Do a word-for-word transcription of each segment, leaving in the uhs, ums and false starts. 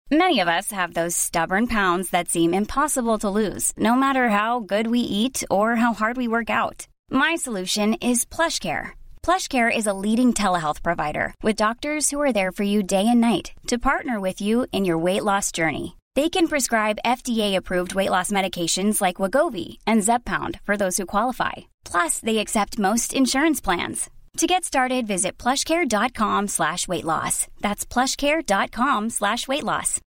Many of us have those stubborn pounds that seem impossible to lose, no matter how good we eat or how hard we work out. My solution is PlushCare. PlushCare is a leading telehealth provider with doctors who are there for you day and night to partner with you in your weight loss journey. They can prescribe F D A-approved weight loss medications like Wegovy and Zepbound for those who qualify. Plus, they accept most insurance plans. To get started, visit plushcare.com slash weight loss. That's plushcare.com slash weight loss.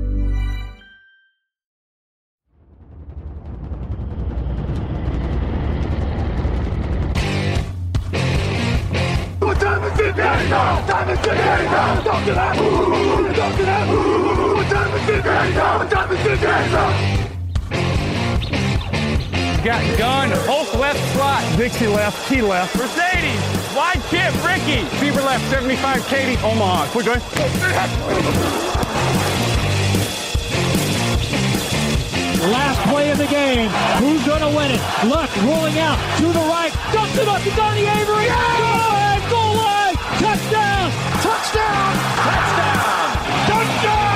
What time is it now? Time is it now? Talk to that. Talk to that. What time is it now? What time is it now? Got gun, Hulk left slot. Dixie left, T left. Mercedes, wide chip, Ricky. Fever left, seventy-five, Katie, Omaha. We're good. Last play of the game. Who's going to win it? Luck rolling out to the right. Dumps it up to Donnie Avery. Yeah! Go ahead, goal line. Touchdown. Touchdown! Touchdown! Touchdown!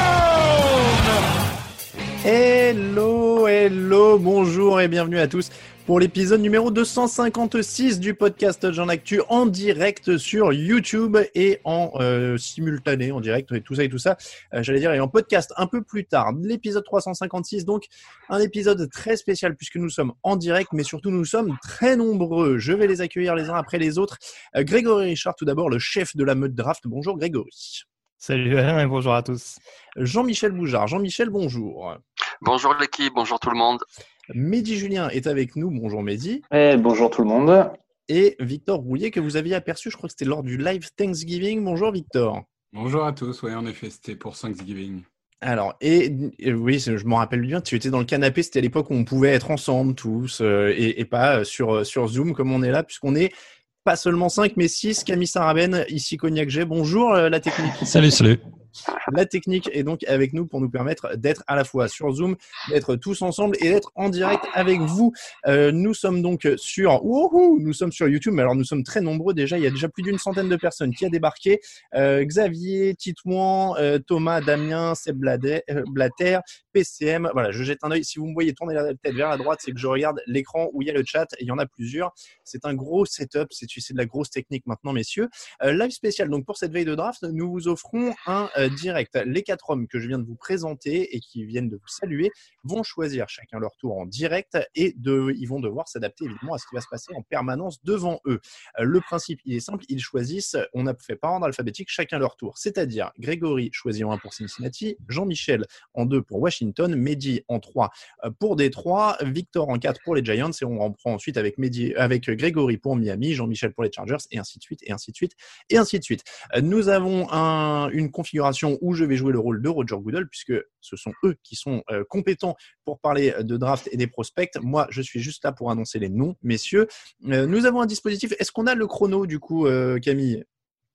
Hello, hello, bonjour et bienvenue à tous pour l'épisode numéro deux cent cinquante-six du podcast Jean Actu en direct sur YouTube et en euh, simultané, en direct et tout ça et tout ça, euh, j'allais dire, et en podcast un peu plus tard. L'épisode trois cent cinquante-six, donc un épisode très spécial puisque nous sommes en direct, mais surtout nous sommes très nombreux. Je vais les accueillir les uns après les autres. Euh, Grégory Richard, tout d'abord, le chef de la meute draft. Bonjour Grégory. Salut Alain et bonjour à tous. Jean-Michel Boujard. Jean-Michel, bonjour. Bonjour l'équipe, bonjour tout le monde. Mehdi Julien est avec nous. Bonjour Mehdi. Eh, bonjour tout le monde. Et Victor Rouillet que vous aviez aperçu, je crois que c'était lors du live Thanksgiving. Bonjour Victor. Bonjour à tous, oui en effet c'était pour Thanksgiving. Alors, et, et oui, je m'en rappelle bien, tu étais dans le canapé, c'était à l'époque où on pouvait être ensemble tous euh, et, et pas sur, sur Zoom comme on est là, puisqu'on est pas seulement cinq mais six. Camille Saraben, ici Cognac G. Bonjour euh, la technique. Salut, salut. La technique est donc avec nous pour nous permettre d'être à la fois sur Zoom, d'être tous ensemble et d'être en direct avec vous. Euh, nous sommes donc sur, wouhou, nous sommes sur YouTube, mais alors nous sommes très nombreux déjà. Il y a déjà plus d'une centaine de personnes qui a débarqué. Euh, Xavier, Titouan, euh, Thomas, Damien, Seb Blatter, euh, Blatter, P C M. Voilà, je jette un œil. Si vous me voyez tourner la tête vers la droite, c'est que je regarde l'écran où il y a le chat et il y en a plusieurs. C'est un gros setup, c'est, c'est de la grosse technique maintenant, messieurs. Euh, live spécial. Donc pour cette veille de draft, nous vous offrons un euh, direct. Les quatre hommes que je viens de vous présenter et qui viennent de vous saluer vont choisir chacun leur tour en direct et de, ils vont devoir s'adapter évidemment à ce qui va se passer en permanence devant eux. Le principe, il est simple, ils choisissent, on a fait par ordre alphabétique, chacun leur tour. C'est-à-dire Grégory choisit en un pour Cincinnati, Jean-Michel en deux pour Washington, Mehdi en trois pour Détroit, Victor en quatre pour les Giants et on reprend ensuite avec, Mehdi, avec Grégory pour Miami, Jean-Michel pour les Chargers et ainsi de suite et ainsi de suite et ainsi de suite. Nous avons un, une configuration où je vais jouer le rôle de Roger Goodell puisque ce sont eux qui sont euh, compétents pour parler de draft et des prospects. Moi, je suis juste là pour annoncer les noms, messieurs. Euh, nous avons un dispositif. Est-ce qu'on a le chrono du coup, euh, Camille ?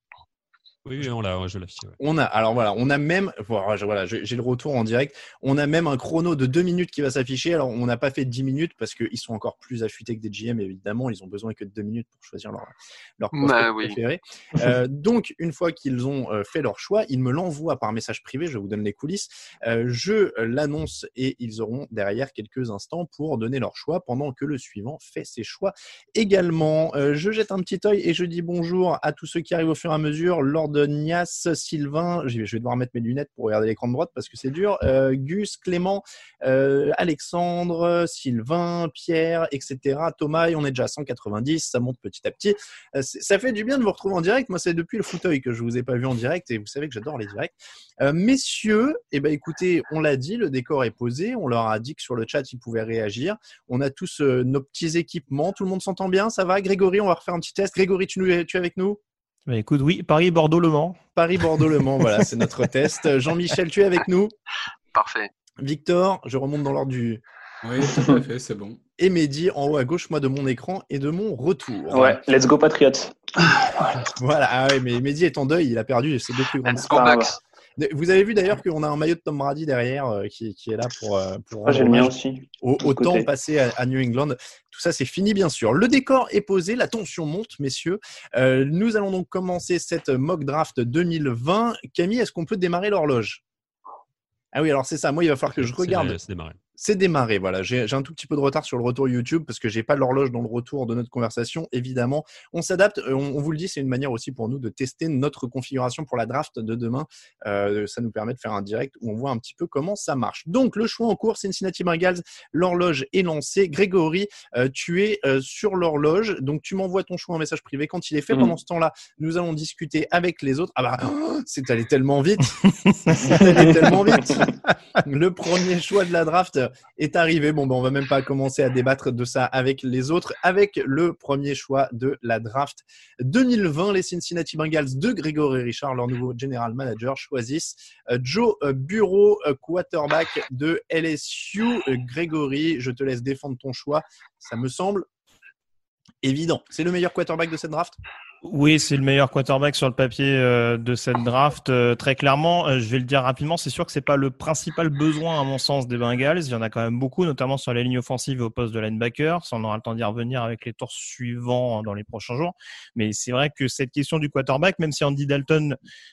Oui, on l'a, je l'ai affiché. Ouais. On a, alors voilà, on a même, voilà, voilà, j'ai le retour en direct. On a même un chrono de deux minutes qui va s'afficher. Alors, on n'a pas fait dix minutes parce qu'ils sont encore plus affûtés que des G M, évidemment. Ils ont besoin que de deux minutes pour choisir leur, leur prospect bah, oui. préféré. Euh, donc, une fois qu'ils ont euh, fait leur choix, ils me l'envoient par message privé. Je vous donne les coulisses. Euh, je l'annonce et ils auront derrière quelques instants pour donner leur choix pendant que le suivant fait ses choix également. Euh, je jette un petit œil et je dis bonjour à tous ceux qui arrivent au fur et à mesure. Lors de Nias, Sylvain, je vais devoir mettre mes lunettes pour regarder l'écran de droite parce que c'est dur, euh, Gus, Clément, euh, Alexandre, Sylvain, Pierre, et cetera. Thomas, et on est déjà à cent quatre-vingt-dix, ça monte petit à petit. Euh, ça fait du bien de vous retrouver en direct. Moi, c'est depuis le fauteuil que je vous ai pas vu en direct et vous savez que j'adore les directs. Euh, messieurs, eh ben, écoutez, on l'a dit, le décor est posé. On leur a dit que sur le chat, ils pouvaient réagir. On a tous euh, nos petits équipements. Tout le monde s'entend bien, ça va? Grégory, on va refaire un petit test. Grégory, tu, nous, tu es avec nous? Bah écoute, oui, Paris, Bordeaux, Le Mans. Paris, Bordeaux, Le Mans, voilà, c'est notre test. Jean-Michel, tu es avec nous? Parfait. Victor, je remonte dans l'ordre du... Oui, tout à fait, c'est bon. Et Mehdi, en haut à gauche, moi, de mon écran et de mon retour. Ouais, let's go Patriots. Voilà, ah ouais, mais Mehdi est en deuil, il a perdu ses deux plus grandes Let's go Bucks. Vous avez vu d'ailleurs qu'on a un maillot de Tom Brady derrière euh, qui, qui est là pour, euh, pour ah, j'ai le mien aussi. Au, au temps passé à, à New England. Tout ça, c'est fini, bien sûr. Le décor est posé, la tension monte, messieurs. Euh, nous allons donc commencer cette mock draft deux mille vingt. Camille, est-ce qu'on peut démarrer l'horloge? Ah oui, alors c'est ça. Moi, il va falloir que je regarde. C'est démarré. C'est démarré, voilà. J'ai, j'ai un tout petit peu de retard sur le retour YouTube parce que j'ai pas l'horloge dans le retour de notre conversation. Évidemment, on s'adapte. On, on vous le dit, c'est une manière aussi pour nous de tester notre configuration pour la draft de demain. Euh, ça nous permet de faire un direct où on voit un petit peu comment ça marche. Donc, le choix en cours, Cincinnati Bengals. L'horloge est lancée. Grégory, euh, tu es euh, sur l'horloge. Donc, tu m'envoies ton choix en message privé quand il est fait. Mmh. Pendant ce temps-là, nous allons discuter avec les autres. Ah bah, oh, c'est allé tellement vite. c'est allé tellement vite. Le premier choix de la draft est arrivé. Bon, ben, on va même pas commencer à débattre de ça avec les autres. Avec le premier choix de la draft deux mille vingt, les Cincinnati Bengals de Grégory Richard, leur nouveau general manager, choisissent Joe Burrow, quarterback de L S U. Grégory, je te laisse défendre ton choix. Ça me semble évident. C'est le meilleur quarterback de cette draft ? Oui, c'est le meilleur quarterback sur le papier euh, de cette draft. Euh, très clairement, euh, je vais le dire rapidement, c'est sûr que c'est pas le principal besoin à mon sens des Bengals. Il y en a quand même beaucoup, notamment sur la ligne offensive et au poste de linebacker. Ça, on aura le temps d'y revenir avec les tours suivants dans les prochains jours. Mais c'est vrai que cette question du quarterback, même si Andy Dalton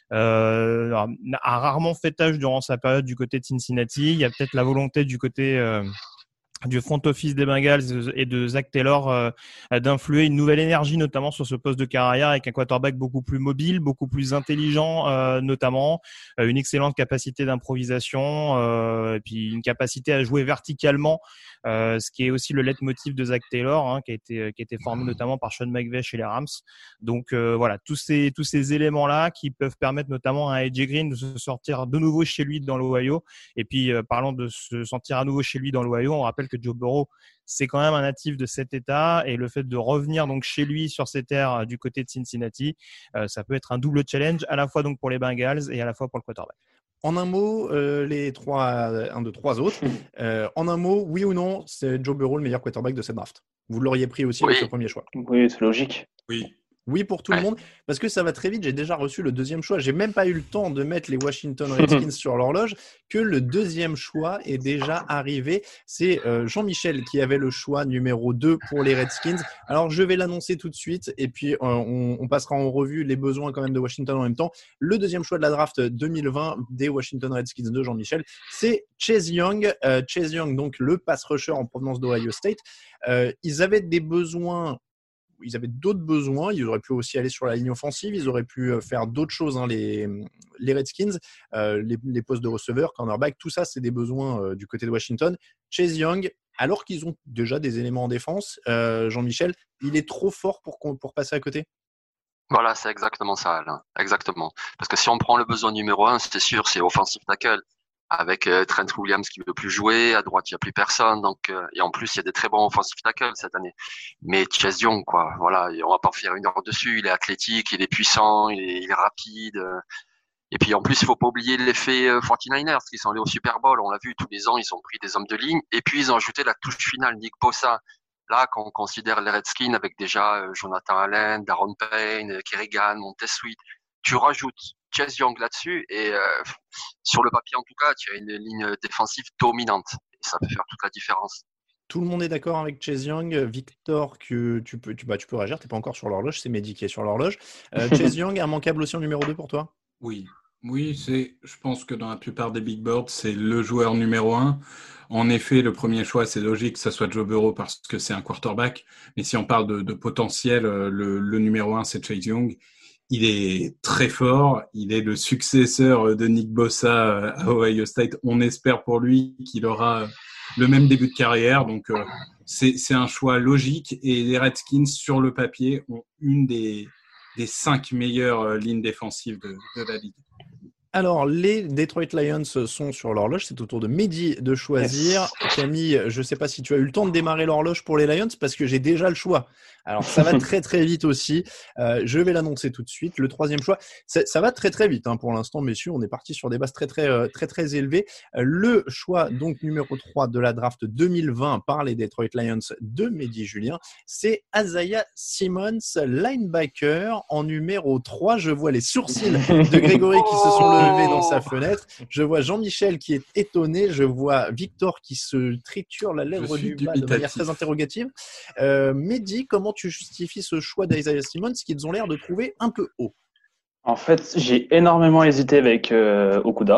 euh, a rarement fait tâche durant sa période du côté de Cincinnati, il y a peut-être la volonté du côté euh, du front office des Bengals et de Zach Taylor euh, d'influer une nouvelle énergie, notamment sur ce poste de carrière, avec un quarterback beaucoup plus mobile, beaucoup plus intelligent, euh, notamment euh, une excellente capacité d'improvisation, euh, et puis une capacité à jouer verticalement, euh, ce qui est aussi le leitmotiv de Zach Taylor, hein, qui a été qui a été formé notamment par Sean McVay chez les Rams. Donc euh, voilà, tous ces tous ces éléments-là qui peuvent permettre notamment à A J Green de se sortir de nouveau chez lui dans l'Ohio. Et puis euh, parlant de se sentir à nouveau chez lui dans l'Ohio, on rappelle que Joe Burrow, c'est quand même un natif de cet État, et le fait de revenir donc chez lui sur ces terres du côté de Cincinnati, euh, ça peut être un double challenge à la fois donc pour les Bengals et à la fois pour le quarterback. En un mot, euh, les trois, un de trois autres, euh, en un mot, oui ou non, c'est Joe Burrow le meilleur quarterback de cette draft. Vous l'auriez pris aussi oui. avec ce premier choix. Oui, c'est logique. Oui. Oui pour tout ouais. le monde, parce que ça va très vite. J'ai déjà reçu le deuxième choix. J'ai même pas eu le temps de mettre les Washington Redskins sur l'horloge que le deuxième choix est déjà arrivé. C'est euh, Jean-Michel qui avait le choix numéro deux pour les Redskins. Alors, je vais l'annoncer tout de suite et puis euh, on, on passera en revue les besoins quand même de Washington en même temps. Le deuxième choix de la draft deux mille vingt des Washington Redskins de Jean-Michel, c'est Chase Young. Euh, Chase Young, donc le pass rusher en provenance d'Ohio State. Euh, ils avaient des besoins Ils avaient d'autres besoins. Ils auraient pu aussi aller sur la ligne offensive. Ils auraient pu faire d'autres choses, hein, les, les Redskins, euh, les, les postes de receveur, cornerback, tout ça, c'est des besoins euh, du côté de Washington. Chase Young, alors qu'ils ont déjà des éléments en défense, euh, Jean-Michel, il est trop fort pour, pour passer à côté. Voilà, c'est exactement ça, Alain. Exactement. Parce que si on prend le besoin numéro un, c'est sûr, c'est offensive tackle. Avec euh, Trent Williams qui veut plus jouer, à droite il y a plus personne, donc euh, et en plus il y a des très bons offensive tackles cette année. Mais Chase Young, quoi, voilà, on va pas faire une heure dessus. Il est athlétique, il est puissant, il est, il est rapide. Euh, et puis en plus il faut pas oublier l'effet euh, forty-niners qui sont allés au Super Bowl. On l'a vu tous les ans, ils ont pris des hommes de ligne et puis ils ont ajouté la touche finale, Nick Bosa. Là, quand on considère les Redskins avec déjà euh, Jonathan Allen, Daron Payne, Kerrigan, Montez Sweat, tu rajoutes Chase Young là-dessus et euh, sur le papier en tout cas, tu as une ligne défensive dominante et ça peut faire toute la différence. Tout le monde est d'accord avec Chase Young. Victor, que tu peux, tu, bah, tu peux réagir, tu n'es pas encore sur l'horloge, c'est Mehdi qui est sur l'horloge. Euh, Chase Young, immanquable aussi en numéro deux pour toi ? Oui, oui, c'est, je pense que dans la plupart des big boards, c'est le joueur numéro un. En effet, le premier choix, c'est logique que ça soit Joe Burrow parce que c'est un quarterback. Mais si on parle de, de potentiel, le, le numéro un, c'est Chase Young. Il est très fort, il est le successeur de Nick Bosa à Ohio State. On espère pour lui qu'il aura le même début de carrière. Donc, euh, c'est, c'est un choix logique. Et les Redskins, sur le papier, ont une des, des cinq meilleures lignes défensives de, de la ligue. Alors, les Detroit Lions sont sur l'horloge. C'est au tour de Mehdi de choisir. Yes. Camille, je ne sais pas si tu as eu le temps de démarrer l'horloge pour les Lions parce que j'ai déjà le choix. Alors, ça va très, très vite aussi. Euh, je vais l'annoncer tout de suite. Le troisième choix, ça, ça va très, très vite hein, pour l'instant, messieurs. On est parti sur des bases très, très, très, très, très élevées. Le choix, donc, numéro trois de la draft deux mille vingt par les Detroit Lions de Mehdi Julien, c'est Isaiah Simmons, linebacker en numéro trois. Je vois les sourcils de Grégory qui se sont levés dans sa fenêtre. Je vois Jean-Michel qui est étonné. Je vois Victor qui se triture la lèvre du bas de manière très interrogative. Euh, Mehdi, comment tu justifies ce choix d'Isaiah Simmons qu'ils ont l'air de trouver un peu haut? En fait, j'ai énormément hésité avec euh, Okudah.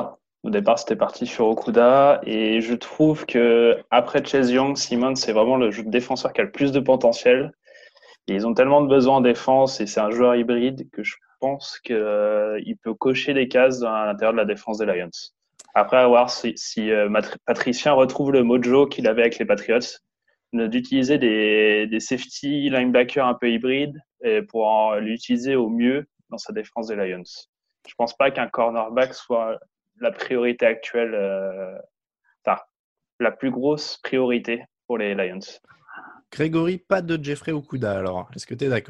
Au départ, c'était parti sur Okuda et je trouve que après Chase Young, Simmons, c'est vraiment le défenseur qui a le plus de potentiel. Et ils ont tellement de besoins en défense et c'est un joueur hybride que je pense qu'il euh, peut cocher des cases à l'intérieur de la défense des Lions. Après, à voir si, si euh, Patricien retrouve le mojo qu'il avait avec les Patriots, d'utiliser des, des safety linebackers un peu hybrides et pour en, l'utiliser au mieux dans sa défense des Lions. Je pense pas qu'un cornerback soit la priorité actuelle, euh, enfin, la plus grosse priorité pour les Lions. Grégory, pas de Jeffrey Okuda alors. Est-ce que tu es d'accord ?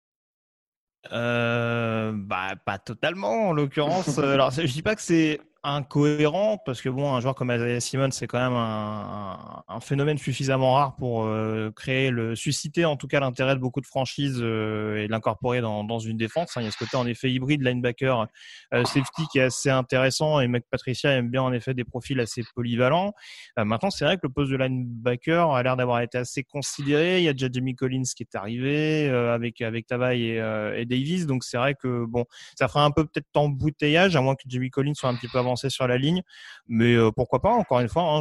Euh, bah, pas totalement en l'occurrence. Alors, je dis pas que c'est incohérent parce que bon, un joueur comme Isaiah Simmons, c'est quand même un, un, un phénomène suffisamment rare pour euh, créer le susciter en tout cas l'intérêt de beaucoup de franchises euh, et l'incorporer dans, dans une défense. Hein. Il y a ce côté en effet hybride linebacker euh, safety qui est assez intéressant et Mike Patricia aime bien en effet des profils assez polyvalents. Euh, maintenant, c'est vrai que le poste de linebacker a l'air d'avoir été assez considéré. Il y a déjà Jamie Collins qui est arrivé euh, avec avec Tavares et, euh, et Davis, donc c'est vrai que bon, ça ferait un peu peut-être embouteillage à moins que Jamie Collins soit un petit peu avancé sur la ligne, mais euh, pourquoi pas, encore une fois, hein,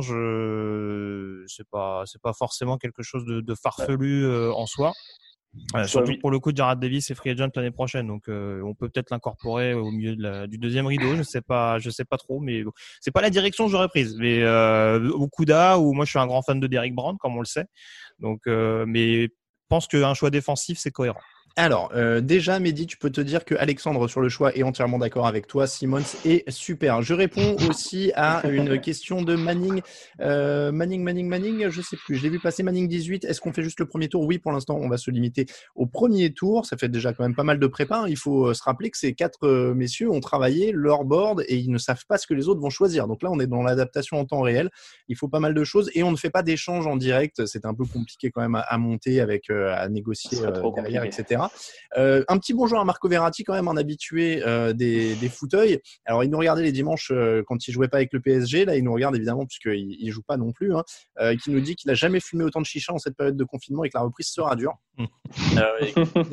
je c'est pas c'est pas forcément quelque chose de, de farfelu euh, en soi. Euh, surtout pour le coup, Jarrad Davis est free agent l'année prochaine, donc euh, on peut peut-être l'incorporer au milieu de la, du deuxième rideau. Je sais pas, je sais pas trop, mais bon, c'est pas la direction que j'aurais prise. Mais euh, Okuda, ou moi je suis un grand fan de Derrick Brown, comme on le sait, donc euh, mais je pense qu'un choix défensif c'est cohérent. Alors, euh, déjà, Mehdi, tu peux te dire que Alexandre sur le choix est entièrement d'accord avec toi. Simmons est super. Je réponds aussi à une question de Manning. Euh, Manning, Manning, Manning, je sais plus. Je l'ai vu passer Manning dix-huit. Est-ce qu'on fait juste le premier tour ? Oui, pour l'instant, on va se limiter au premier tour. Ça fait déjà quand même pas mal de prépa. Il faut se rappeler que ces quatre euh, messieurs ont travaillé leur board et ils ne savent pas ce que les autres vont choisir. Donc là, on est dans l'adaptation en temps réel. Il faut pas mal de choses et on ne fait pas d'échange en direct. C'est un peu compliqué quand même à, à monter avec, euh, à négocier euh, derrière, et cetera. Euh, un petit bonjour à Marco Verratti, quand même un habitué euh, des, des fauteuils. Alors, il nous regardait les dimanches euh, quand il jouait pas avec le P S G. Là, il nous regarde évidemment puisqu'il il joue pas non plus. Hein, euh, qui nous dit qu'il a jamais fumé autant de chicha en cette période de confinement et que la reprise sera dure. euh, et,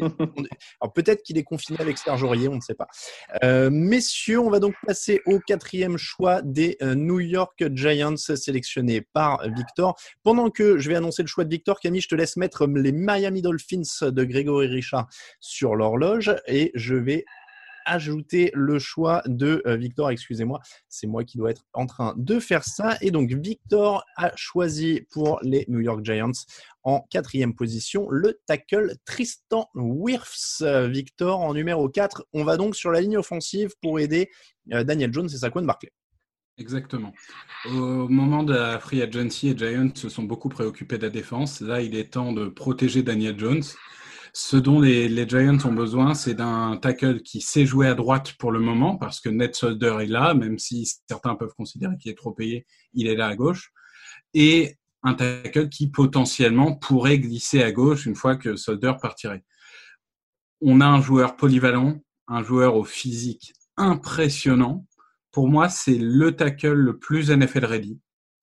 alors, peut-être qu'il est confiné avec Serge Aurier, on ne sait pas. Euh, messieurs, on va donc passer au quatrième choix des euh, New York Giants sélectionnés par Victor. Pendant que je vais annoncer le choix de Victor, Camille, je te laisse mettre les Miami Dolphins de Grégory Richard sur l'horloge et je vais ajouter le choix de euh, Victor, excusez-moi, c'est moi qui dois être en train de faire ça. Et donc Victor a choisi pour les New York Giants en quatrième position le tackle Tristan Wirfs. Victor en numéro quatre. On va donc sur la ligne offensive pour aider euh, Daniel Jones et Saquon Barkley. Exactement. Au moment de la free agency, les Giants se sont beaucoup préoccupés de la défense. Là, il est temps de protéger Daniel Jones. Ce dont les, les Giants ont besoin, c'est d'un tackle qui sait jouer à droite pour le moment, parce que Nate Solder est là, même si certains peuvent considérer qu'il est trop payé, il est là à gauche. Et un tackle qui potentiellement pourrait glisser à gauche une fois que Solder partirait. On a un joueur polyvalent, un joueur au physique impressionnant. Pour moi, c'est le tackle le plus N F L ready.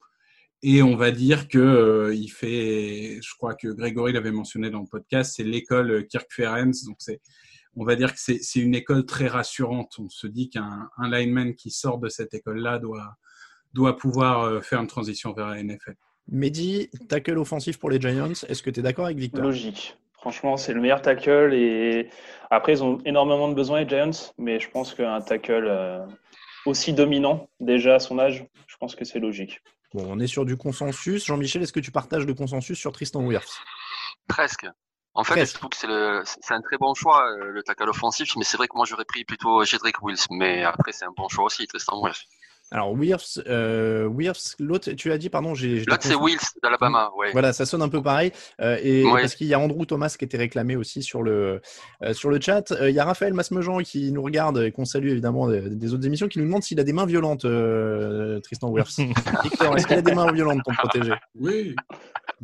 Et on va dire que euh, il fait, je crois que Grégory l'avait mentionné dans le podcast, c'est l'école Kirk Ferentz. Donc c'est, on va dire que c'est, c'est une école très rassurante. On se dit qu'un un lineman qui sort de cette école-là doit doit pouvoir euh, faire une transition vers la N F L. Mehdi, tackle offensif pour les Giants. Est-ce que tu es d'accord avec Victor ? Logique. Franchement, c'est le meilleur tackle et après ils ont énormément de besoins les Giants, mais je pense qu'un tackle euh, aussi dominant déjà à son âge, je pense que c'est logique. Bon, on est sur du consensus. Jean-Michel, est-ce que tu partages le consensus sur Tristan Wirfs ? Presque. En fait, Presque. Je trouve que c'est, le, c'est un très bon choix, le tackle offensif, mais c'est vrai que moi, j'aurais pris plutôt Jedrick Wills. Mais après, c'est un bon choix aussi, Tristan Wirfs. Alors, Wirfs, euh, Wirfs, l'autre, tu l'as dit, pardon, j'ai... L'autre, c'est Wills d'Alabama, ouais. Voilà, ça sonne un peu pareil. Euh, et ouais. Parce qu'il y a Andrew Thomas qui était réclamé aussi sur le, euh, sur le chat. Euh, il y a Raphaël Masmejean qui nous regarde et qu'on salue évidemment des, des autres émissions, qui nous demande s'il a des mains violentes, euh, Tristan Wirfs. Victor, est-ce qu'il a des mains violentes, ton protégé ? Oui. Oui ?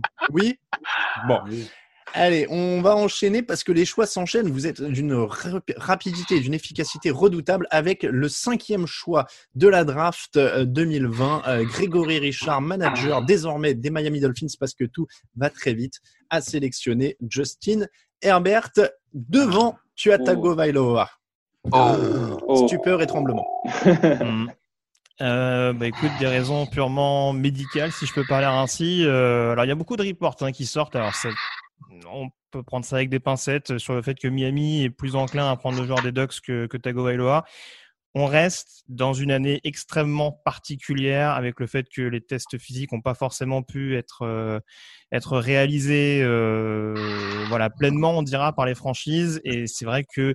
Bon. Oui. Allez, on va enchaîner parce que les choix s'enchaînent. Vous êtes d'une rapidité, d'une efficacité redoutable avec le cinquième choix de la draft deux mille vingt. Euh, Grégory Richard, manager désormais des Miami Dolphins parce que tout va très vite, a sélectionné Justin Herbert devant Tua Tagovailoa. Oh. Stupeur et tremblement. Euh, bah écoute, des raisons purement médicales, si je peux parler ainsi. Euh, alors il y a beaucoup de reports hein, qui sortent. Alors ça, on peut prendre ça avec des pincettes sur le fait que Miami est plus enclin à prendre le joueur des Ducks que, que Tagovailoa. On reste dans une année extrêmement particulière avec le fait que les tests physiques n'ont pas forcément pu être euh, être réalisés euh, voilà pleinement, on dira, par les franchises. Et c'est vrai que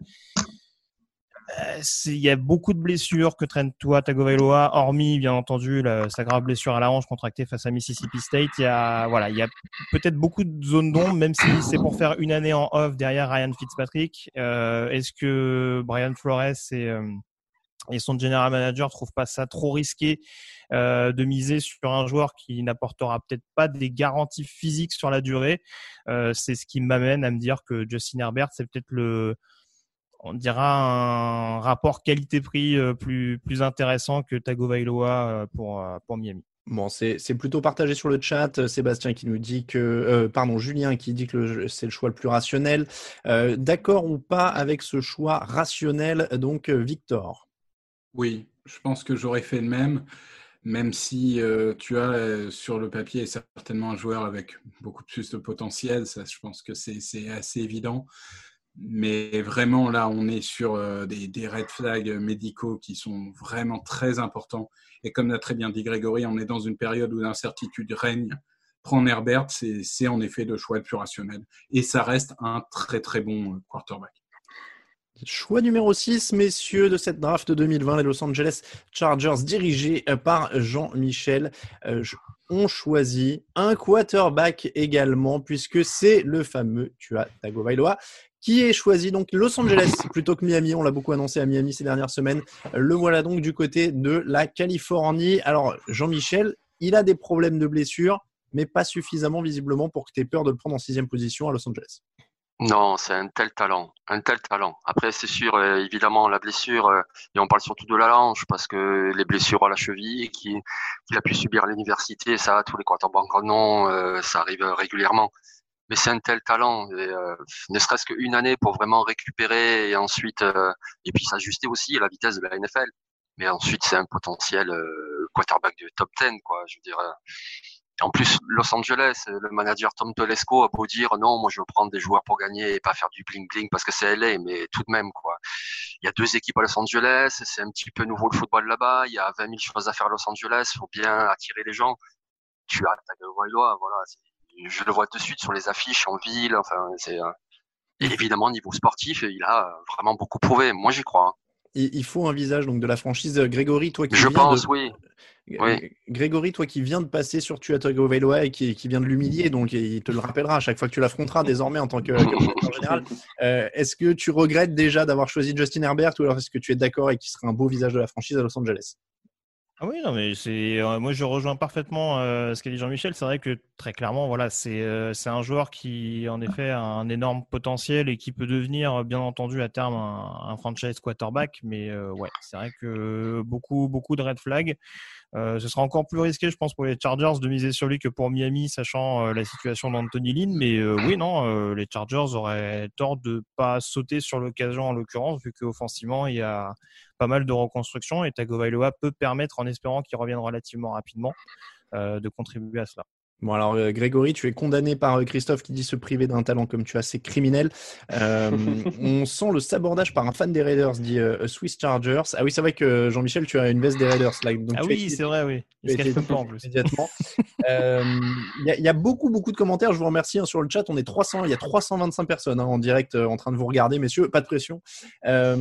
il y a beaucoup de blessures que traîne toi Tagovailoa, hormis bien entendu la, sa grave blessure à la hanche contractée face à Mississippi State. Il y a voilà, il y a peut-être beaucoup de zones d'ombre, même si c'est pour faire une année en off derrière Ryan Fitzpatrick. Euh, est-ce que Brian Flores et euh, et son general manager trouvent pas ça trop risqué euh, de miser sur un joueur qui n'apportera peut-être pas des garanties physiques sur la durée? Euh, c'est ce qui m'amène à me dire que Justin Herbert, c'est peut-être le on dira un rapport qualité-prix plus plus intéressant que Tagovailoa pour pour Miami. Bon, c'est c'est plutôt partagé sur le chat. Sébastien qui nous dit que, euh, pardon, Julien qui dit que le, c'est le choix le plus rationnel. Euh, d'accord ou pas avec ce choix rationnel, donc Victor? Oui, je pense que j'aurais fait le même, même si euh, tu as euh, sur le papier certainement un joueur avec beaucoup plus de potentiel. Ça, je pense que c'est c'est assez évident. Mais vraiment, là, on est sur euh, des, des red flags médicaux qui sont vraiment très importants. Et comme l'a très bien dit Grégory, on est dans une période où l'incertitude règne. Prendre Herbert, c'est, c'est en effet le choix le plus rationnel. Et ça reste un très, très bon quarterback. Choix numéro six, messieurs, de cette draft deux mille vingt, les Los Angeles Chargers, dirigés par Jean-Michel, euh, ont choisi un quarterback également, puisque c'est le fameux Tua Tagovailoa qui est choisi. Donc Los Angeles plutôt que Miami. On l'a beaucoup annoncé à Miami ces dernières semaines. Le voilà donc du côté de la Californie. Alors Jean-Michel, il a des problèmes de blessure, mais pas suffisamment visiblement pour que tu aies peur de le prendre en sixième position à Los Angeles. Non, c'est un tel talent, un tel talent. Après, c'est sûr, euh, évidemment, la blessure, euh, et on parle surtout de la hanche, parce que les blessures à la cheville qui, qu'il a pu subir à l'université, ça, tous les quarterbacks en ont, euh, ça arrive régulièrement. Mais c'est un tel talent, et, euh, ne serait-ce qu'une année pour vraiment récupérer et ensuite, euh, et puis s'ajuster aussi à la vitesse de la N F L. Mais ensuite, c'est un potentiel euh, quarterback de top dix, quoi. Je veux dire. Euh, En plus, Los Angeles, le manager Tom Telesco a beau dire non, moi je veux prendre des joueurs pour gagner et pas faire du bling bling parce que c'est L A, mais tout de même quoi. Il y a deux équipes à Los Angeles, c'est un petit peu nouveau le football là-bas. Il y a vingt mille choses à faire à Los Angeles, faut bien attirer les gens. Tu as Tagovailoa, voilà, je le vois de suite sur les affiches en ville. Enfin, c'est euh... et évidemment niveau sportif, il a vraiment beaucoup prouvé. Moi j'y crois. Il faut un visage donc de la franchise. Grégory, toi qui je viens pense de... oui. Oui. Grégory, toi qui viens de passer sur Tua Tagovailoa et qui, qui vient de l'humilier, donc il te le rappellera à chaque fois que tu l'affronteras désormais en tant que en général. Euh, est-ce que tu regrettes déjà d'avoir choisi Justin Herbert ou alors est-ce que tu es d'accord et qu'il serait un beau visage de la franchise à Los Angeles? Ah oui, non, mais c'est euh, moi je rejoins parfaitement euh, ce qu'a dit Jean-Michel. C'est vrai que très clairement, voilà, c'est euh, c'est un joueur qui en effet a un énorme potentiel et qui peut devenir, bien entendu, à terme un, un franchise quarterback. Mais euh, ouais, c'est vrai que beaucoup beaucoup de red flags. Euh, ce sera encore plus risqué, je pense, pour les Chargers de miser sur lui que pour Miami, sachant euh, la situation d'Anthony Lynn. Mais euh, oui, non, euh, les Chargers auraient tort de pas sauter sur l'occasion en l'occurrence, vu qu'offensivement, il y a pas mal de reconstruction et Tagovailoa peut permettre, en espérant qu'il revienne relativement rapidement, euh, de contribuer à cela. Bon alors euh, Grégory, tu es condamné par euh, Christophe qui dit se priver d'un talent comme tu as, c'est criminel. Euh, on sent le sabordage par un fan des Raiders, dit euh, Swiss Chargers. Ah oui, c'est vrai que Jean-Michel, tu as une veste des Raiders là. Donc ah tu oui, été, c'est vrai, oui. Il se cache pas en plus. Immédiatement. Il euh, y, y a beaucoup, beaucoup de commentaires. Je vous remercie hein, sur le chat. On est trois cents, il y a trois cent vingt-cinq personnes hein, en direct euh, en train de vous regarder, messieurs. Pas de pression. Euh,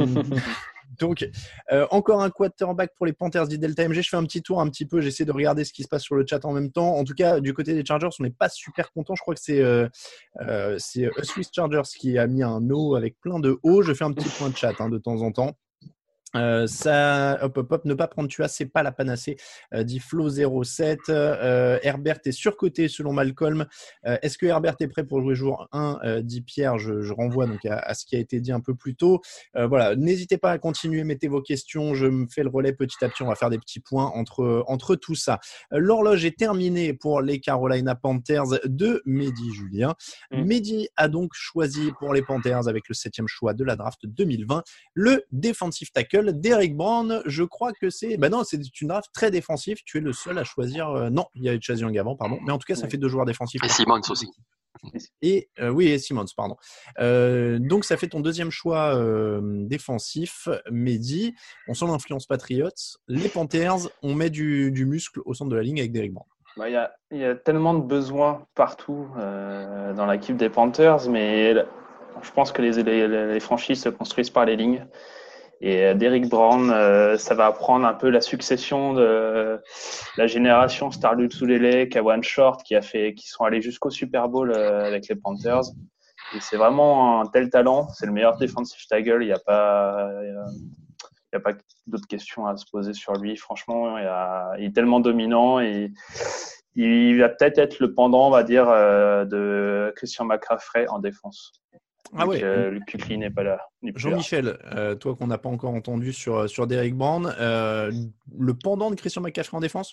Donc, euh, encore un quarterback pour les Panthers, dit Delta M G. Je fais un petit tour un petit peu, j'essaie de regarder ce qui se passe sur le chat en même temps. En tout cas, du côté des Chargers, on n'est pas super content. Je crois que c'est, euh, euh, c'est Swiss Chargers qui a mis un no avec plein de O. Je fais un petit point de chat hein, de temps en temps. Euh, ça, hop, hop, hop, ne pas prendre Tua, c'est pas la panacée, euh, dit Flo zéro sept. Euh, Herbert est surcoté selon Malcolm. Euh, est-ce que Herbert est prêt pour jouer jour un, euh, dit Pierre. Je, je renvoie donc à, à ce qui a été dit un peu plus tôt. Euh, voilà, n'hésitez pas à continuer, mettez vos questions. Je me fais le relais petit à petit. On va faire des petits points entre, entre tout ça. Euh, l'horloge est terminée pour les Carolina Panthers de Mehdi Julien. Mmh. Mehdi a donc choisi pour les Panthers, avec le septième choix de la draft deux mille vingt, le defensive tackle tackle. Derrick Brown, je crois que c'est... Ben non, c'est une draft très défensive. Tu es le seul à choisir... Euh... Non, il y a eu Chase Young avant, pardon. Mais en tout cas, ça fait deux joueurs défensifs. Et Simmons aussi. Et euh, oui, et Simmons, pardon. Euh, donc, ça fait ton deuxième choix euh, défensif, Mehdi. On sent l'influence Patriots. Les Panthers, on met du, du muscle au centre de la ligne avec Derrick Brown. Il bah, y, a, y a tellement de besoins partout euh, dans l'équipe des Panthers, mais je pense que les, les, les franchises se construisent par les lignes. Et Derrick Brown, euh, ça va prendre un peu la succession de la génération Star Lotulelei, Kawan Short, qui a fait, qui sont allés jusqu'au Super Bowl euh, avec les Panthers. Et c'est vraiment un tel talent. C'est le meilleur defensive tackle. Il n'y a pas, il y a pas d'autres questions à se poser sur lui. Franchement, il, y a, il est tellement dominant et il va peut-être être le pendant, on va dire, euh, de Christian McCaffrey en défense. Ah ouais. Euh, le Kukli n'est pas là. Jean-Michel, euh, toi qu'on n'a pas encore entendu sur, sur Derrick Brown, euh, le pendant de Christian McCaffrey en défense,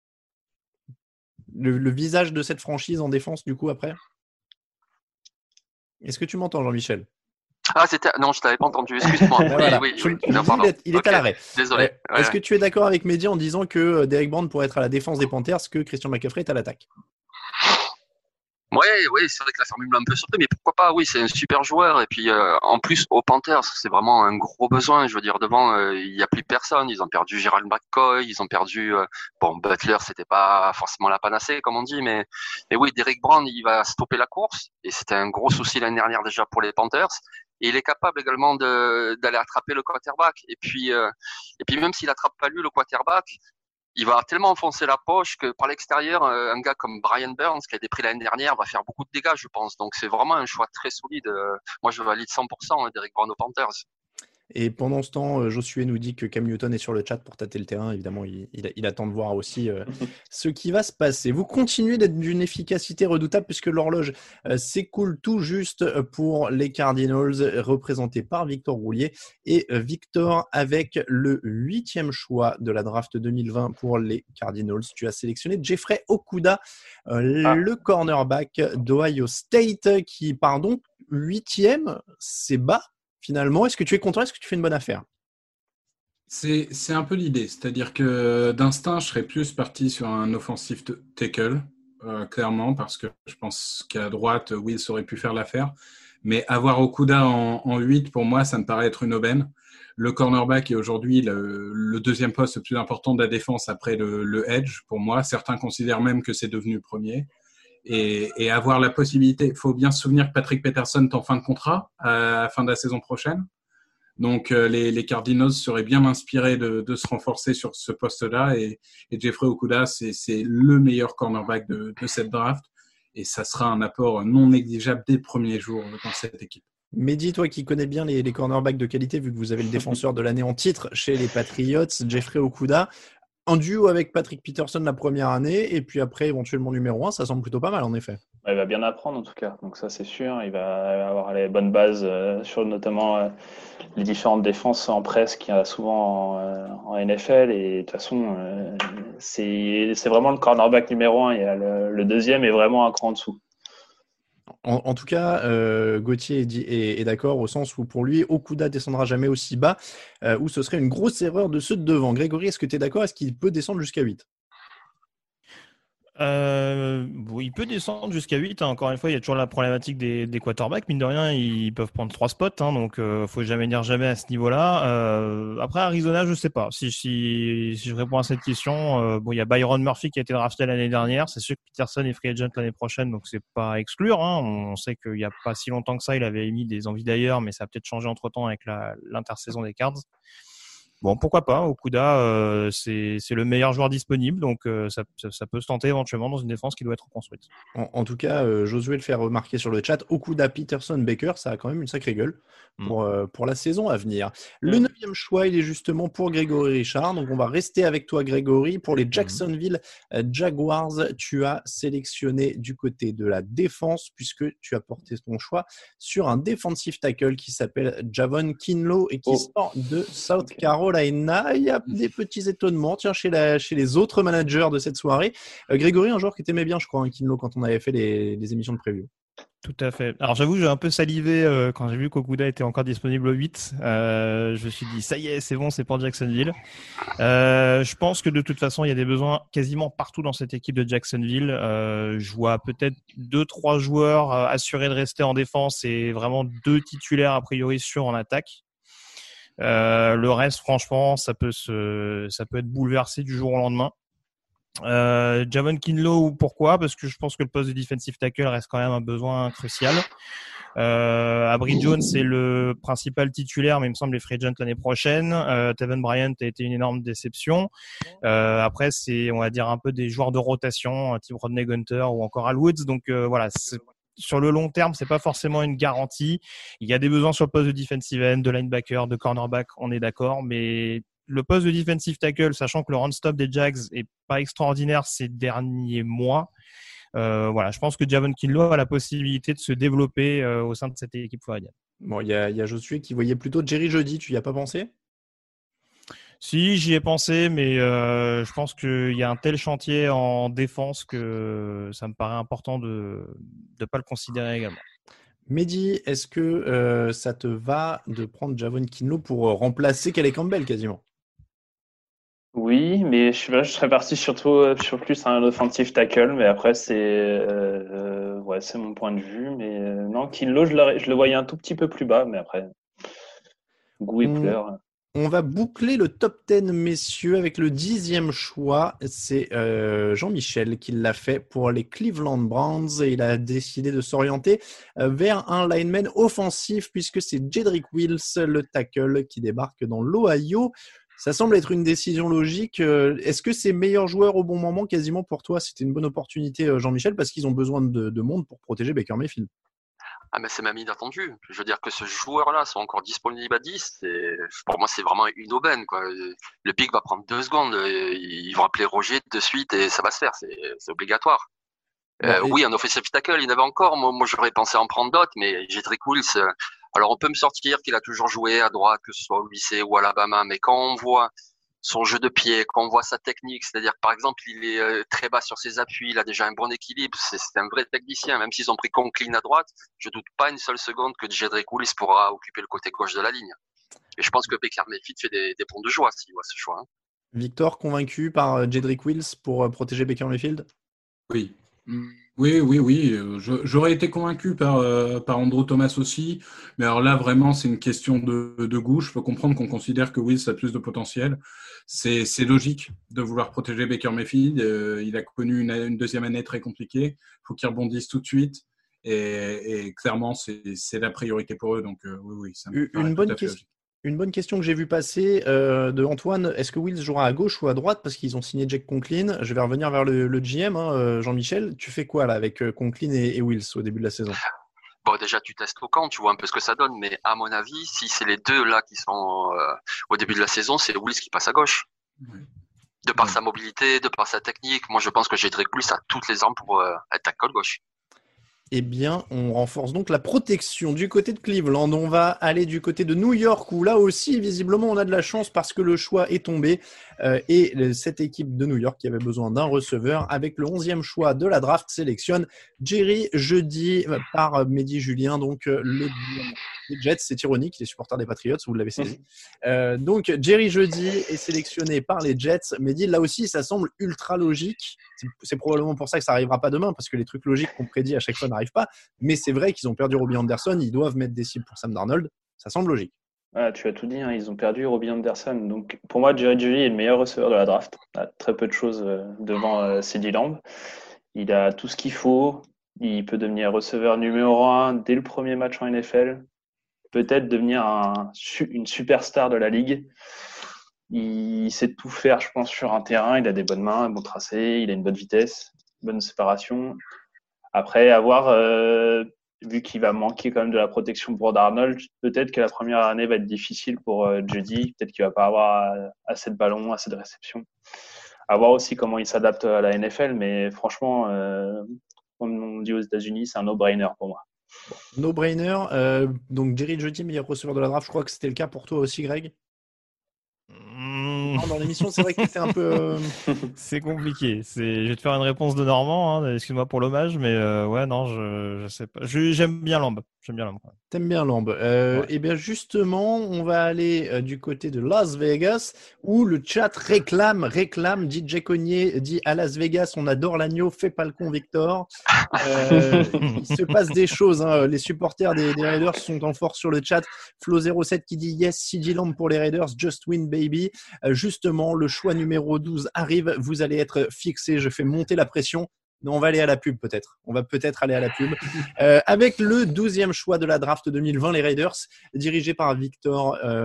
le, le visage de cette franchise en défense, du coup, après. Est-ce que tu m'entends, Jean-Michel? Ah, c'était... Non, je ne t'avais pas entendu, excuse-moi. Oui, voilà. oui, je, oui. Je Non, dis, il est, il est okay. à l'arrêt. Désolé. Euh, ouais. Est-ce que tu es d'accord avec Mehdi en disant que Derrick Brown pourrait être à la défense des Panthers, que Christian McCaffrey est à l'attaque? Oui, oui, c'est vrai que la formule m'a un peu surpris, mais pourquoi pas, oui, c'est un super joueur. Et puis, euh, en plus, aux Panthers, c'est vraiment un gros besoin. Je veux dire, devant, euh, il n'y a plus personne. Ils ont perdu Gerald McCoy, ils ont perdu... Euh, bon, Butler, c'était pas forcément la panacée, comme on dit, mais, mais oui, Derrick Brown, il va stopper la course. Et c'était un gros souci l'année dernière déjà pour les Panthers. Et il est capable également de, d'aller attraper le quarterback. Et puis, euh, et puis même s'il attrape pas lui, le quarterback, il va tellement enfoncer la poche que par l'extérieur, un gars comme Brian Burns, qui a été pris l'année dernière, va faire beaucoup de dégâts, je pense. Donc, c'est vraiment un choix très solide. Moi, je valide cent pour cent Derrick Brown aux Panthers. Et pendant ce temps, Josué nous dit que Cam Newton est sur le chat pour tâter le terrain. Évidemment, il, il, il attend de voir aussi euh, ce qui va se passer. Vous continuez d'être d'une efficacité redoutable puisque l'horloge euh, s'écoule tout juste pour les Cardinals, représentés par Victor Roulier. Et euh, Victor, avec le huitième choix de la draft deux mille vingt pour les Cardinals, tu as sélectionné Jeffrey Okudah, euh, ah. le cornerback d'Ohio State, qui, pardon, huitième, c'est bas. Finalement, est-ce que tu es content? Est-ce que tu fais une bonne affaire? C'est, c'est un peu l'idée. C'est-à-dire que d'instinct, je serais plus parti sur un offensive tackle, euh, clairement, parce que je pense qu'à droite, Wills aurait pu faire l'affaire. Mais avoir Okudah en, en huit, pour moi, ça me paraît être une aubaine. Le cornerback est aujourd'hui le, le deuxième poste le plus important de la défense après le, le edge, pour moi. Certains considèrent même que c'est devenu le premier. Et, et avoir la possibilité, il faut bien se souvenir que Patrick Peterson est en fin de contrat à la fin de la saison prochaine. Donc, euh, les, les Cardinals seraient bien inspirés de, de se renforcer sur ce poste-là. Et, et Jeffrey Okudah, c'est, c'est le meilleur cornerback de, de cette draft. Et ça sera un apport non négligeable dès le premier jour dans cette équipe. Mehdi, toi qui connais bien les, les cornerbacks de qualité, vu que vous avez le défenseur de l'année en titre chez les Patriots, Jeffrey Okudah, en duo avec Patrick Peterson la première année, et puis après éventuellement numéro un, ça semble plutôt pas mal en effet. Il va bien apprendre en tout cas, donc ça c'est sûr. Il va avoir les bonnes bases euh, sur notamment euh, les différentes défenses en presse qu'il y a souvent en, euh, en N F L. Et de toute façon, euh, c'est, c'est vraiment le cornerback numéro un. Il y a le, le deuxième est vraiment un cran en dessous. En, en tout cas, euh, Gauthier est, est, est d'accord au sens où pour lui, Okudah descendra jamais aussi bas, euh, où ce serait une grosse erreur de ceux de devant. Grégory, est-ce que tu es d'accord? Est-ce qu'il peut descendre jusqu'à huit? Euh, il peut descendre jusqu'à huit. Hein. Encore une fois, il y a toujours la problématique des, des quarterbacks. Mine de rien, ils peuvent prendre trois spots. Hein, donc, euh, faut jamais dire jamais à ce niveau-là. Euh, après, Arizona, je sais pas. Si, si, si je réponds à cette question, euh, bon, il y a Byron Murphy qui a été drafté l'année dernière. C'est sûr que Peterson est free agent l'année prochaine, donc c'est pas à exclure. Hein. On sait qu'il y a pas si longtemps que ça, il avait émis des envies d'ailleurs, mais ça a peut-être changé entre-temps avec la, l'intersaison des Cards. Bon, pourquoi pas, Okudah, euh, c'est, c'est le meilleur joueur disponible, donc euh, ça, ça, ça peut se tenter éventuellement dans une défense qui doit être reconstruite. En, en tout cas, euh, Josué le fait remarquer sur le chat, Okudah, Peterson, Baker, ça a quand même une sacrée gueule pour, mm. euh, pour la saison à venir. Le mm. neuvième choix, il est justement pour Grégory Richard, donc on va rester avec toi Grégory. Pour les Jacksonville mm. Jaguars, tu as sélectionné du côté de la défense, puisque tu as porté ton choix sur un defensive tackle qui s'appelle Javon Kinlaw et qui oh. sort de South okay. Carolina. Il y a des petits étonnements tiens, chez, la, chez les autres managers de cette soirée. Euh, Grégory, un joueur que tu aimais bien, je crois, hein, Kinlaw, quand on avait fait les, les émissions de preview. Tout à fait. Alors j'avoue, j'ai un peu salivé euh, quand j'ai vu qu'Okuda était encore disponible au huit. Euh, je me suis dit, ça y est, c'est bon, c'est pour Jacksonville. Euh, je pense que de toute façon, il y a des besoins quasiment partout dans cette équipe de Jacksonville. Euh, je vois peut-être deux, trois joueurs euh, assurés de rester en défense et vraiment deux titulaires a priori sûrs en attaque. Euh, le reste, franchement, ça peut se, ça peut être bouleversé du jour au lendemain. Euh, Javon Kinlaw, pourquoi? Parce que je pense que le poste de defensive tackle reste quand même un besoin crucial. Euh, Abry Jones c'est le principal titulaire, mais il me semble les free agent l'année prochaine. Euh, Taven Bryant a été une énorme déception. Euh, après, c'est, on va dire, un peu des joueurs de rotation, type Rodney Gunter ou encore Al Woods. Donc euh, voilà, c'est, sur le long terme, c'est pas forcément une garantie. Il y a des besoins sur le poste de defensive end, de linebacker, de cornerback, on est d'accord, mais le poste de defensive tackle, sachant que le run-stop des Jags est pas extraordinaire ces derniers mois, euh, voilà, je pense que Javon Kinlaw a la possibilité de se développer euh, au sein de cette équipe floridienne. Bon, il y a, y a Josué qui voyait plutôt Jerry Jeudy, tu y as pas pensé? Si, j'y ai pensé, mais euh, je pense qu'il y a un tel chantier en défense que ça me paraît important de ne pas le considérer également. Mehdi, est-ce que euh, ça te va de prendre Javon Kinlaw pour euh, remplacer Calais Campbell quasiment? Oui, mais je, là, je serais parti surtout sur plus un offensive tackle, mais après c'est euh, ouais, c'est mon point de vue. Mais euh, non, Kinlaw, je le, je le voyais un tout petit peu plus bas, mais après goût et on, couleur. On va boucler le top dix, messieurs, avec le dixième choix. C'est euh, Jean-Michel qui l'a fait pour les Cleveland Browns et il a décidé de s'orienter euh, vers un lineman offensif puisque c'est Jedrick Wills, le tackle, qui débarque dans l'Ohio. Ça semble être une décision logique. Est-ce que c'est meilleur joueur au bon moment quasiment pour toi? C'était une bonne opportunité, Jean-Michel, parce qu'ils ont besoin de, de monde pour protéger Baker Mayfield. Ah, mais c'est même inattendu. Je veux dire que ce joueur-là soit encore disponible à dix. C'est, pour moi, c'est vraiment une aubaine, quoi. Le pic va prendre deux secondes. Ils vont appeler Roger de suite et ça va se faire. C'est, c'est obligatoire. Bon, euh, et... Oui, un offensive tackle, il y en avait encore. Moi, moi j'aurais pensé en prendre d'autres, mais Jedrick Wills, euh, alors on peut me sortir qu'il a toujours joué à droite, que ce soit au lycée ou à l'Alabama, mais quand on voit son jeu de pied, quand on voit sa technique, c'est-à-dire par exemple il est euh, très bas sur ses appuis, il a déjà un bon équilibre, c'est, c'est un vrai technicien, même s'ils ont pris Conklin à droite, je doute pas une seule seconde que Jedrick Wills pourra occuper le côté gauche de la ligne. Et je pense que Baker Mayfield fait des, des ponts de joie s'il voit ce choix. Hein. Victor, convaincu par Jedrick Wills pour euh, protéger Baker Mayfield? Oui. Oui, oui, oui. Je, j'aurais été convaincu par, euh, par Andrew Thomas aussi. Mais alors là, vraiment, c'est une question de, de goût. Je peux comprendre qu'on considère que Wills a plus de potentiel. C'est, c'est logique de vouloir protéger Baker Mayfield. Euh, il a connu une, une deuxième année très compliquée. Il faut qu'il rebondisse tout de suite. Et, et clairement, c'est, c'est la priorité pour eux. Donc, euh, oui, oui, ça me paraît une tout bonne à fait logique. Une bonne question que j'ai vue passer euh, de Antoine. Est-ce que Wills jouera à gauche ou à droite? Parce qu'ils ont signé Jack Conklin. Je vais revenir vers le, le G M, hein, Jean-Michel. Tu fais quoi là avec Conklin et, et Wills au début de la saison? Bon, déjà, tu testes au camp, tu vois un peu ce que ça donne. Mais à mon avis, si c'est les deux là qui sont euh, au début de la saison, c'est Wills qui passe à gauche. Oui. De par oui. sa mobilité, de par sa technique. Moi, je pense que Jedrick Wills a toutes les armes pour euh, être à côte gauche. Eh bien, on renforce donc la protection du côté de Cleveland. On va aller du côté de New York où là aussi, visiblement, on a de la chance parce que le choix est tombé. Euh, et cette équipe de New York qui avait besoin d'un receveur avec le onzième choix de la draft sélectionne Jerry Jeudy par Mehdi Julien. Donc, le des Jets, c'est ironique, les supporters des Patriots, vous l'avez saisi. Euh, donc, Jerry Jeudy est sélectionné par les Jets. Mehdi, là aussi, ça semble ultra logique. C'est, c'est probablement pour ça que ça n'arrivera pas demain parce que les trucs logiques qu'on prédit à chaque fois n'arrivent pas. Mais c'est vrai qu'ils ont perdu Robbie Anderson. Ils doivent mettre des cibles pour Sam Darnold. Ça semble logique. Ah, tu as tout dit, hein, ils ont perdu Robbie Anderson. Donc, pour moi, Jerry Jeudy est le meilleur receveur de la draft. Il a très peu de choses devant euh, CeeDee Lamb. Il a tout ce qu'il faut. Il peut devenir receveur numéro un dès le premier match en N F L. Peut-être devenir un, une superstar de la ligue. Il sait tout faire, je pense, sur un terrain. Il a des bonnes mains, un bon tracé, il a une bonne vitesse, une bonne séparation. Après, avoir, euh, vu qu'il va manquer quand même de la protection pour Darnold, peut-être que la première année va être difficile pour euh, Jeudy. Peut-être qu'il va pas avoir assez de ballons, assez de réceptions. À voir aussi comment il s'adapte à la N F L. Mais franchement, euh, comme on dit aux États-Unis, c'est un no-brainer pour moi. No-brainer. Euh, donc, Jerry Jeudy, meilleur receveur de la draft. Je crois que c'était le cas pour toi aussi, Greg. Mmh, l'émission. C'est vrai que c'était un peu. Euh... C'est compliqué. C'est... Je vais te faire une réponse de Normand. Hein. Excuse-moi pour l'hommage, mais euh, ouais, non, je, je sais pas. Je, j'aime bien Lamb. J'aime bien Lamb. T'aimes bien Lamb. Euh, ouais. Et bien justement, on va aller euh, du côté de Las Vegas, où le chat réclame, réclame. D J Cognier dit à Las Vegas, on adore l'agneau, fais pas le con, Victor. Euh, il se passe des choses. Hein. Les supporters des, des Raiders sont en force sur le chat. Flo zéro sept qui dit yes, C D Lamb pour les Raiders, just win baby. Euh, justement, le choix numéro douze arrive. Vous allez être fixé. Je fais monter la pression. Non, on va aller à la pub peut-être. On va peut-être aller à la pub. Euh, avec le douzième choix de la draft deux mille vingt, les Raiders, dirigés par Victor, euh,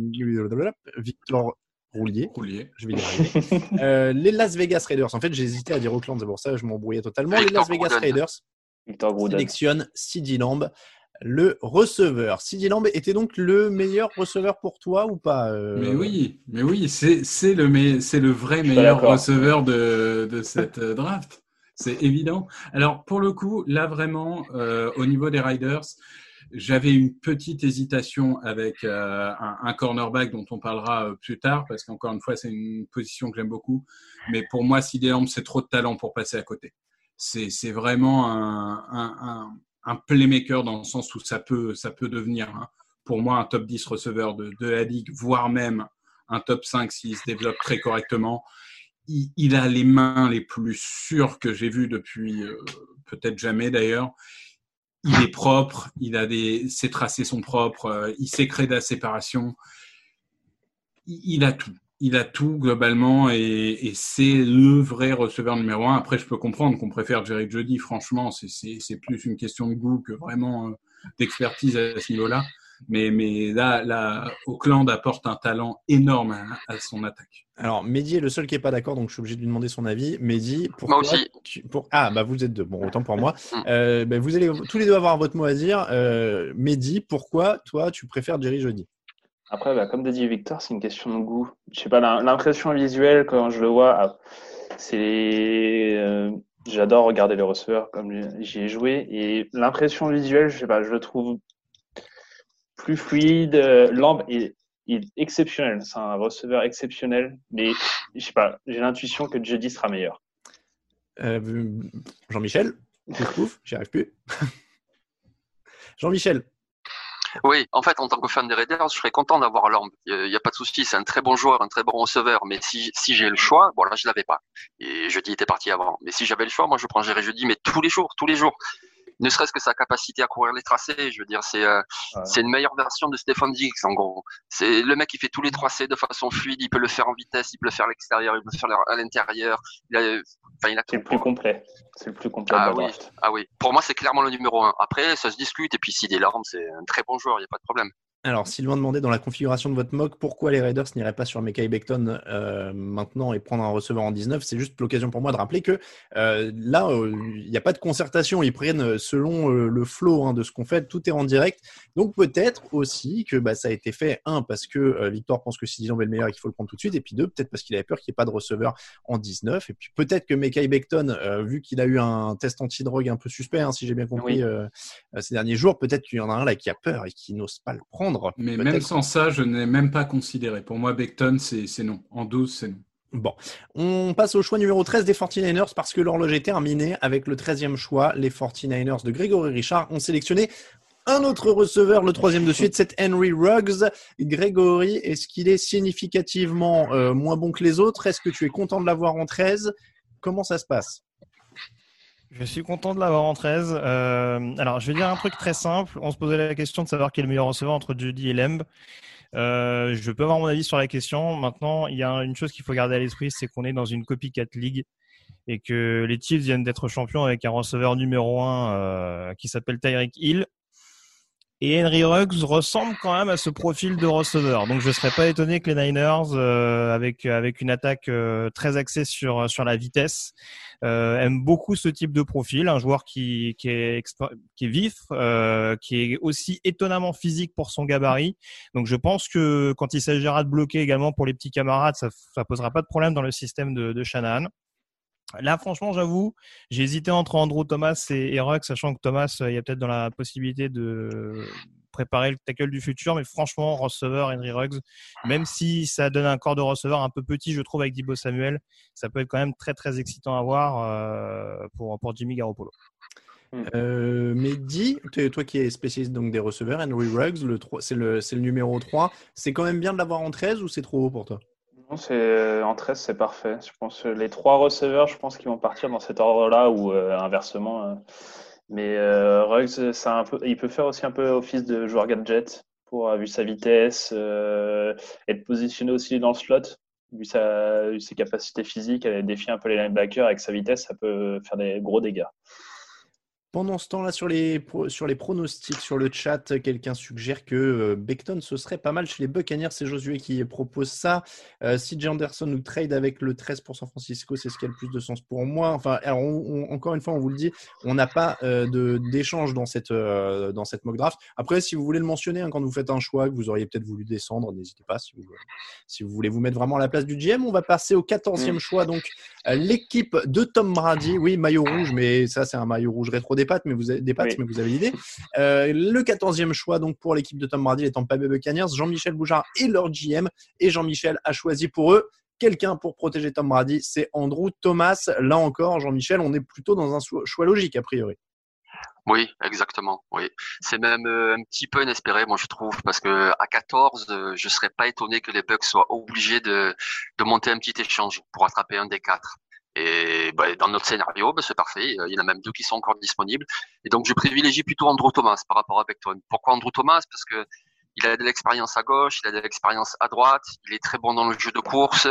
Victor Roulier. Roulier. Je vais y arriver. euh, les Las Vegas Raiders. En fait, j'ai hésité à dire Oakland, c'est pour ça que je m'embrouillais totalement. Les Las Vegas Raiders sélectionnent C D Lamb, le receveur. C D Lamb était donc le meilleur receveur pour toi ou pas euh... Mais oui, mais oui, c'est, c'est, le, me... c'est le vrai meilleur receveur de, de cette draft. C'est évident. Alors, pour le coup, là, vraiment, euh, au niveau des Riders, j'avais une petite hésitation avec euh, un, un cornerback dont on parlera euh, plus tard, parce qu'encore une fois, c'est une position que j'aime beaucoup. Mais pour moi, C D Lamb, c'est trop de talent pour passer à côté. C'est, c'est vraiment un, un, un, un playmaker dans le sens où ça peut, ça peut devenir, hein, pour moi, un top dix receveur de, de la ligue, voire même un top cinq s'il se développe très correctement. Il, il a les mains les plus sûres que j'ai vues depuis euh, peut-être jamais d'ailleurs. Il est propre, il a des, ses tracés sont propres, euh, il sait créer de la séparation. Il, il a tout. Il a tout globalement et, et c'est le vrai receveur numéro un. Après, je peux comprendre qu'on préfère Jerry Jeudy. Franchement, c'est, c'est, c'est plus une question de goût que vraiment euh, d'expertise à ce niveau-là. Mais, mais là, là, Oakland apporte un talent énorme à, à son attaque. Alors, Mehdi est le seul qui n'est pas d'accord, donc je suis obligé de lui demander son avis. Mehdi, pourquoi moi aussi. Tu, pour... Ah, bah vous êtes deux. Bon, autant pour moi. Euh, bah, vous allez tous les deux avoir votre mot à dire. Euh, Mehdi, pourquoi toi, tu préfères Jerry Jeudy? Après, bah, comme dit Victor, c'est une question de goût. Je sais pas, l'impression visuelle quand je le vois, c'est, euh, j'adore regarder les receveurs comme j'y ai joué et l'impression visuelle, je sais pas, je le trouve plus fluide. Lamb est, est exceptionnel, c'est un receveur exceptionnel, mais je sais pas, j'ai l'intuition que Jeudy sera meilleur. Euh, Jean-Michel, pouf pouf, j'y arrive plus. Jean-Michel. Oui, en fait, en tant que fan des Raiders, je serais content d'avoir Lamb. Il n'y a pas de souci, c'est un très bon joueur, un très bon receveur. Mais si, si j'ai le choix, bon là, je l'avais pas. Et Jeudy était parti avant. Mais si j'avais le choix, moi, je prends Jerry Jeudy, mais tous les jours, tous les jours. Ne serait-ce que sa capacité à courir les tracés, je veux dire, c'est euh, ouais. c'est une meilleure version de Stephon Diggs en gros. C'est le mec qui fait tous les tracés de façon fluide, il peut le faire en vitesse, il peut le faire à l'extérieur, il peut le faire à l'intérieur. Il a, enfin, il a tout. C'est le plus complet. C'est le plus complet. Ah de la oui, draft. ah oui. Pour moi, c'est clairement le numéro un. Après, ça se discute et puis C D Lamb, c'est un très bon joueur, il y a pas de problème. Alors, Sylvain demandait dans la configuration de votre mock pourquoi les Raiders n'iraient pas sur Mekhi Becton euh, maintenant et prendre un receveur en dix-neuf. C'est juste l'occasion pour moi de rappeler que euh, là, il euh, n'y a pas de concertation. Ils prennent selon euh, le flow hein, de ce qu'on fait. Tout est en direct. Donc, peut-être aussi que bah, ça a été fait, un, parce que euh, Victor pense que C D Lamb est le meilleur et qu'il faut le prendre tout de suite. Et puis deux, peut-être parce qu'il avait peur qu'il n'y ait pas de receveur en dix-neuf. Et puis peut-être que Mekhi Becton, euh, vu qu'il a eu un test anti-drogue un peu suspect, hein, si j'ai bien compris, oui. euh, ces derniers jours, peut-être qu'il y en a un là qui a peur et qui n'ose pas le prendre. Mais peut-être. Même sans ça, je n'ai même pas considéré. Pour moi, Becton, c'est, c'est non. En douze, c'est non. Bon, on passe au choix numéro treize des forty-niners parce que l'horloge est terminée. Avec le treizième choix, les forty-niners de Grégory Richard ont sélectionné un autre receveur, le troisième de suite, c'est Henry Ruggs. Grégory, est-ce qu'il est significativement euh, moins bon que les autres? Est-ce que tu es content de l'avoir en treize? Comment ça se passe? Je suis content de l'avoir en treize. Euh, alors, je vais dire un truc très simple. On se posait la question de savoir quel est le meilleur receveur entre Jeudy et Lamb. Euh, je peux avoir mon avis sur la question. Maintenant, il y a une chose qu'il faut garder à l'esprit, c'est qu'on est dans une copycat league et que les Chiefs viennent d'être champions avec un receveur numéro un euh, qui s'appelle Tyreek Hill. Et Henry Ruggs ressemble quand même à ce profil de receveur. Donc, je ne serais pas étonné que les Niners, euh, avec avec une attaque euh, très axée sur sur la vitesse, euh, aiment beaucoup ce type de profil. Un joueur qui qui est extra- qui est vif, euh, qui est aussi étonnamment physique pour son gabarit. Donc, je pense que quand il s'agira de bloquer également pour les petits camarades, ça ça posera pas de problème dans le système de, de Shanahan. Là, franchement, j'avoue, j'ai hésité entre Andrew Thomas et, et Ruggs, sachant que Thomas, il y a peut-être dans la possibilité de préparer le tackle du futur. Mais franchement, receveur Henry Ruggs, même si ça donne un corps de receveur un peu petit, je trouve, avec Deebo Samuel, ça peut être quand même très très excitant à voir euh, pour pour Jimmy Garoppolo. Euh, Mehdi, toi qui es spécialiste donc des receveurs, Henry Ruggs, le trois, c'est, le, c'est le numéro trois. C'est quand même bien de l'avoir en treize ou c'est trop haut pour toi? Non, c'est, en treize, c'est parfait. Je pense que les trois receveurs, je pense qu'ils vont partir dans cet ordre-là ou euh, inversement. Euh. Mais euh, Ruggs, c'est un peu, il peut faire aussi un peu office de joueur gadget pour, vu sa vitesse, euh, être positionné aussi dans le slot. Vu, sa, vu ses capacités physiques, elle défie un peu les linebackers avec sa vitesse, ça peut faire des gros dégâts. Pendant ce temps-là, sur les, sur les pronostics, sur le chat, quelqu'un suggère que euh, Becton, ce serait pas mal chez les Buccaneers. C'est Josué qui propose ça. Euh, C J Anderson nous trade avec le treize pour San Francisco, c'est ce qui a le plus de sens pour moi. Enfin, alors on, on, encore une fois, on vous le dit, on n'a pas euh, de, d'échange dans cette, euh, dans cette mock draft. Après, si vous voulez le mentionner, hein, quand vous faites un choix que vous auriez peut-être voulu descendre, n'hésitez pas. Si vous, si vous voulez vous mettre vraiment à la place du G M, on va passer au quatorzième mmh. choix. Donc, euh, l'équipe de Tom Brady. Oui, maillot rouge, mais ça, c'est un maillot rouge rétro des pattes, mais vous avez des pattes, oui. mais vous avez l'idée. Euh, le quatorzième choix donc pour l'équipe de Tom Brady, les Tampa Bay Buccaneers, Jean-Michel Boujard et leur G M. Et Jean-Michel a choisi pour eux quelqu'un pour protéger Tom Brady, c'est Andrew Thomas. Là encore, Jean-Michel, on est plutôt dans un choix logique a priori. Oui, exactement. Oui, c'est même euh, un petit peu inespéré, moi je trouve, parce que à quatorze, euh, je serais pas étonné que les Bucs soient obligés de de monter un petit échange pour attraper un des quatre. Et bah, dans notre scénario, bah, c'est parfait. Il y en a même deux qui sont encore disponibles. Et donc, je privilégie plutôt Andrew Thomas par rapport à Becton. Pourquoi Andrew Thomas? Parce que il a de l'expérience à gauche, il a de l'expérience à droite, il est très bon dans le jeu de course.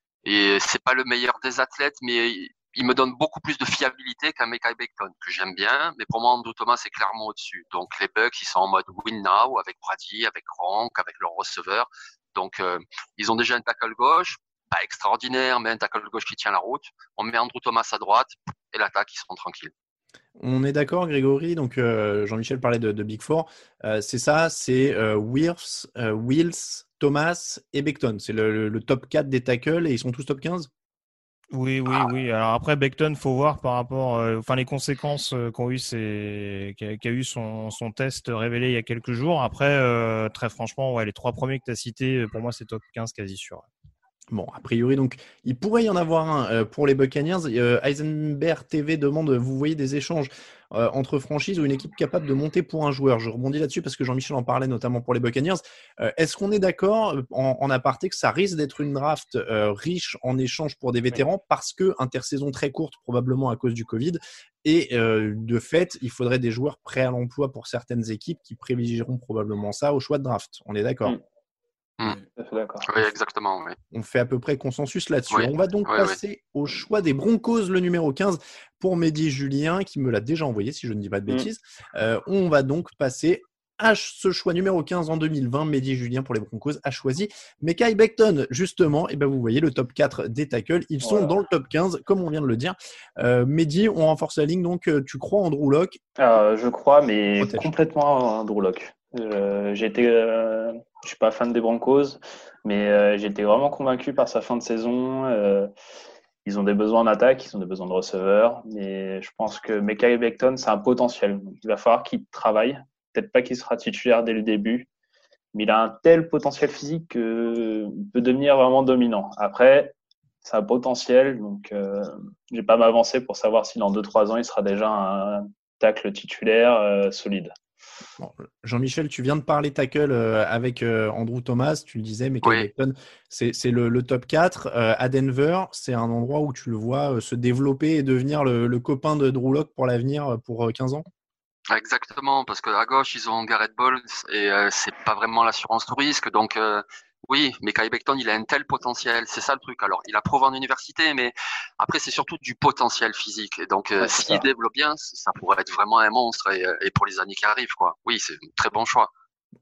Et c'est pas le meilleur des athlètes, mais il me donne beaucoup plus de fiabilité qu'un Mekhi Becton, que j'aime bien. Mais pour moi, Andrew Thomas est clairement au-dessus. Donc, les Bucs, ils sont en mode win now avec Brady, avec Gronk, avec leurs receveurs. Donc, euh, ils ont déjà un tackle gauche. Pas extraordinaire, mais un tackle gauche qui tient la route. On met Andrew Thomas à droite et l'attaque, ils seront tranquilles. On est d'accord, Grégory. Donc, euh, Jean-Michel parlait de, de Big Four. Euh, c'est ça, c'est euh, Wirfs, euh, Wills, Thomas et Becton. C'est le, le, le top quatre des tackles et ils sont tous top quinze? Oui, oui, ah. oui. Alors après, Becton, faut voir par rapport, euh, enfin les conséquences euh, qu'ont eu ses, qu'a, qu'a eu son, son test révélé il y a quelques jours. Après, euh, très franchement, ouais, les trois premiers que tu as cités, pour moi, c'est top quinze quasi sûr. Bon, a priori, donc, il pourrait y en avoir un euh, pour les Buccaneers. Euh, Eisenberg T V demande, vous voyez des échanges euh, entre franchises ou une équipe capable de monter pour un joueur? Je rebondis là-dessus parce que Jean-Michel en parlait notamment pour les Buccaneers. Euh, est-ce qu'on est d'accord en, en aparté que ça risque d'être une draft euh, riche en échanges pour des vétérans parce que intersaison très courte, probablement à cause du Covid, et euh, de fait, il faudrait des joueurs prêts à l'emploi pour certaines équipes qui privilégieront probablement ça au choix de draft. On est d'accord? Mmh. Mmh. Oui, exactement. Oui. On fait à peu près consensus là-dessus. Oui. On va donc oui, passer oui. au choix des Broncos, le numéro quinze, pour Mehdi Julien, qui me l'a déjà envoyé, si je ne dis pas de bêtises. Mmh. Euh, on va donc passer à ce choix numéro quinze en deux mille vingt. Mehdi Julien, pour les Broncos, a choisi Mekhi Becton. Justement, et ben vous voyez le top quatre des tackles. Ils sont voilà. dans le top quinze, comme on vient de le dire. Euh, Mehdi, on renforce la ligne. Donc, tu crois en Andrew Luck? euh, Je crois, mais Protège. complètement en Andrew Luck. Euh, j'ai été, euh, je suis pas fan des Broncos, mais euh, j'ai été vraiment convaincu par sa fin de saison. Euh, ils ont des besoins en attaque, ils ont des besoins de receveurs, mais je pense que Mekhi Becton, c'est un potentiel. Donc, il va falloir qu'il travaille. Peut-être pas qu'il sera titulaire dès le début, mais il a un tel potentiel physique qu'il peut devenir vraiment dominant. Après, c'est un potentiel, donc euh, je vais pas m'avancer pour savoir si dans deux trois ans, il sera déjà un tackle titulaire euh, solide. Bon, Jean-Michel, tu viens de parler tackle euh, avec euh, Andrew Thomas, tu le disais, mais oui. Becton, c'est, c'est le, le top quatre. Euh, à Denver, c'est un endroit où tu le vois euh, se développer et devenir le, le copain de Drew Lock pour l'avenir, pour euh, quinze ans. Exactement, parce qu'à gauche, ils ont Garrett Bowles et euh, c'est pas vraiment l'assurance tout risque. Donc, euh, oui, mais Mekhi Becton, il a un tel potentiel. C'est ça le truc. Alors, il a prouvé en université, mais après, c'est surtout du potentiel physique. Et donc, euh, ouais, s'il développe bien, ça pourrait être vraiment un monstre et, et pour les années qui arrivent, quoi. Oui, c'est un très bon choix.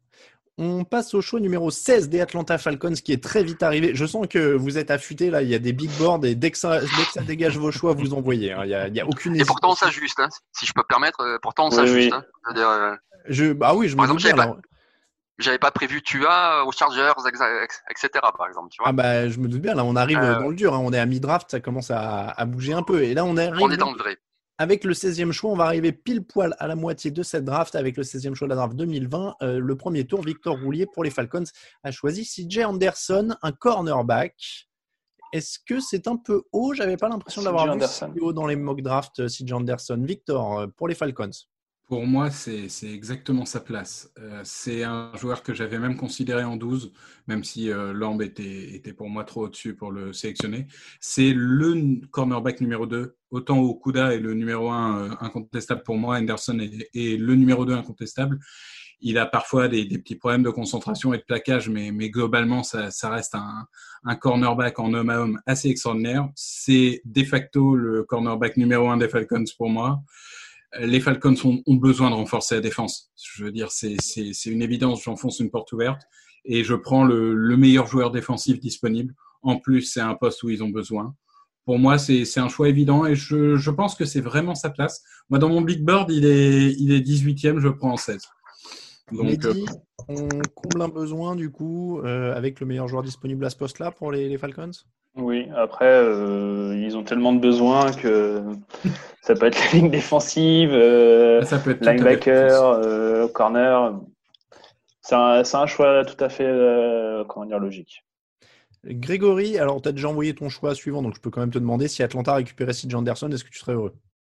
On passe au choix numéro seize des Atlanta Falcons qui est très vite arrivé. Je sens que vous êtes affûtés là, il y a des big boards et dès que ça, dès que ça dégage vos choix, vous envoyez. Hein. Il y a, il y a aucune hésitation. Et pourtant on s'ajuste, hein. Si je peux me permettre, pourtant on oui, s'ajuste. Oui. Hein. C'est-à-dire, euh... je, bah oui, je me doute bien. Pas, j'avais pas prévu Tua aux Chargers, et cetera. Par exemple. Tu vois. Ah bah je me doute bien. Là, on arrive euh... dans le dur. Hein. On est à mi-draft, ça commence à, à bouger un peu. Et là, on arrive. On est dans le vrai. Avec le seizième choix, on va arriver pile poil à la moitié de cette draft. Avec le seizième choix de la draft deux mille vingt, euh, le premier tour, Victor Roulier pour les Falcons a choisi C J Anderson, un cornerback. Est-ce que c'est un peu haut? J'avais pas l'impression d'avoir vu si haut dans les mock drafts C J Anderson. Victor, pour les Falcons. Pour moi, c'est, c'est exactement sa place. Euh, c'est un joueur que j'avais même considéré en douze, même si euh, Lamb était, était pour moi trop au-dessus pour le sélectionner. C'est le cornerback numéro deux. Autant Okudah est le numéro un euh, incontestable pour moi, Anderson est, est le numéro deux incontestable. Il a parfois des, des petits problèmes de concentration et de plaquage, mais, mais globalement, ça, ça reste un, un cornerback en homme à homme assez extraordinaire. C'est de facto le cornerback numéro un des Falcons pour moi. Les Falcons ont, ont besoin de renforcer la défense. Je veux dire, c'est, c'est, c'est une évidence, j'enfonce une porte ouverte et je prends le, le meilleur joueur défensif disponible. En plus, c'est un poste où ils ont besoin. Pour moi, c'est, c'est un choix évident et je, je pense que c'est vraiment sa place. Moi, dans mon big board, il est, il est dix-huitième, je prends en seize. Donc, Mehdi, euh... on comble un besoin du coup euh, avec le meilleur joueur disponible à ce poste-là pour les, les Falcons? Oui, après, euh, ils ont tellement de besoins que ça peut être la ligne défensive, euh, ça peut être linebacker, euh, corner. C'est un, c'est un choix tout à fait euh, comment dire, logique. Grégory, alors tu as déjà envoyé ton choix suivant, donc je peux quand même te demander si Atlanta récupérait C J Anderson, est-ce que tu serais heureux?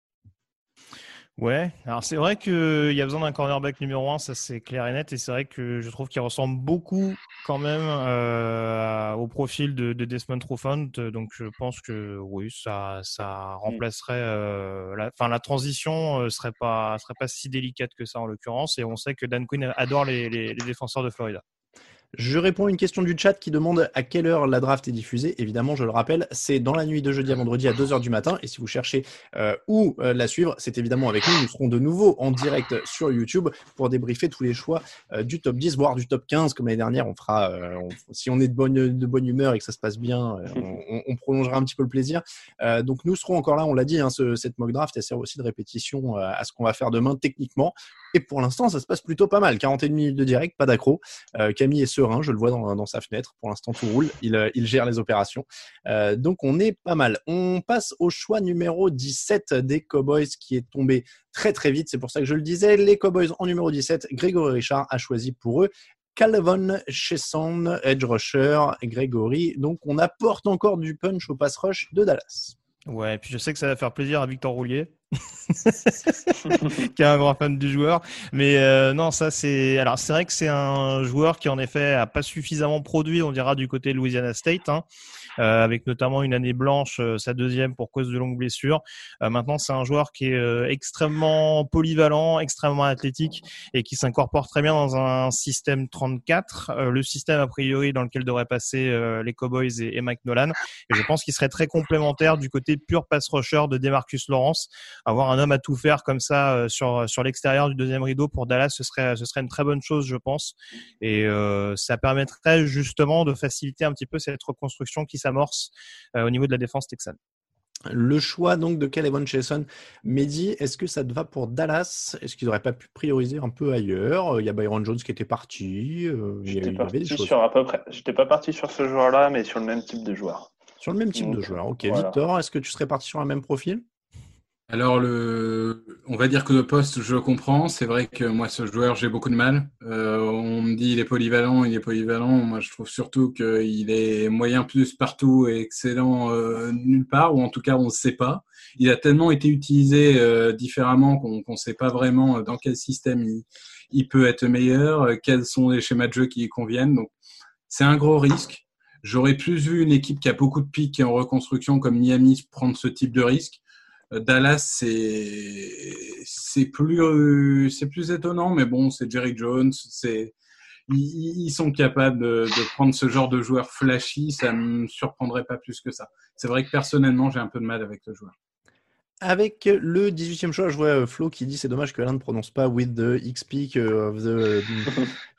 Ouais, alors c'est vrai qu'il y a besoin d'un cornerback numéro un, ça c'est clair et net, et c'est vrai que je trouve qu'il ressemble beaucoup quand même euh, au profil de, de Desmond Trufant, donc je pense que oui, ça, ça remplacerait, euh, la, enfin la transition euh, serait pas, serait pas si délicate que ça en l'occurrence, et on sait que Dan Quinn adore les, les, les défenseurs de Florida. Je réponds à une question du chat qui demande à quelle heure la draft est diffusée. Évidemment, je le rappelle, c'est dans la nuit de jeudi à vendredi à deux heures du matin. Et si vous cherchez euh, où euh, la suivre, c'est évidemment avec nous. Nous serons de nouveau en direct sur YouTube pour débriefer tous les choix euh, du top dix, voire du top quinze. Comme l'année dernière, on fera, euh, on, si on est de bonne, de bonne humeur et que ça se passe bien, euh, on, on prolongera un petit peu le plaisir. Euh, donc nous serons encore là, on l'a dit, hein, ce, cette mock draft, elle sert aussi de répétition euh, à ce qu'on va faire demain techniquement. Et pour l'instant, ça se passe plutôt pas mal. quarante et une minutes de direct, pas d'accro. Euh, Camille est serein, je le vois dans, dans sa fenêtre. Pour l'instant, tout roule. Il, il gère les opérations. Euh, donc, on est pas mal. On passe au choix numéro dix-sept des Cowboys qui est tombé très, très vite. C'est pour ça que je le disais. Les Cowboys en numéro dix-sept, Grégory Richard a choisi pour eux Calvin Chaisson, edge rusher, Grégory. Donc, on apporte encore du punch au pass rush de Dallas. Ouais, et puis je sais que ça va faire plaisir à Victor Roulier, qui est un grand fan du joueur. Mais euh, non, ça c'est. Alors c'est vrai que c'est un joueur qui en effet a pas suffisamment produit, on dira, du côté de Louisiana State, hein, euh, avec notamment une année blanche, euh, sa deuxième pour cause de longues blessures. Euh, maintenant, c'est un joueur qui est euh, extrêmement polyvalent, extrêmement athlétique et qui s'incorpore très bien dans un système trente-quatre, euh, le système a priori dans lequel devraient passer euh, les Cowboys et, et Mike Nolan. Et je pense qu'il serait très complémentaire du côté pur pass rusher de DeMarcus Lawrence. Avoir un homme à tout faire comme ça euh, sur sur l'extérieur du deuxième rideau pour Dallas, ce serait ce serait une très bonne chose, je pense. Et euh, ça permettrait justement de faciliter un petit peu cette reconstruction qui s'amorce euh, au niveau de la défense texane. Le choix donc de Calvin Chaisson. Mehdi, est-ce que ça te va pour Dallas? Est-ce qu'ils n'auraient pas pu prioriser un peu ailleurs? Il y a Byron Jones qui était parti. Euh, il y, a, il y avait des choses. Sur à peu près. J'étais pas parti sur ce joueur-là, mais sur le même type de joueur. Sur le même type donc, de joueur. Ok, voilà. Victor, est-ce que tu serais parti sur un même profil? Alors, le, on va dire que le poste, je comprends. C'est vrai que moi, ce joueur, j'ai beaucoup de mal. Euh, on me dit il est polyvalent, il est polyvalent. Moi, je trouve surtout qu'il est moyen plus partout et excellent euh, nulle part, ou en tout cas, on ne sait pas. Il a tellement été utilisé euh, différemment qu'on ne sait pas vraiment dans quel système il, il peut être meilleur, euh, quels sont les schémas de jeu qui y conviennent. Donc, c'est un gros risque. J'aurais plus vu une équipe qui a beaucoup de pics et en reconstruction comme Miami prendre ce type de risque. Dallas, c'est c'est plus c'est plus étonnant, mais bon, c'est Jerry Jones, c'est ils, ils sont capables de, de prendre ce genre de joueur flashy, ça me surprendrait pas plus que ça. C'est vrai que personnellement, j'ai un peu de mal avec le joueur. Avec le dix-huitième choix, je vois Flo qui dit c'est dommage que l'un ne prononce pas with the X-Peak of the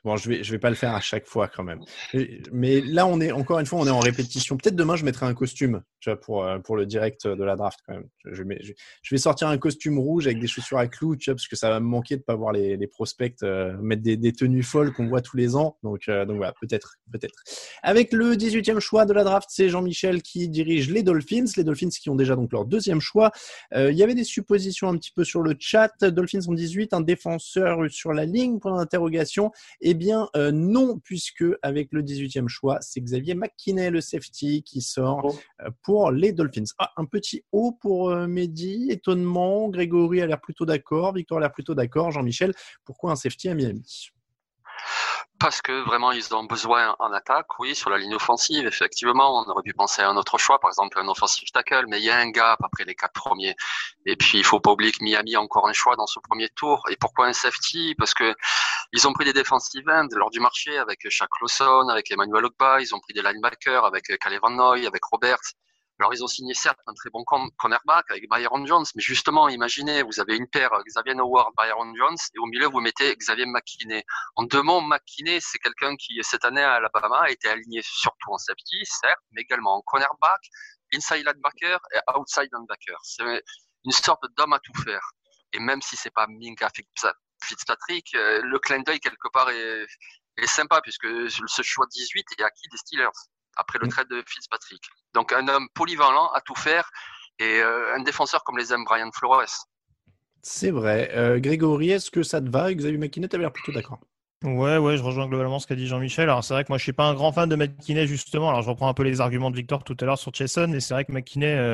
Bon, je vais, je vais pas le faire à chaque fois quand même. Mais là, on est encore une fois, on est en répétition. Peut-être demain, je mettrai un costume, tu vois, pour pour le direct de la draft quand même. Je, mets, je, je vais sortir un costume rouge avec des chaussures à clous, tu vois, parce que ça va me manquer de pas voir les, les prospects euh, mettre des, des tenues folles qu'on voit tous les ans. Donc, euh, donc voilà, peut-être, peut-être. Avec le dix-huitième choix de la draft, c'est Jean-Michel qui dirige les Dolphins. Les Dolphins qui ont déjà donc leur deuxième choix. Euh, il y avait des suppositions un petit peu sur le chat. Dolphins en dix-huit, un défenseur sur la ligne, point d'interrogation. Eh bien, euh, non, puisque avec le dix-huitième choix, c'est Xavier McKinney, le safety, qui sort Oh. euh, pour les Dolphins. Ah, un petit O pour euh, Mehdi, étonnement. Grégory a l'air plutôt d'accord. Victor a l'air plutôt d'accord. Jean-Michel, pourquoi un safety à Miami? Parce que vraiment ils ont besoin en attaque, oui, sur la ligne offensive, effectivement, on aurait pu penser à un autre choix, par exemple un offensive tackle, mais il y a un gap après les quatre premiers. Et puis il faut pas oublier que Miami a encore un choix dans ce premier tour. Et pourquoi un safety? Parce que ils ont pris des defensive ends lors du marché avec Shaq Lawson, avec Emmanuel Ogba, ils ont pris des linebackers avec Caleb Van Noy, avec Roberts. Alors, ils ont signé certes un très bon cornerback avec Byron Jones, mais justement, imaginez, vous avez une paire Xavier Howard, Byron Jones, et au milieu, vous mettez Xavier McKinney. En deux mots, McKinney, c'est quelqu'un qui, cette année à Alabama, a été aligné surtout en safety, certes, mais également en cornerback, inside linebacker et outside linebacker. C'est une sorte d'homme à tout faire. Et même si c'est pas Minka Fitzpatrick, le clin d'œil quelque part est, est sympa, puisque ce choix dix-huit est acquis des Steelers après le trade de Fitzpatrick. Donc un homme polyvalent à tout faire et euh, un défenseur comme les aime Brian Flores. C'est vrai. Euh, Grégory, est-ce que ça te va? Xavier McKinney, tu as l'air plutôt d'accord. Ouais, ouais, je rejoins globalement ce qu'a dit Jean-Michel. Alors c'est vrai que moi je suis pas un grand fan de McKinney justement. Alors je reprends un peu les arguments de Victor tout à l'heure sur Chason, et c'est vrai que McKinney, euh,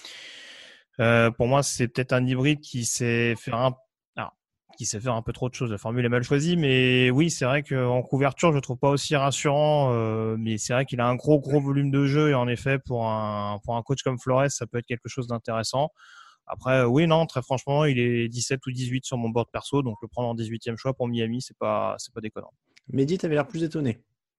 euh, pour moi c'est peut-être un hybride qui sait faire un qui sait faire un peu trop de choses. La formule est mal choisie, mais oui, c'est vrai qu'en couverture, je le trouve pas aussi rassurant, euh, mais c'est vrai qu'il a un gros, gros volume de jeu, et en effet, pour un, pour un coach comme Flores, ça peut être quelque chose d'intéressant. Après, oui, non, très franchement, il est dix-sept ou dix-huit sur mon board perso, donc le prendre en dix-huitième choix pour Miami, c'est pas, c'est pas déconnant. Mehdi, t'avais l'air plus étonné.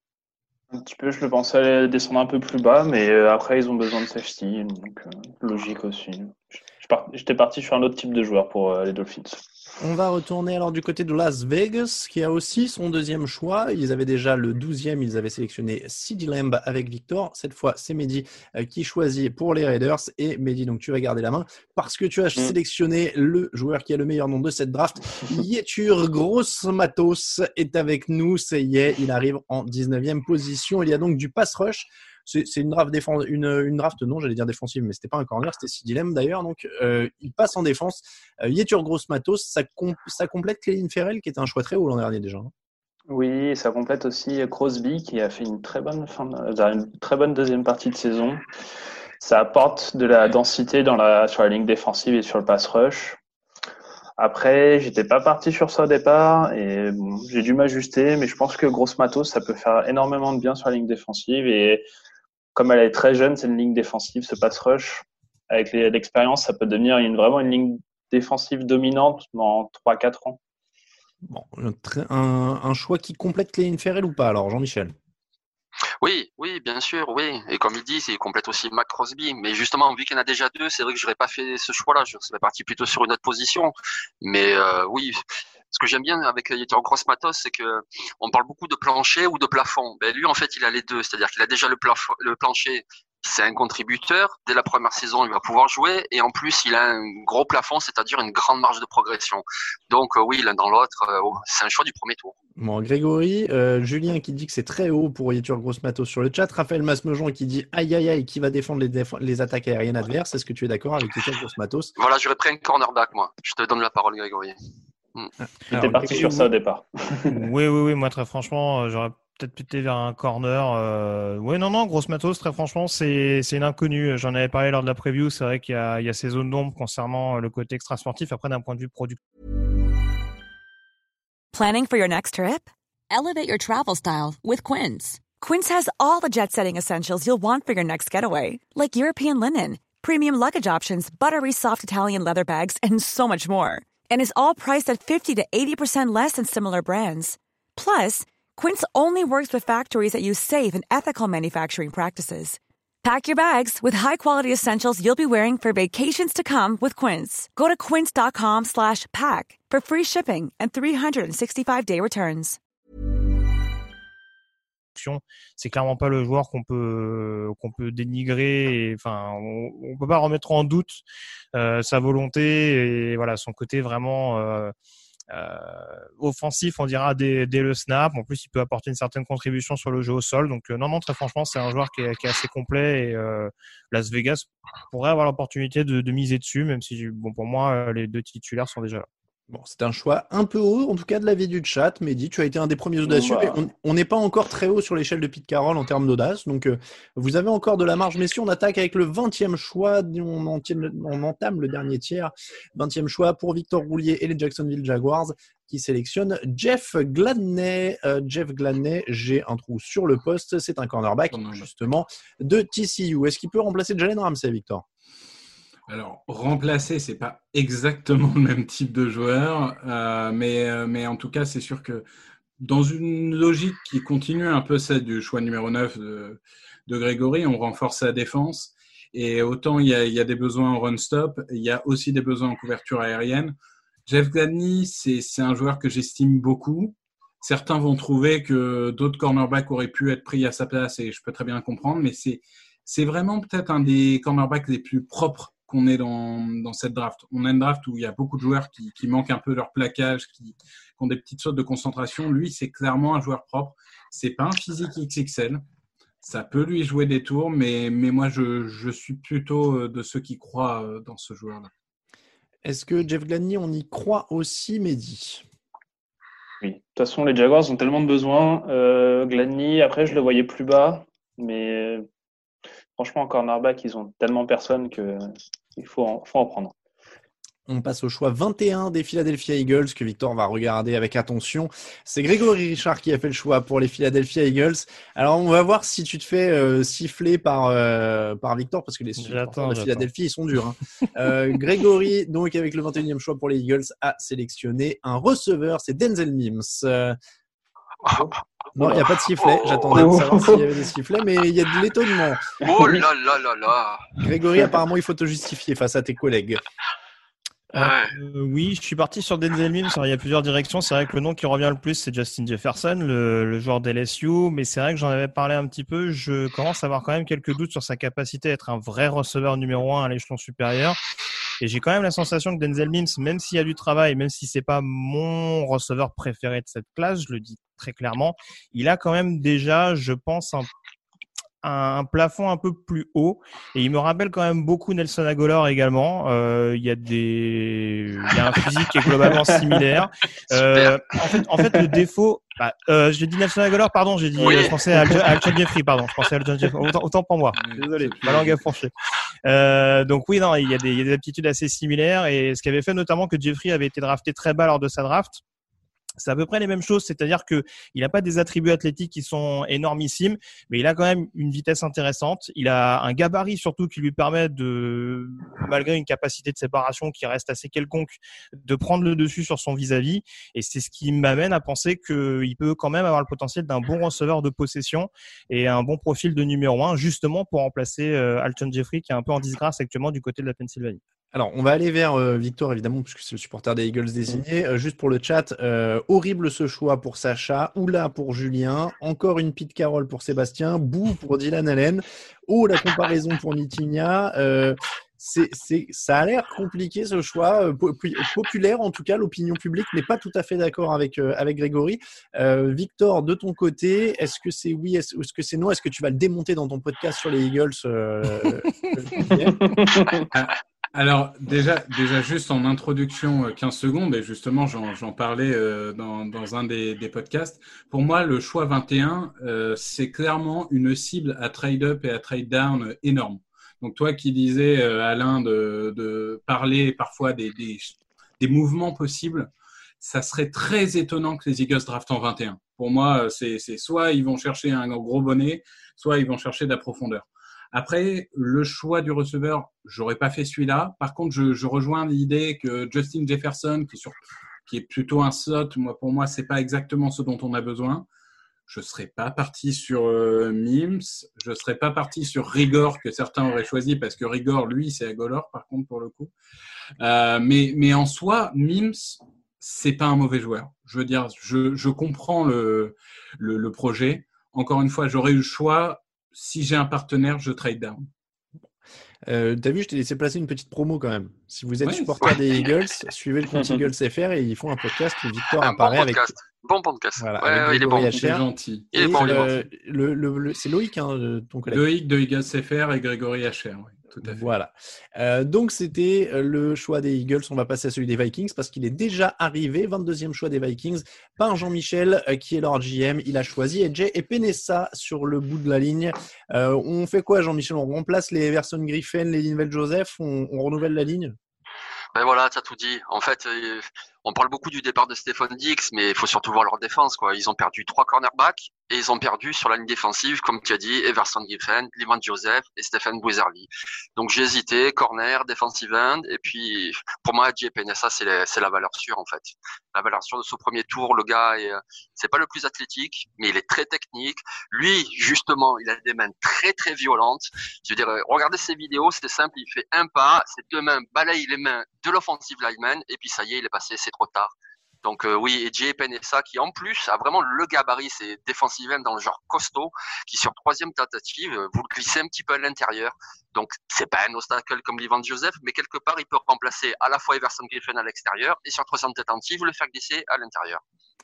Un petit peu, je le pensais descendre un peu plus bas, mais euh, après, ils ont besoin de safety, donc euh, logique aussi. J'étais parti sur un autre type de joueur pour euh, les Dolphins. On va retourner alors du côté de Las Vegas, qui a aussi son deuxième choix. Ils avaient déjà le douzième, ils avaient sélectionné CeeDee Lamb avec Victor. Cette fois, c'est Mehdi qui choisit pour les Raiders. Et Mehdi, donc tu vas garder la main parce que tu as mmh. sélectionné le joueur qui a le meilleur nom de cette draft. Yetur Gross-Matos est avec nous. Ça y est, il arrive en dix-neuvième position. Il y a donc du pass rush. C'est, c'est une draft défense, une, une draft non, j'allais dire défensive, mais c'était pas un corner, c'était CeeDee Lamb d'ailleurs. Donc euh, il passe en défense. Euh, Yetur Gross-Matos, ça, com- ça complète Clelin Ferrell qui était un choix très haut l'an dernier déjà. Oui, ça complète aussi Crosby qui a fait une très bonne fin, de, une très bonne deuxième partie de saison. Ça apporte de la densité dans la sur la ligne défensive et sur le pass rush. Après, j'étais pas parti sur ça au départ et bon, j'ai dû m'ajuster, mais je pense que Gross-Matos, ça peut faire énormément de bien sur la ligne défensive et comme elle est très jeune, c'est une ligne défensive, ce pass rush. Avec les, l'expérience, ça peut devenir une, vraiment une ligne défensive dominante dans trois à quatre ans. Bon, un, un choix qui complète Clelin Ferrell ou pas alors, Jean-Michel? Oui, oui, bien sûr, oui. Et comme il dit, il complète aussi Mac Crosby. Mais justement, vu qu'il y en a déjà deux, c'est vrai que j'aurais pas fait ce choix-là. Je serais parti plutôt sur une autre position. Mais euh, oui, ce que j'aime bien avec Yetur Gross-Matos, c'est que on parle beaucoup de plancher ou de plafond. Ben lui, en fait, il a les deux. C'est-à-dire qu'il a déjà le, plaf- le plancher. C'est un contributeur. Dès la première saison, il va pouvoir jouer. Et en plus, il a un gros plafond, c'est-à-dire une grande marge de progression. Donc euh, oui, l'un dans l'autre, euh, c'est un choix du premier tour. Bon, Grégory, euh, Julien qui dit que c'est très haut pour Yetur Gross-Matos sur le chat. Raphaël Masmejean qui dit aïe aïe aïe, qui va défendre les, déf- les attaques aériennes adverses. Est-ce que tu es d'accord avec Yetur Gross-Matos? Voilà, j'aurais pris un cornerback, moi. Je te donne la parole, Grégory. Hmm. J'étais parti sur ça au départ. oui, oui, oui. Moi, très franchement, j'aurais peut-être pété vers un corner. Euh... Oui, non, non, Gross-Matos, très franchement, c'est, c'est une inconnue. J'en avais parlé lors de la preview. C'est vrai qu'il y a, il y a ces zones d'ombre concernant le côté extra-sportif. Après, d'un point de vue product. Planning for your next trip? Elevate your travel style with Quince. Quince has all the jet-setting essentials you'll want for your next getaway, like European linen, premium luggage options, buttery soft Italian leather bags, and so much more. And is all priced at fifty to eighty percent less than similar brands. Plus, Quince only works with factories that use safe and ethical manufacturing practices. Pack your bags with high-quality essentials you'll be wearing for vacations to come with Quince. Go to quince.com slash pack for free shipping and three sixty-five day returns. c'est clairement pas le joueur qu'on peut qu'on peut dénigrer. Et, enfin, on, on peut pas remettre en doute euh, sa volonté et voilà son côté vraiment euh, euh, offensif, on dira dès, dès le snap. En plus, il peut apporter une certaine contribution sur le jeu au sol. Donc euh, non, non, très franchement, c'est un joueur qui est, qui est assez complet et euh, Las Vegas pourrait avoir l'opportunité de, de miser dessus, même si bon pour moi les deux titulaires sont déjà là. Bon, c'est un choix un peu haut, en tout cas de l'avis du chat. Mehdi, tu as été un des premiers audacieux. Bah. Mais on n'est pas encore très haut sur l'échelle de Pete Carroll en termes d'audace. Donc, euh, vous avez encore de la marge. Mais si on attaque avec le vingtième choix, on, entame, on entame le dernier tiers. vingtième choix pour Victor Roulier et les Jacksonville Jaguars qui sélectionnent Jeff Gladney. Euh, Jeff Gladney, j'ai un trou sur le poste. C'est un cornerback, justement, de T C U. Est-ce qu'il peut remplacer Jalen Ramsey, Victor ? Alors, remplacer, c'est pas exactement le même type de joueur, euh, mais, euh, mais en tout cas, c'est sûr que dans une logique qui continue un peu celle du choix numéro neuf de, de Grégory, on renforce sa défense. Et autant il y a, il y a des besoins en run-stop, il y a aussi des besoins en couverture aérienne. Jeff Gladney, c'est, c'est un joueur que j'estime beaucoup. Certains vont trouver que d'autres cornerbacks auraient pu être pris à sa place, et je peux très bien comprendre, mais c'est, c'est vraiment peut-être un des cornerbacks les plus propres qu'on est dans, dans cette draft. On a une draft où il y a beaucoup de joueurs qui, qui manquent un peu leur plaquage, qui, qui ont des petites sautes de concentration. Lui, c'est clairement un joueur propre. C'est pas un physique X X L. Ça peut lui jouer des tours, mais, mais moi, je, je suis plutôt de ceux qui croient dans ce joueur-là. Est-ce que Jeff Gladney, on y croit aussi, Mehdi ? Oui. De toute façon, les Jaguars ont tellement de besoins. Euh, Gladney, après, je le voyais plus bas, mais franchement, en cornerback, ils ont tellement personne qu'il faut en, faut en prendre. On passe au choix vingt et un des Philadelphia Eagles que Victor va regarder avec attention. C'est Grégory Richard qui a fait le choix pour les Philadelphia Eagles. Alors, on va voir si tu te fais euh, siffler par, euh, par Victor parce que les supporters de Philadelphie, ils sont durs. Hein. euh, Grégory, donc, avec le vingt et unième choix pour les Eagles, a sélectionné un receveur. C'est Denzel Mims. Euh, Non, il n'y a pas de sifflet. J'attendais de savoir s'il y avait des sifflets, mais il y a de l'étonnement. Oh là là là là. Grégory, apparemment, il faut te justifier face à tes collègues. Euh, oui, je suis parti sur Denzel Mims. Il y a plusieurs directions. C'est vrai que le nom qui revient le plus, c'est Justin Jefferson, le, le joueur d'L S U. Mais c'est vrai que j'en avais parlé un petit peu. Je commence à avoir quand même quelques doutes sur sa capacité à être un vrai receveur numéro un à l'échelon supérieur. Et j'ai quand même la sensation que Denzel Mims, même s'il y a du travail, même si c'est pas mon receveur préféré de cette classe, je le dis très clairement, il a quand même déjà, je pense, un un plafond un peu plus haut et il me rappelle quand même beaucoup Nelson Agholor également. Euh, il y a des, il y a un physique qui est globalement similaire. Euh, en fait, en fait, le défaut, bah, euh, j'ai dit Nelson Agholor, pardon, j'ai dit, oui. euh, je pensais à Alshon Jeffrey, pardon, je pensais à Alshon Jeffrey. Autant, autant pour moi. Désolé, ma langue a fourché. Euh, donc oui, non, il y a des, il y a des aptitudes assez similaires et ce qui avait fait notamment que Jeffrey avait été drafté très bas lors de sa draft. C'est à peu près les mêmes choses, c'est-à-dire que il n'a pas des attributs athlétiques qui sont énormissimes, mais il a quand même une vitesse intéressante. Il a un gabarit surtout qui lui permet de, malgré une capacité de séparation qui reste assez quelconque, de prendre le dessus sur son vis-à-vis. Et c'est ce qui m'amène à penser qu'il peut quand même avoir le potentiel d'un bon receveur de possession et un bon profil de numéro un, justement pour remplacer euh, Alshon Jeffrey qui est un peu en disgrâce actuellement du côté de la Pennsylvanie. Alors, on va aller vers euh, Victor, évidemment, puisque c'est le supporter des Eagles désigné. Euh, juste pour le chat, euh, horrible ce choix pour Sacha, Oula pour Julien, encore une Pete Carroll pour Sébastien, Bou pour Dylan Allen, oh la comparaison pour Nitigna. Euh, c'est, c'est, ça a l'air compliqué ce choix, euh, po- populaire en tout cas, l'opinion publique n'est pas tout à fait d'accord avec, euh, avec Grégory. Euh, Victor, de ton côté, est-ce que c'est oui, est-ce, est-ce que c'est non, est-ce que tu vas le démonter dans ton podcast sur les Eagles euh, Alors, déjà, déjà, juste en introduction, quinze secondes, et justement, j'en, j'en parlais euh, dans, dans un des, des podcasts. Pour moi, le choix vingt et un, euh, c'est clairement une cible à trade-up et à trade-down énorme. Donc, toi qui disais, euh, Alain, de, de parler parfois des, des, des mouvements possibles, ça serait très étonnant que les Eagles draftent en vingt et un. Pour moi, c'est, c'est soit ils vont chercher un gros bonnet, soit ils vont chercher de la profondeur. Après, le choix du receveur, j'aurais pas fait celui-là. Par contre, je, je rejoins l'idée que Justin Jefferson, qui est, sur, qui est plutôt un slot, moi, pour moi, c'est pas exactement ce dont on a besoin. Je serais pas parti sur euh, Mims. Je serais pas parti sur Rigor, que certains auraient choisi, parce que Rigor, lui, c'est Agholor, par contre, pour le coup. Euh, mais, mais en soi, Mims, c'est pas un mauvais joueur. Je veux dire, je, je comprends le, le, le projet. encore une fois, j'aurais eu le choix. Si j'ai un partenaire, je trade down. Euh, T'as vu, je t'ai laissé placer une petite promo quand même. Si vous êtes Ouais, supporter c'est- des Eagles, suivez le compte Eagles F R et ils font un podcast où Victor Un bon apparaît avec. podcast. Bon podcast. Voilà, Ouais, avec ouais, il est bon. Grégory C'est Hacher. gentil. Il est Et, bon, il est bon. euh, le, le- le- c'est Loïc, hein, euh, ton collègue. Loïc de Eagles F R et Grégory Hacher, oui, tout à fait. Voilà. Euh, donc, c'était euh, le choix des Eagles. On va passer à celui des Vikings parce qu'il est déjà arrivé. vingt-deuxième choix des Vikings par Jean-Michel, euh, qui est leur G M. Il a choisi A J Epenesa sur le bout de la ligne. Euh, on fait quoi, Jean-Michel? On remplace les Everson Griffin, les Linval Joseph? On, on renouvelle la ligne? Ben voilà, tu as tout dit. En fait, euh, on parle beaucoup du départ de Stephon Diggs, mais il faut surtout voir leur défense, quoi. Ils ont perdu trois cornerbacks et ils ont perdu sur la ligne défensive, comme tu as dit, Everson Griffin, Linval Joseph et Stephen Buizerly. Donc j'ai hésité, corner, defensive end, et puis pour moi, A J Epenesa, c'est la, c'est la valeur sûre, en fait. La valeur sûre de ce premier tour, le gars, est, c'est pas le plus athlétique, mais il est très technique. Lui, justement, il a des mains très très violentes. Je veux dire, regardez ses vidéos, c'est simple, il fait un pas, ses deux mains balayent les mains de l'offensive lineman, et puis ça y est, il est passé, c'est trop tard. Donc euh, oui, A J Epenesa qui en plus a vraiment le gabarit, c'est defensive end dans le genre costaud, qui sur troisième tentative, vous le glissez un petit peu à l'intérieur. Donc c'est pas un obstacle comme Linval Joseph, mais quelque part il peut remplacer à la fois Everson Griffin à l'extérieur et sur troisième tentative le faire glisser à l'intérieur.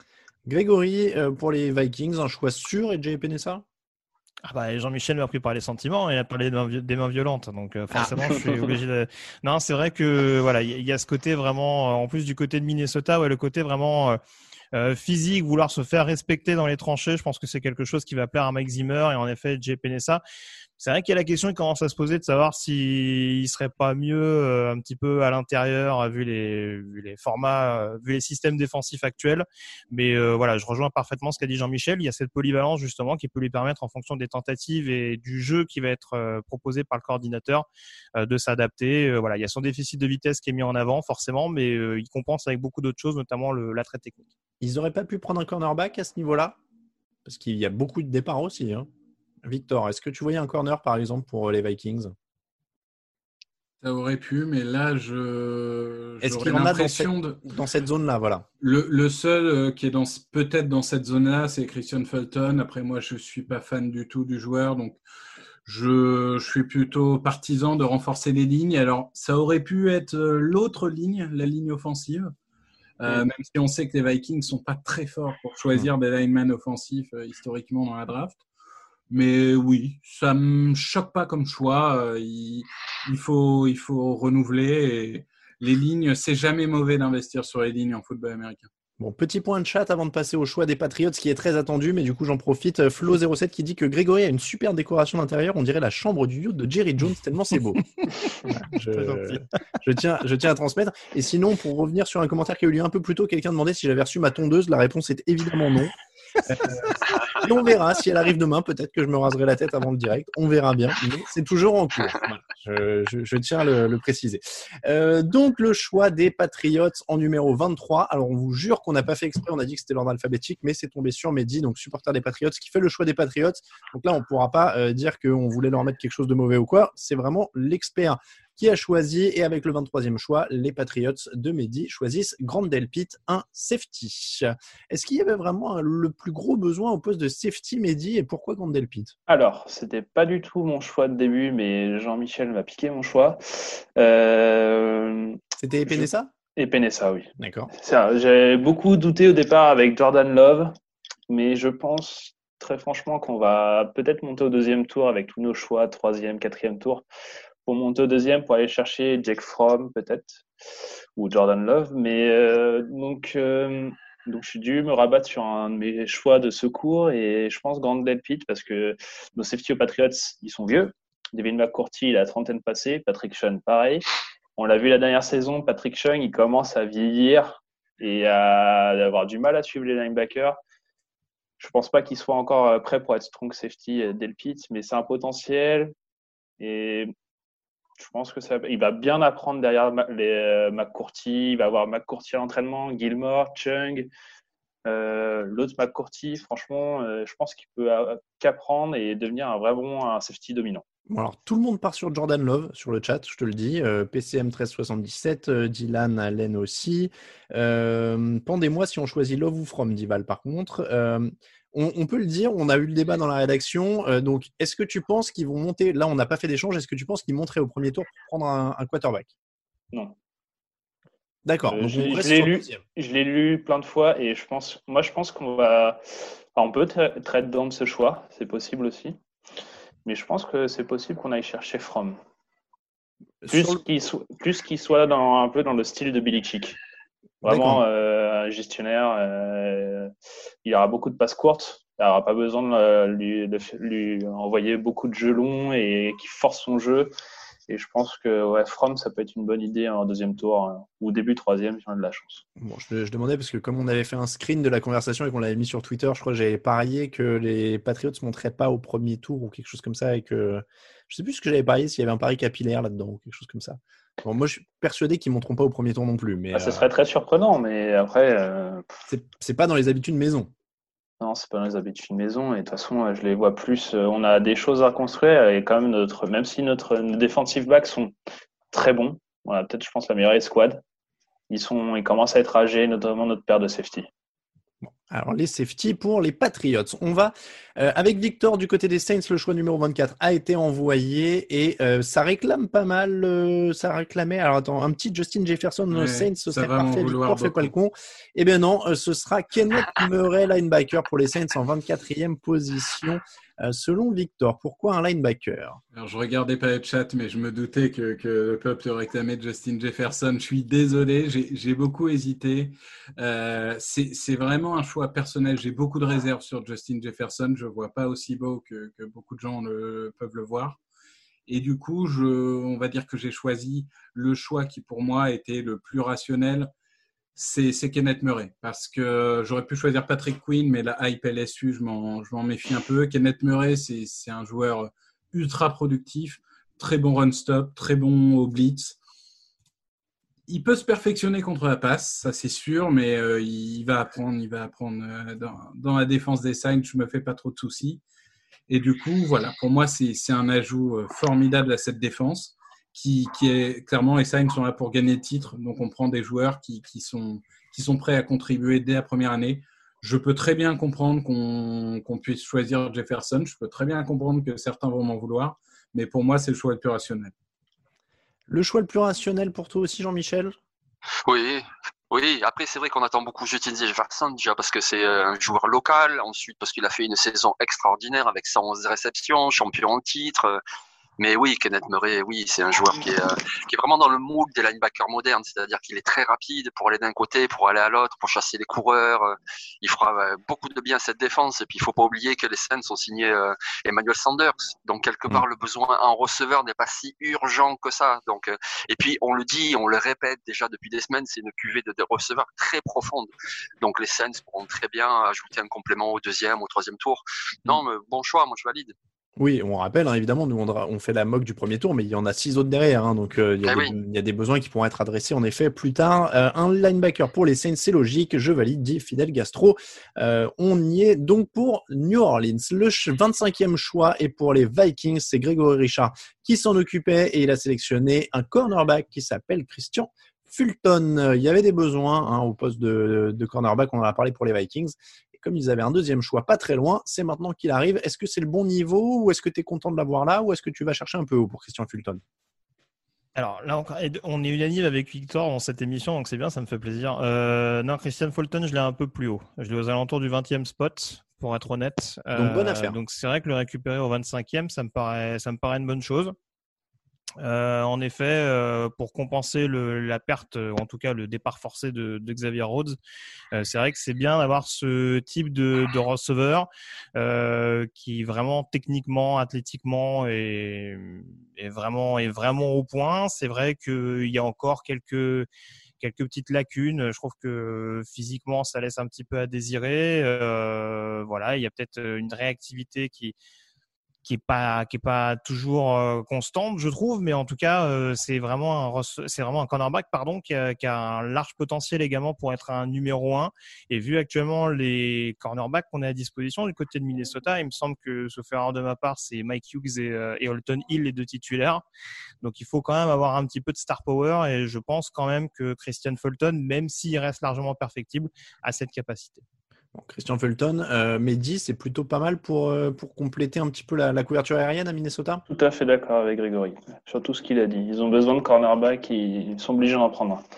Grégory, euh, pour les Vikings, un choix sûr, A J Epenesa? Ah bah, Jean-Michel m'a pris par les sentiments et il a parlé des mains, des mains violentes, donc euh, forcément Ah. je suis obligé de. Non, c'est vrai que voilà, il y, y a ce côté vraiment, euh, en plus du côté de Minnesota, ouais, le côté vraiment euh, euh, physique, vouloir se faire respecter dans les tranchées. Je pense que c'est quelque chose qui va plaire à Mike Zimmer et en effet, J. Epenesa. C'est vrai qu'il y a la question qui commence à se poser de savoir s'il serait pas mieux euh, un petit peu à l'intérieur vu les, vu les formats, euh, vu les systèmes défensifs actuels. Mais euh, voilà, je rejoins parfaitement ce qu'a dit Jean-Michel. Il y a cette polyvalence justement qui peut lui permettre en fonction des tentatives et du jeu qui va être euh, proposé par le coordinateur euh, de s'adapter. Euh, voilà, il y a son déficit de vitesse qui est mis en avant forcément, mais euh, il compense avec beaucoup d'autres choses, notamment le, l'attrait technique. Ils n'auraient pas pu prendre un cornerback à ce niveau-là? Parce qu'il y a beaucoup de départs aussi, hein. Victor, est-ce que tu voyais un corner, par exemple, pour les Vikings? Ça aurait pu, mais là, je Est-ce j'aurais qu'il y en a dans l'impression cette, de... dans cette zone-là, voilà. Le, le seul euh, qui est dans, peut-être dans cette zone-là, c'est Christian Fulton. Après, moi, je suis pas fan du tout du joueur, donc je, je suis plutôt partisan de renforcer les lignes. Alors, ça aurait pu être euh, l'autre ligne, la ligne offensive, euh, Mm. même si on sait que les Vikings sont pas très forts pour choisir des linemen offensifs euh, historiquement dans la draft. Mais oui, ça me choque pas comme choix. Euh, il, il faut, il faut renouveler. Et les lignes, c'est jamais mauvais d'investir sur les lignes en football américain. Bon, petit point de chat avant de passer au choix des Patriots, qui est très attendu, mais du coup, j'en profite. Flo zéro sept qui dit que Grégory a une super décoration d'intérieur. On dirait la chambre du yacht de Jerry Jones, tellement c'est beau. Voilà, je, je, tiens, je tiens à transmettre. Et sinon, pour revenir sur un commentaire qui a eu lieu un peu plus tôt, quelqu'un demandait si j'avais reçu ma tondeuse. La réponse est évidemment non. Euh, et on verra si elle arrive demain. Peut-être que je me raserai la tête avant le direct. On verra bien. Mais c'est toujours en cours. Voilà. Je, je, je tiens à le, le préciser. Euh, donc, le choix des Patriots en numéro vingt-trois. Alors, on vous jure qu'on n'a pas fait exprès. On a dit que c'était l'ordre alphabétique, mais c'est tombé sur Mehdi, donc supporter des Patriots, qui fait le choix des Patriots. Donc là, on ne pourra pas euh, dire qu'on voulait leur mettre quelque chose de mauvais ou quoi. C'est vraiment l'expert qui a choisi. Et avec le vingt-troisième choix, les Patriots de Mehdi choisissent Grant Delpit, un safety. Est-ce qu'il y avait vraiment le plus gros besoin au poste de safety, Mehdi, et pourquoi Grant Delpit? Alors, c'était pas du tout mon choix de début, mais Jean-Michel m'a piqué mon choix. Euh... C'était Epenesa? Je... Epenesa, oui. D'accord. J'ai beaucoup douté au départ avec Jordan Love, mais je pense très franchement qu'on va peut-être monter au deuxième tour avec tous nos choix, troisième, quatrième tour, pour monter au deuxième, pour aller chercher Jake Fromm peut-être, ou Jordan Love. Mais euh, donc, euh, donc, je suis dû me rabattre sur un de mes choix de secours, et je pense Grant Delpit, parce que nos safety aux Patriots, ils sont vieux. Devin McCourty, il a la trentaine passée. Patrick Chung, pareil. On l'a vu la dernière saison, Patrick Chung, il commence à vieillir et à avoir du mal à suivre les linebackers. Je pense pas qu'il soit encore prêt pour être strong safety Delpit, mais c'est un potentiel. Et je pense que ça, il va bien apprendre derrière les euh, McCourty. Il va avoir McCourty à l'entraînement, Gilmore, Chung, euh, l'autre McCourty. Franchement, euh, je pense qu'il peut euh, qu'apprendre et devenir un vrai bon un safety dominant. Bon, alors, tout le monde part sur Jordan Love sur le chat, je te le dis. Euh, P C M treize soixante-dix-sept, euh, Dylan Allen aussi. Euh, pendez-moi si on choisit Love ou From, dit Val, par contre. Euh, on, on peut le dire, on a eu le débat dans la rédaction. Euh, donc, est-ce que tu penses qu'ils vont monter? Là, on n'a pas fait d'échange. Est-ce que tu penses qu'ils monteraient au premier tour pour prendre un, un quarterback? Non. D'accord. Euh, donc je, on je reste l'ai sur le lu, deuxième. je l'ai lu plein de fois et je pense, moi, je pense qu'on va, enfin, on peut tra- trade down de ce choix, c'est possible aussi. Mais je pense que c'est possible qu'on aille chercher From. Plus Sur le- qu'il soit, plus qu'il soit dans, un peu dans le style de Billy Chick. Vraiment D'accord. euh, un gestionnaire. Euh, il aura beaucoup de passes courtes. Il n'aura pas besoin de euh, lui, de lui envoyer beaucoup de jeux longs et qui force son jeu. Et je pense que ouais, From, ça peut être une bonne idée en deuxième tour euh, ou début troisième si on a de la chance. Bon, je, je demandais parce que comme on avait fait un screen de la conversation et qu'on l'avait mis sur Twitter, je crois que j'avais parié que les Patriots ne monteraient pas au premier tour ou quelque chose comme ça et que je sais plus ce que j'avais parié, s'il y avait un pari capillaire là-dedans ou quelque chose comme ça. Bon, moi, je suis persuadé qu'ils ne monteront pas au premier tour non plus, mais Ah, ça euh, serait très surprenant, mais après, euh, c'est, c'est pas dans les habitudes maison. non, c'est pas dans les habitudes de maison. Et de toute façon, euh, je les vois plus. euh, On a des choses à construire et quand même notre, même si notre nos defensive backs sont très bons, on a peut-être, je pense, la meilleure escouade. Ils sont, ils commencent à être âgés, notamment notre paire de safety. Alors, les safety pour les Patriots. On va euh, avec Victor du côté des Saints. Le choix numéro vingt-quatre a été envoyé et euh, ça réclame pas mal. Euh, ça réclamait. Alors, attends, un petit Justin Jefferson aux Ouais, Saints, ce ça serait va m'en parfait. vouloir Victor fait pas le beaucoup. con. Eh bien, non, euh, ce sera Kenneth Murray, linebacker pour les Saints en vingt-quatrième position. Euh, selon Victor, pourquoi un linebacker? Alors, je regardais pas le chat, mais je me doutais que, que le peuple réclamait Justin Jefferson. Je suis désolé, j'ai, j'ai beaucoup hésité. Euh, c'est, c'est vraiment un choix personnel. J'ai beaucoup de réserves sur Justin Jefferson. Je vois pas aussi beau que, que beaucoup de gens le, peuvent le voir. Et du coup, je, on va dire que j'ai choisi le choix qui, pour moi, était le plus rationnel. C'est, c'est Kenneth Murray, parce que j'aurais pu choisir Patrick Quinn, mais la hype L S U, je m'en, je m'en méfie un peu. Kenneth Murray, c'est, c'est un joueur ultra productif, très bon run stop, très bon au blitz. Il peut se perfectionner contre la passe, ça c'est sûr, mais euh, il va apprendre, il va apprendre euh, dans, dans la défense des Saints, je me fais pas trop de soucis. Et du coup, voilà, pour moi, c'est, c'est un ajout euh, formidable à cette défense. Qui, qui est clairement, les Saints sont là pour gagner le titre, donc on prend des joueurs qui, qui, sont, qui sont prêts à contribuer dès la première année. Je peux très bien comprendre qu'on, qu'on puisse choisir Jefferson, je peux très bien comprendre que certains vont m'en vouloir, mais pour moi, c'est le choix le plus rationnel. Le choix le plus rationnel pour toi aussi, Jean-Michel? Oui, oui. Après, c'est vrai qu'on attend beaucoup Justin Jefferson déjà parce que c'est un joueur local. Ensuite, parce qu'il a fait une saison extraordinaire avec cent onze réceptions, champion en titre. Mais oui, Kenneth Murray, oui, c'est un joueur qui est, euh, qui est vraiment dans le moule des linebackers modernes, c'est-à-dire qu'il est très rapide pour aller d'un côté, pour aller à l'autre, pour chasser les coureurs. Euh, il fera euh, beaucoup de bien à cette défense. Et puis, il faut pas oublier que les Saints ont signé euh, Emmanuel Sanders. Donc, quelque part, le besoin en receveur n'est pas si urgent que ça. Donc, euh, et puis, on le dit, on le répète déjà depuis des semaines, c'est une cuvée de, de receveurs très profonde. Donc, les Saints pourront très bien ajouter un complément au deuxième, au troisième tour. Non, mais bon choix, moi je valide. Oui, on rappelle, hein, évidemment, nous on, on fait la mock du premier tour, mais il y en a six autres derrière, hein, donc euh, il, y a Eh des, oui. il y a des besoins qui pourront être adressés en effet plus tard. Euh, un linebacker pour les Saints, c'est logique, je valide, dit Fidel Gastro. Euh, on y est donc pour New Orleans. Le vingt-cinquième choix est pour les Vikings, c'est Grégory Richard qui s'en occupait et il a sélectionné un cornerback qui s'appelle Christian Fulton. Il y avait des besoins hein, au poste de, de cornerback, on en a parlé pour les Vikings. Comme ils avaient un deuxième choix pas très loin, c'est maintenant qu'il arrive. Est-ce que c'est le bon niveau ou est-ce que tu es content de l'avoir là ou est-ce que tu vas chercher un peu haut pour Christian Fulton? Alors là encore, on est unanime avec Victor dans cette émission, donc c'est bien, ça me fait plaisir. Euh, non, Christian Fulton, je l'ai un peu plus haut. Je l'ai aux alentours du vingtième spot, pour être honnête. Donc bonne Euh, affaire. donc c'est vrai que le récupérer au vingt-cinquième, ça me paraît, ça me paraît une bonne chose. Euh, en effet, euh, pour compenser le, la perte, en tout cas le départ forcé de, de Xavier Rhodes, euh, c'est vrai que c'est bien d'avoir ce type de, de receveur euh, qui vraiment techniquement, athlétiquement est, est vraiment est vraiment au point. C'est vrai qu'il y a encore quelques quelques petites lacunes. Je trouve que physiquement, ça laisse un petit peu à désirer. Euh, voilà, il y a peut-être une réactivité qui qui est pas qui est pas toujours euh, constante, je trouve, mais en tout cas euh, c'est vraiment un c'est vraiment un cornerback pardon qui a, qui a un large potentiel également pour être un numéro un. Et vu actuellement les cornerbacks qu'on a à disposition du côté de Minnesota, il me semble que, sauf erreur de ma part, c'est Mike Hughes et, euh, et Holton Hill les deux titulaires. Donc il faut quand même avoir un petit peu de star power et je pense quand même que Christian Fulton, même s'il reste largement perfectible, a cette capacité. Bon, Christian Fulton, euh, Mehdi, c'est plutôt pas mal pour, euh, pour compléter un petit peu la, la couverture aérienne à Minnesota? Tout à fait d'accord avec Grégory, sur tout ce qu'il a dit. Ils ont besoin de cornerback, ils sont obligés d'en prendre un.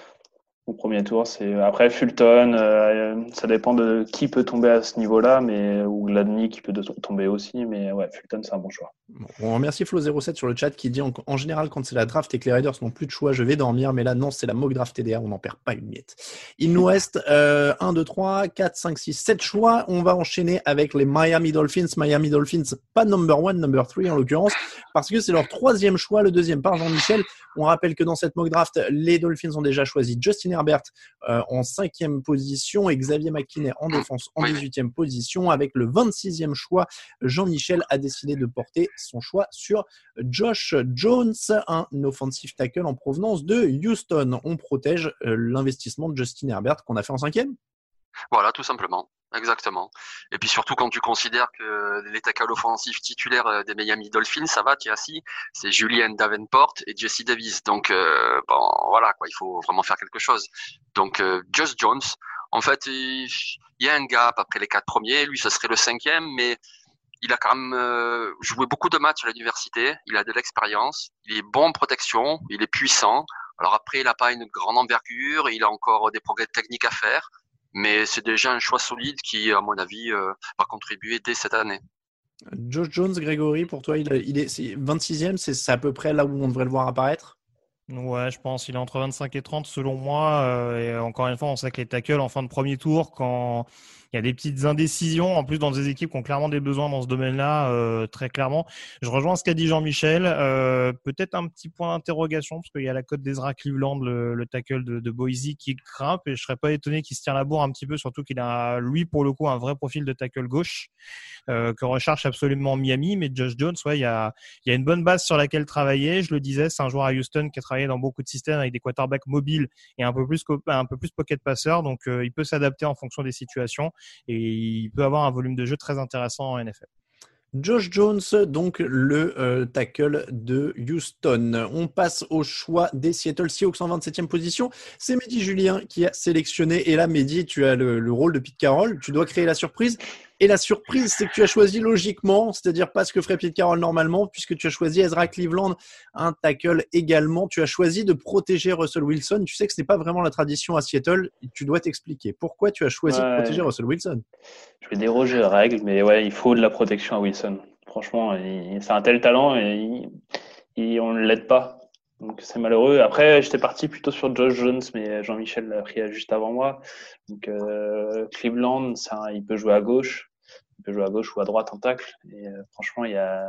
Au premier tour, c'est après Fulton, euh, ça dépend de qui peut tomber à ce niveau-là, mais ou Gladney qui peut de- tomber aussi, mais ouais, Fulton c'est un bon choix. Bon, on remercie Flo zéro sept sur le chat qui dit en, en général quand c'est la draft et que les Raiders n'ont plus de choix, je vais dormir, mais là non, c'est la mock draft T D A, on n'en perd pas une miette. Il nous reste euh, un, deux, trois, quatre, cinq, six, sept choix. On va enchaîner avec les Miami Dolphins. Miami Dolphins, pas number one, number three en l'occurrence, parce que c'est leur troisième choix, le deuxième par Jean-Michel. On rappelle que dans cette mock draft, les Dolphins ont déjà choisi Justin Herbert euh, en cinquième position et Xavier McKinney en défense en dix-huitième position. Avec le vingt-sixième choix, Jean-Michel a décidé de porter son choix sur Josh Jones, un offensive tackle en provenance de Houston. On protège euh, l'investissement de Justin Herbert qu'on a fait en cinquième. Voilà, tout simplement. Exactement. Et puis surtout quand tu considères que les tackles offensifs titulaires des Miami Dolphins, ça va, tu es assis, c'est Julian Davenport et Jesse Davis. Donc euh, bon, voilà quoi, il faut vraiment faire quelque chose. Donc euh, Josh Jones, en fait, il, il y a un gap après les quatre premiers, lui ça serait le cinquième, mais il a quand même euh, joué beaucoup de matchs à l'université, il a de l'expérience, il est bon en protection, il est puissant. Alors après, il n'a pas une grande envergure, il a encore des progrès techniques à faire. Mais c'est déjà un choix solide qui, à mon avis, euh, va contribuer dès cette année. Josh Jones, Grégory, pour toi, il, il est c'est vingt-sixième, c'est, c'est à peu près là où on devrait le voir apparaître? Ouais, je pense qu'il est entre vingt-cinq et trente selon moi. Euh, et encore une fois, on sait que les tackles en fin de premier tour, quand il y a des petites indécisions, en plus dans des équipes qui ont clairement des besoins dans ce domaine-là, euh, très clairement. Je rejoins ce qu'a dit Jean-Michel. Euh, peut-être un petit point d'interrogation, parce qu'il y a la cote d'Ezra Cleveland, le, le tackle de, de Boise, qui grimpe, et je serais pas étonné qu'il se tire la bourre un petit peu, surtout qu'il a, lui, pour le coup, un vrai profil de tackle gauche, euh, que recherche absolument Miami. Mais Josh Jones, ouais, il y a, il y a une bonne base sur laquelle travailler. Je le disais, c'est un joueur à Houston qui a travaillé dans beaucoup de systèmes avec des quarterbacks mobiles et un peu plus, un peu plus pocket passeur. Donc, euh, il peut s'adapter en fonction des situations. Et il peut avoir un volume de jeu très intéressant en N F L. Josh Jones, donc le euh, tackle de Houston. On passe au choix des Seattle Seahawks en vingt-septième position. C'est Mehdi Julien qui a sélectionné. Et là, Mehdi, tu as le, le rôle de Pete Carroll. Tu dois créer la surprise. Et la surprise, c'est que tu as choisi logiquement, c'est-à-dire pas ce que ferait Pete Carroll normalement, puisque tu as choisi Ezra Cleveland, un tackle également. Tu as choisi de protéger Russell Wilson. Tu sais que ce n'est pas vraiment la tradition à Seattle. Tu dois t'expliquer. Pourquoi tu as choisi Ouais. de protéger Russell Wilson? Je vais déroger aux règles, mais ouais, il faut de la protection à Wilson. Franchement, il, c'est un tel talent et, il, il, on ne l'aide pas. Donc c'est malheureux. Après, j'étais parti plutôt sur Josh Jones, mais Jean-Michel l'a pris juste avant moi. Donc euh, Cleveland, c'est un, il peut jouer à gauche. Il peut jouer à gauche ou à droite en tacle. Et euh, franchement, il, y a...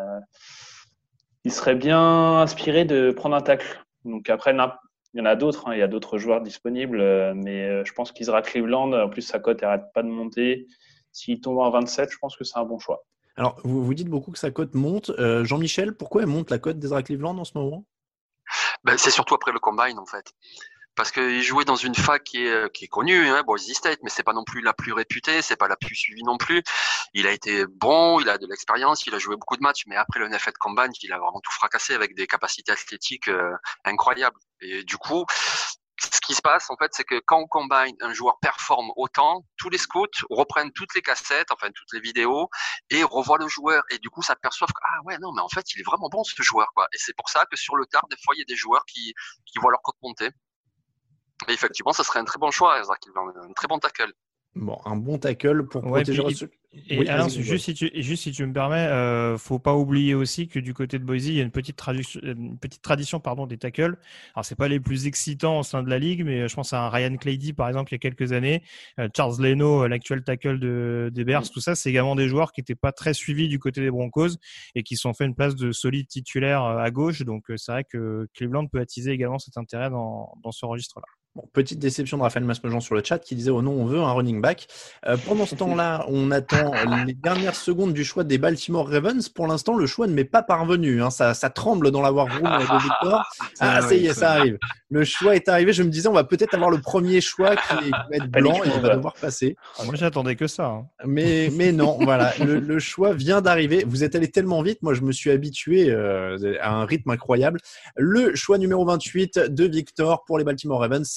il serait bien inspiré de prendre un tacle. Donc après, il y en a d'autres. Hein. Il y a d'autres joueurs disponibles. Euh, mais euh, je pense qu'il sera Cleveland. En plus, sa cote n'arrête pas de monter. S'il tombe en vingt-sept, je pense que c'est un bon choix. Alors, vous, vous dites beaucoup que sa cote monte. Euh, Jean-Michel, pourquoi elle monte la cote d'Ezra Cleveland en ce moment? Ben, c'est surtout après le combine, en fait. Parce qu'il jouait dans une fac qui est, qui est connue, hein, Boise State, mais c'est pas non plus la plus réputée, c'est pas la plus suivie non plus. Il a été bon, il a de l'expérience, il a joué beaucoup de matchs, mais après le N F L Combine, il a vraiment tout fracassé avec des capacités athlétiques euh, incroyables. Et du coup, ce qui se passe, en fait, c'est que quand on combine, un joueur performe autant, tous les scouts reprennent toutes les cassettes, enfin toutes les vidéos, et revoient le joueur. Et du coup, s'aperçoivent que, ah ouais, non, mais en fait, il est vraiment bon, ce joueur, quoi. Et c'est pour ça que sur le tard, des fois, il y a des joueurs qui, qui voient leur cote monter. Et effectivement, ça serait un très bon choix, Ezra Cleveland, un très bon tackle. Bon, un bon tackle pour Ouais, protéger puis, Russell. Et Oui, Alain, vas-y, juste si tu, juste si tu me permets, euh, faut pas oublier aussi que du côté de Boise, il y a une petite tradition, une petite tradition, pardon, des tackles. Alors c'est pas les plus excitants au sein de la ligue, mais je pense à un Ryan Clady par exemple il y a quelques années, euh, Charles Leno, l'actuel tackle de, des Bears, tout ça, c'est également des joueurs qui étaient pas très suivis du côté des Broncos et qui se sont fait une place de solide titulaire à gauche. Donc c'est vrai que Cleveland peut attiser également cet intérêt dans, dans ce registre-là. Bon, petite déception de Raphaël Masmejean sur le chat qui disait « Oh non, on veut un running back euh, ». Pendant ce temps-là, on attend les dernières secondes du choix des Baltimore Ravens. Pour l'instant, le choix ne m'est pas parvenu. Hein. Ça, ça tremble dans la war room de Victor. Ah, ça y est, ça arrive. Le choix est arrivé. Je me disais, on va peut-être avoir le premier choix qui, est, qui va être blanc et il va devoir passer. Moi, j'attendais que ça. Hein. Mais, mais non, voilà. Le, le choix vient d'arriver. Vous êtes allé tellement vite. Moi, je me suis habitué euh, à un rythme incroyable. Le choix numéro vingt-huit de Victor pour les Baltimore Ravens, c'est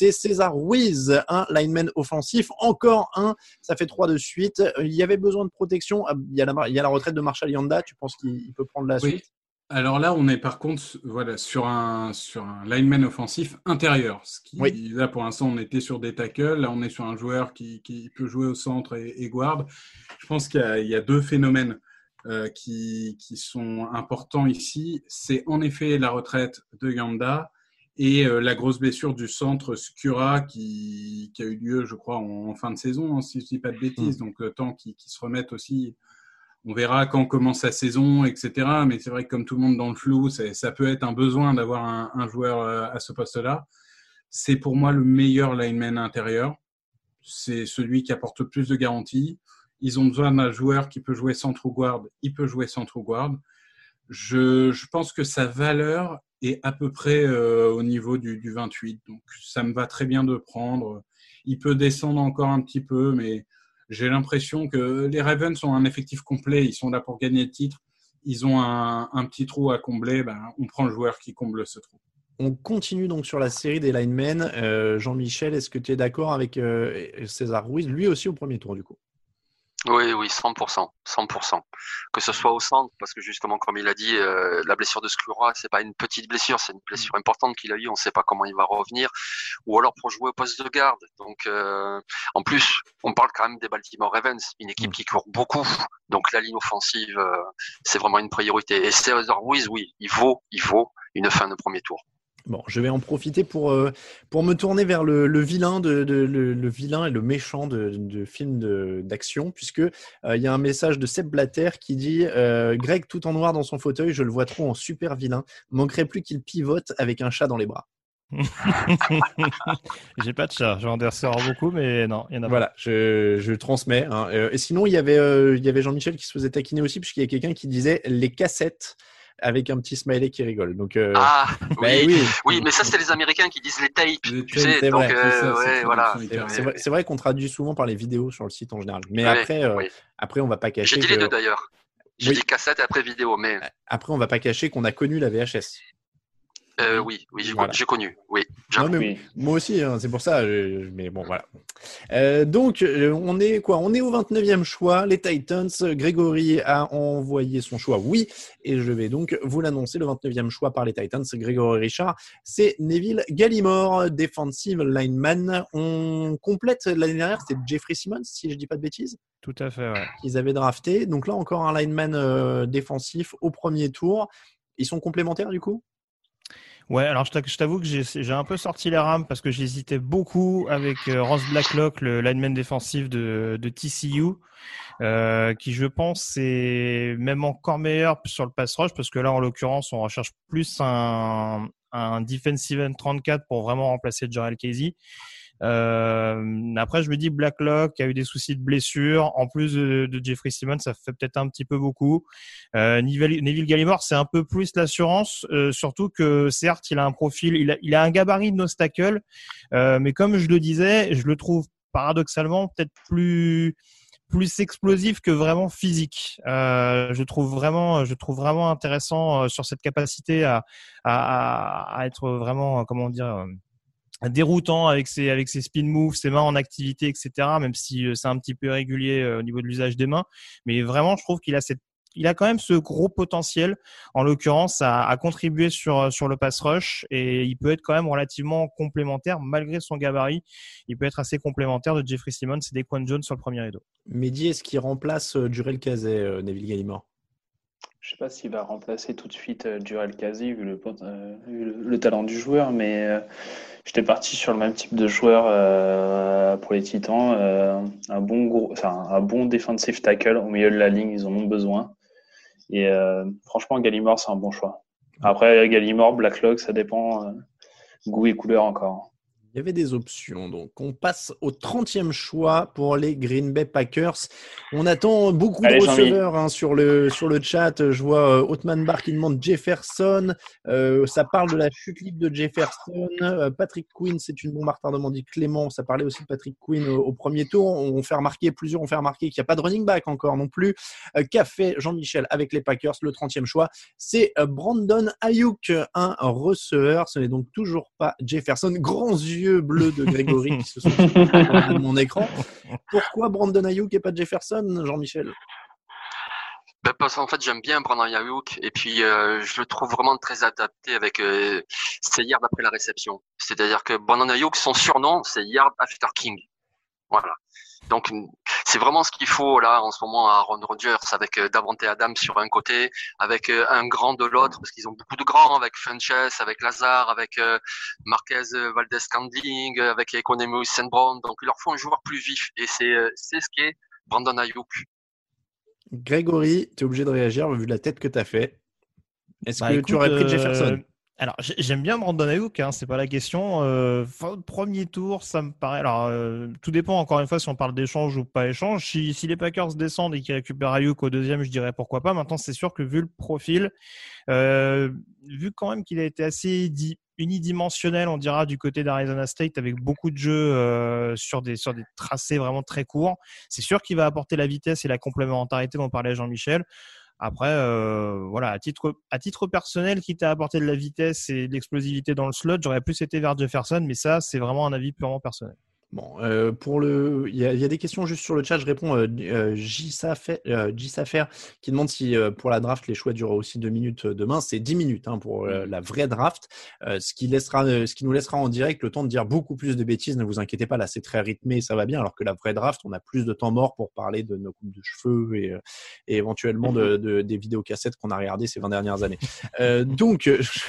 c'est César Ruiz, un lineman offensif, encore un, ça fait trois de suite. Il y avait besoin de protection, il y a la, il y a la retraite de Marshall Yanda, tu penses qu'il peut prendre la Oui. suite? Alors là, on est par contre voilà, sur, un, sur un lineman offensif intérieur. Ce qui, oui. Là, pour l'instant, on était sur des tackles. Là, on est sur un joueur qui, qui peut jouer au centre et, et guard. Je pense qu'il y a, il y a deux phénomènes euh, qui, qui sont importants ici. C'est en effet la retraite de Yanda et euh, la grosse blessure du centre Skura qui, qui a eu lieu, je crois, en, en fin de saison, hein, si je ne dis pas de bêtises. Mmh. Donc, le temps qu'ils qu'ils se remettent aussi... On verra quand commence la saison, et cetera. Mais c'est vrai que comme tout le monde dans le flou, c'est, ça peut être un besoin d'avoir un, un joueur à ce poste-là. C'est pour moi le meilleur lineman intérieur. C'est celui qui apporte le plus de garanties. Ils ont besoin d'un joueur qui peut jouer centre ou guard. Il peut jouer centre ou guard. Je, je pense que sa valeur est à peu près euh, au niveau du, du vingt-huit. Donc, ça me va très bien de prendre. Il peut descendre encore un petit peu, mais... J'ai l'impression que les Ravens ont un effectif complet. Ils sont là pour gagner le titre. Ils ont un, un petit trou à combler. Ben, on prend le joueur qui comble ce trou. On continue donc sur la série des linemen. Euh, Jean-Michel, est-ce que tu es d'accord avec euh, César Ruiz, lui aussi au premier tour du coup? Oui, oui, cent pour cent, cent pour cent. Que ce soit au centre, parce que justement, comme il a dit, euh, la blessure de Skura, c'est pas une petite blessure, c'est une blessure importante qu'il a eue. On ne sait pas comment il va revenir. Ou alors pour jouer au poste de garde. Donc, euh, en plus, on parle quand même des Baltimore Ravens, une équipe qui court beaucoup. Donc, la ligne offensive, euh, c'est vraiment une priorité. Et César Ruiz, oui, il vaut, il vaut une fin de premier tour. Bon, je vais en profiter pour euh, pour me tourner vers le, le vilain de, de le, le vilain et le méchant de, de films de, d'action, puisque il euh, y a un message de Seb Blatter qui dit euh, Greg tout en noir dans son fauteuil, je le vois trop en super vilain. Manquerait plus qu'il pivote avec un chat dans les bras. J'ai pas de chat, j'en ai recevoir beaucoup, mais non, il y en a voilà, pas. Je, je transmets. Hein. Et sinon, il y avait euh, il y avait Jean-Michel qui se faisait taquiner aussi, puisqu'il y a quelqu'un qui disait les cassettes. Avec un petit smiley qui rigole. Donc, euh... Ah, bah, oui, oui, oui, mais ça, c'est les Américains qui disent les tapes. Les tu sais, donc, vrai, euh, ça, ouais, c'est voilà. C'est, c'est, vrai, c'est vrai qu'on traduit souvent par les vidéos sur le site en général. Mais oui, après, euh, oui. après, on va pas cacher. J'ai dit que... les deux d'ailleurs. J'ai oui. dit cassette et après vidéo, mais. Après, on va pas cacher qu'on a connu la V H S. Euh, oui, oui, j'ai, voilà. j'ai connu. Oui. Non, mais oui. Moi aussi, hein, c'est pour ça. Je, mais bon, voilà. Euh, donc, on est quoi? On est au vingt-neuvième choix. Les Titans. Grégory a envoyé son choix. Oui, et je vais donc vous l'annoncer. Le vingt-neuvième choix par les Titans, Grégory Richard, c'est Neville Gallimore, defensive lineman. On complète l'année dernière, c'était Jeffrey Simmons, si je dis pas de bêtises. Tout à fait. Ouais. Ils avaient drafté. Donc là, encore un lineman euh, défensif au premier tour. Ils sont complémentaires du coup? Ouais, alors je t'avoue que j'ai, j'ai un peu sorti les rames parce que j'hésitais beaucoup avec euh, Ross Blacklock, le lineman défensif de, de T C U, euh, qui je pense est même encore meilleur sur le pass rush parce que là, en l'occurrence, on recherche plus un, un defensive end trente-quatre pour vraiment remplacer Jarrell Casey. Euh, après, je me dis Blacklock a eu des soucis de blessure. En plus de, de Jeffrey Simmons, ça fait peut-être un petit peu beaucoup. Euh, Neville, Neville Gallimore, c'est un peu plus l'assurance, euh, surtout que certes, il a un profil, il a, il a un gabarit de nose tackle, euh, mais comme je le disais, je le trouve paradoxalement peut-être plus plus explosif que vraiment physique. Euh, je trouve vraiment, je trouve vraiment intéressant euh, sur cette capacité à, à, à être vraiment, comment dire. Euh, déroutant avec ses avec ses spin moves, ses mains en activité, et cetera. Même si c'est un petit peu irrégulier au niveau de l'usage des mains, mais vraiment, je trouve qu'il a cette il a quand même ce gros potentiel, en l'occurrence, à, à contribuer sur sur le pass rush et il peut être quand même relativement complémentaire malgré son gabarit. Il peut être assez complémentaire de Jeffrey Simmons et d'Equan Jones sur le premier rideau. Mehdi, est-ce qu'il remplace euh, Jurel Casey, euh, Neville Gallimore? Je ne sais pas s'il va remplacer tout de suite euh, Jurel Casey vu, le, euh, vu le, le talent du joueur, mais euh, j'étais parti sur le même type de joueur euh, pour les Titans, euh, un bon gros, enfin un bon defensive tackle au milieu de la ligne, ils en ont besoin. Et euh, franchement, Gallimore, c'est un bon choix. Après, Gallimore, Blacklock, ça dépend euh, goût et couleur encore. Il y avait des options. Donc, on passe au trentième choix pour les Green Bay Packers. On attend beaucoup Allez, de receveurs hein, sur, le, sur le chat. Je vois euh, Othman Bar qui demande Jefferson. Euh, ça parle de la chute libre de Jefferson. Euh, Patrick Quinn, c'est une bombe à retardement, dit Clément. Ça parlait aussi de Patrick Quinn au, au premier tour. On fait remarquer, plusieurs ont fait remarquer qu'il n'y a pas de running back encore non plus. Euh, qu'a fait Jean-Michel avec les Packers? Le trentième choix, c'est euh, Brandon Ayuk, un receveur. Ce n'est donc toujours pas Jefferson. Grands yeux yeux bleus de Grégory qui se sont sur de mon écran. Pourquoi Brandon Ayuk et pas Jefferson, Jean-Michel? Ben, parce qu'en fait, j'aime bien Brandon Ayuk et puis euh, je le trouve vraiment très adapté avec euh, ses yards après la réception. C'est-à-dire que Brandon Ayuk, son surnom, c'est Yard After King. Voilà. Donc, c'est vraiment ce qu'il faut là en ce moment à Aaron Rodgers avec euh, Davante Adams sur un côté, avec euh, un grand de l'autre, parce qu'ils ont beaucoup de grands, avec Funchess, avec Lazare, avec euh, Marquez Valdez-Scantling, avec Economy Saint Brown. Donc, il leur faut un joueur plus vif et c'est euh, c'est ce qu'est Brandon Ayuk. Grégory, tu es obligé de réagir vu la tête que tu as fait. Est-ce bah, que écoute, tu aurais pris euh... Jefferson? Alors, j'aime bien Brandon Ayuk, hein, c'est pas la question. Euh, premier tour, ça me paraît. Alors, euh, tout dépend encore une fois si on parle d'échange ou pas échange. Si, si les Packers descendent et qu'ils récupèrent Ayuk au deuxième, je dirais pourquoi pas. Maintenant, c'est sûr que vu le profil, euh, vu quand même qu'il a été assez di- unidimensionnel, on dira, du côté d'Arizona State, avec beaucoup de jeux euh, sur des sur des tracés vraiment très courts, c'est sûr qu'il va apporter la vitesse et la complémentarité dont parlait Jean-Michel. Après, euh, voilà, à titre, à titre personnel, quitte à apporter de la vitesse et de l'explosivité dans le slot, j'aurais plus été vers Jefferson, mais ça, c'est vraiment un avis purement personnel. Bon, euh, pour le, il y, y a des questions juste sur le chat. Je réponds. Euh, euh, J-Safer euh, qui demande si euh, pour la draft les choix durent aussi deux minutes demain. C'est dix minutes hein, pour euh, la vraie draft, euh, ce qui laissera, euh, ce qui nous laissera en direct le temps de dire beaucoup plus de bêtises. Ne vous inquiétez pas, là c'est très rythmé, ça va bien. Alors que la vraie draft, on a plus de temps mort pour parler de nos coupes de cheveux et, euh, et éventuellement de, de, des vidéocassettes qu'on a regardées ces vingt dernières années. Euh, donc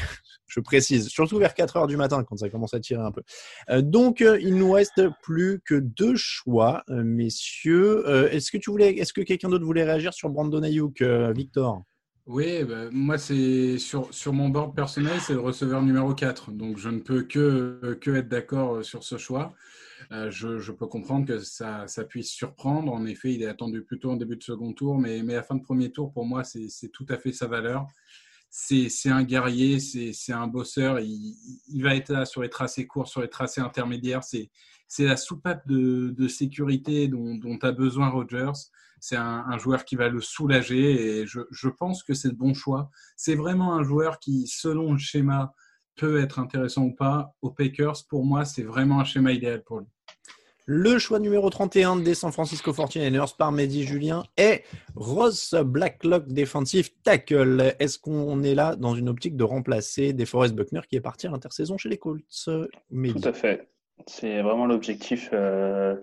je précise, surtout vers quatre heures du matin quand ça commence à tirer un peu. Euh, donc, euh, il nous reste plus que deux choix, euh, messieurs. Euh, est-ce que tu voulais, est-ce que quelqu'un d'autre voulait réagir sur Brandon Ayuk, euh, Victor? Oui, bah, moi, c'est sur, sur mon board personnel, c'est le receveur numéro quatre. Donc, je ne peux que, que être d'accord sur ce choix. Euh, je, je peux comprendre que ça, ça puisse surprendre. En effet, il est attendu plutôt en début de second tour, mais, mais à fin de premier tour, pour moi, c'est, c'est tout à fait sa valeur. C'est, c'est un guerrier, c'est, c'est un bosseur. Il, il va être là sur les tracés courts, sur les tracés intermédiaires. C'est, c'est la soupape de, de sécurité dont, dont a besoin Rodgers. C'est un, un joueur qui va le soulager et je, je pense que c'est le bon choix. C'est vraiment un joueur qui, selon le schéma, peut être intéressant ou pas. Aux Packers, pour moi, c'est vraiment un schéma idéal pour lui. Le choix numéro trente et un des San Francisco forty-niners par Mehdi Julien est Ross Blacklock, defensive tackle. Est-ce qu'on est là dans une optique de remplacer DeForest Buckner qui est parti à l'intersaison chez les Colts? Mehdi. Tout à fait. C'est vraiment l'objectif euh,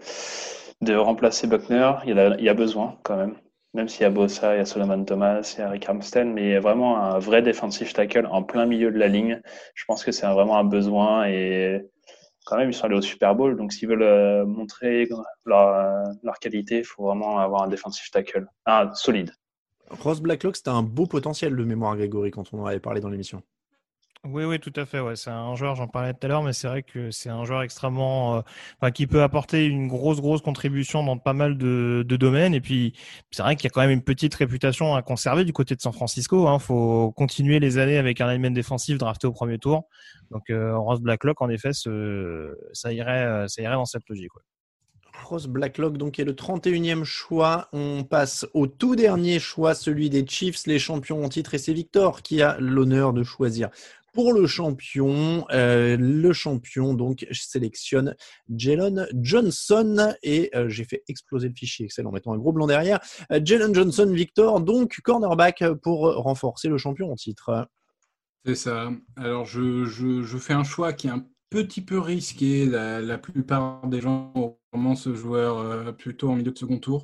de remplacer Buckner. Il y, a, il y a besoin quand même. Même s'il y a Bosa, il y a Solomon Thomas, il y a Rick Armstead, mais vraiment un vrai defensive tackle en plein milieu de la ligne. Je pense que c'est vraiment un besoin et quand même, ils sont allés au Super Bowl, donc s'ils veulent euh, montrer leur, leur qualité, il faut vraiment avoir un defensive tackle, un solide. Ross Blacklock, c'était un beau potentiel de mémoire, Grégory, quand on en avait parlé dans l'émission. Oui, oui, tout à fait. Ouais. C'est un joueur, j'en parlais tout à l'heure, mais c'est vrai que c'est un joueur extrêmement, euh, enfin, qui peut apporter une grosse, grosse contribution dans pas mal de, de domaines. Et puis, c'est vrai qu'il y a quand même une petite réputation à conserver du côté de San Francisco. Hein. Faut continuer les années avec un lineman défensif drafté au premier tour. Donc, euh, Ross Blacklock, en effet, ce, ça irait, ça irait dans cette logique. Ouais. Ross Blacklock, donc, est le trente et unième choix. On passe au tout dernier choix, celui des Chiefs, les champions en titre. Et c'est Victor qui a l'honneur de choisir. Pour le champion, euh, le champion donc sélectionne Jalen Johnson et euh, j'ai fait exploser le fichier Excel en mettant un gros blanc derrière. Euh, Jalen Johnson, Victor, donc cornerback pour renforcer le champion en titre. C'est ça. Alors je, je, je fais un choix qui est un petit peu risqué. La, la plupart des gens ont vraiment ce joueur euh, plutôt en milieu de second tour.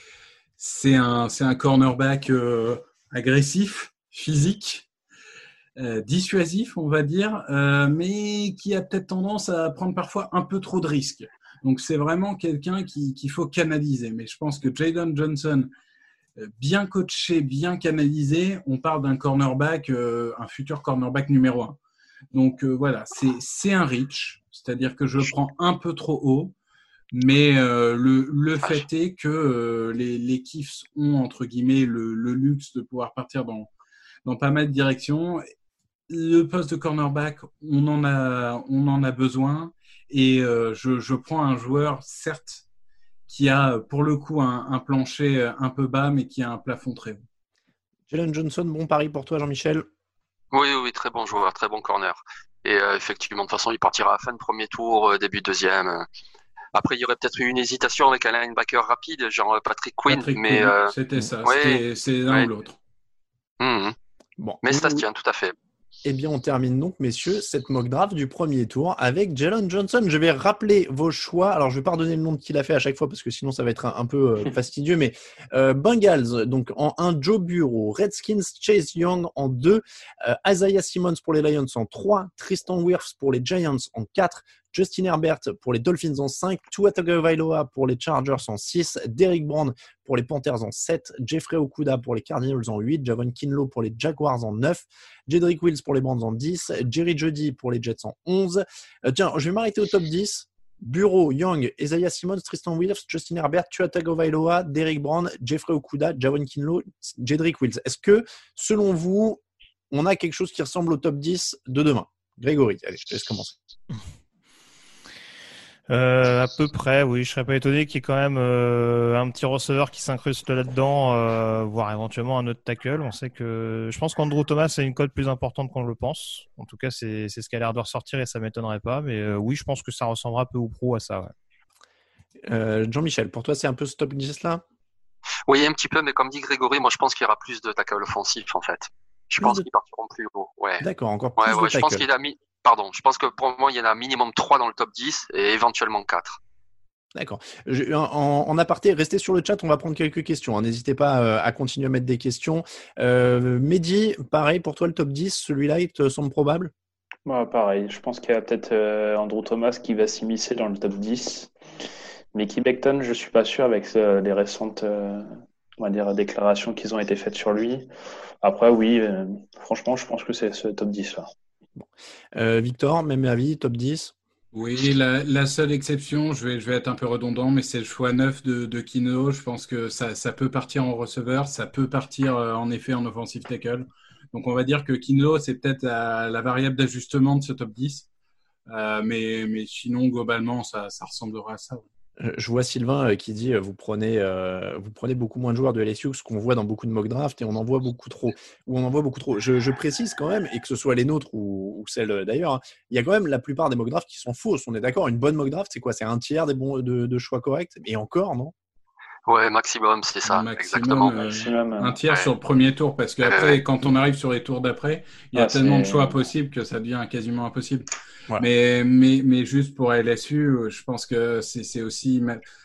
C'est un, c'est un cornerback euh, agressif, physique. Euh, dissuasif, on va dire, euh, mais qui a peut-être tendance à prendre parfois un peu trop de risques. Donc, c'est vraiment quelqu'un qui, qu'il faut canaliser. Mais je pense que Jalen Johnson, euh, bien coaché, bien canalisé, on parle d'un cornerback, euh, un futur cornerback numéro un. Donc, euh, voilà, c'est, c'est un reach, c'est-à-dire que je le prends un peu trop haut, mais euh, le, le fait est que euh, les, les Chiefs ont, entre guillemets, le, le luxe de pouvoir partir dans, dans pas mal de directions. Le poste de cornerback, on en a, on en a besoin et euh, je, je prends un joueur, certes, qui a pour le coup un, un plancher un peu bas, mais qui a un plafond très haut. Jalen Johnson, bon pari pour toi, Jean-Michel. Oui, oui, très bon joueur, très bon corner. Et euh, effectivement, de toute façon, il partira à la fin de premier tour, euh, début deuxième. Après, il y aurait peut-être eu une hésitation avec un linebacker rapide, genre Patrick Quinn. Patrick mais Quinn, euh, c'était ça. ouais, C'était, c'est l'un ouais. ou l'autre. Mmh. Bon. Mais ça se tient, tout à fait. Eh bien, on termine donc, messieurs, cette mock draft du premier tour avec Jalen Johnson. Je vais rappeler vos choix. Alors, je vais pas redonner le nom qu'il a fait à chaque fois parce que sinon, ça va être un, un peu euh, fastidieux. Mais euh, Bengals, donc en un, Joe Burrow. Redskins, Chase Young en deux. Euh, Isaiah Simmons pour les Lions en trois. Tristan Wirfs pour les Giants en quatre. Justin Herbert pour les Dolphins en cinq, Tua Tagovailoa pour les Chargers en six, Derrick Brown pour les Panthers en sept, Jeffrey Okudah pour les Cardinals en huit, Javon Kinlaw pour les Jaguars en neuf, Jedrick Wills pour les Browns en dix, Jerry Jeudy pour les Jets en onze. Euh, tiens, je vais m'arrêter au top dix. Burrow, Young, Isaiah Simmons, Tristan Wirfs, Justin Herbert, Tua Tagovailoa, Derrick Brown, Jeffrey Okudah, Javon Kinlaw, Jedrick Wills. Est-ce que, selon vous, on a quelque chose qui ressemble au top dix de demain? Grégory, allez, je te laisse commencer. Euh, à peu près, oui. Je serais pas étonné qu'il y ait quand même euh, un petit receveur qui s'incruste là-dedans, euh, voire éventuellement un autre tackle. On sait que je pense qu'Andrew Thomas a une cote plus importante qu'on le pense. En tout cas, c'est, c'est ce qui a l'air de ressortir et ça m'étonnerait pas. Mais euh, oui, je pense que ça ressemblera peu ou prou à ça. Ouais. Euh, Jean-Michel, pour toi, c'est un peu ce top dix là? Oui, un petit peu, mais comme dit Grégory, moi je pense qu'il y aura plus de tackle offensifs en fait. Je Plus pense de... qu'ils partiront plus haut. Ouais. D'accord, encore plus ouais, de ouais, tackle. Je pense qu'il a mis. Pardon, je pense que pour moi, il y en a minimum trois dans le top dix et éventuellement quatre. D'accord. Je, en, en aparté, restez sur le chat, on va prendre quelques questions. Hein. N'hésitez pas euh, à continuer à mettre des questions. Euh, Mehdi, pareil, pour toi, le top dix, celui-là, il te semble probable? Ouais, pareil, je pense qu'il y a peut-être euh, Andrew Thomas qui va s'immiscer dans le top dix. Mais Mickey Becton, je ne suis pas sûr avec euh, les récentes euh, on va dire, déclarations qui ont été faites sur lui. Après, oui, euh, franchement, je pense que c'est ce top dix-là. Bon. Euh, Victor, même avis, top dix? Oui, la, la seule exception, je vais, je vais être un peu redondant, mais c'est le choix neuf de, de Kino. Je pense que ça, ça peut partir en receveur, ça peut partir euh, en effet en offensive tackle. Donc on va dire que Kino, c'est peut-être la, la variable d'ajustement de ce top dix. Euh, mais, mais sinon, globalement, ça, ça ressemblera à ça. Je vois Sylvain qui dit vous prenez, euh, vous prenez beaucoup moins de joueurs de L S U que ce qu'on voit dans beaucoup de mock drafts et on en voit beaucoup trop. Ou on en voit beaucoup trop. Je, je précise quand même, et que ce soit les nôtres ou, ou celles d'ailleurs, hein, il y a quand même la plupart des mock drafts qui sont fausses. On est d'accord, une bonne mock draft, c'est quoi? C'est un tiers des bons, de, de choix corrects? Et encore, non? Ouais, maximum, c'est ça, maximum, exactement. Euh, maximum, un tiers ouais. sur le premier tour, parce qu'après, ouais. quand on arrive sur les tours d'après, il y a ah, tellement c'est... de choix possibles que ça devient quasiment impossible. Voilà. Mais, mais, mais juste pour L S U, je pense que c'est, c'est aussi...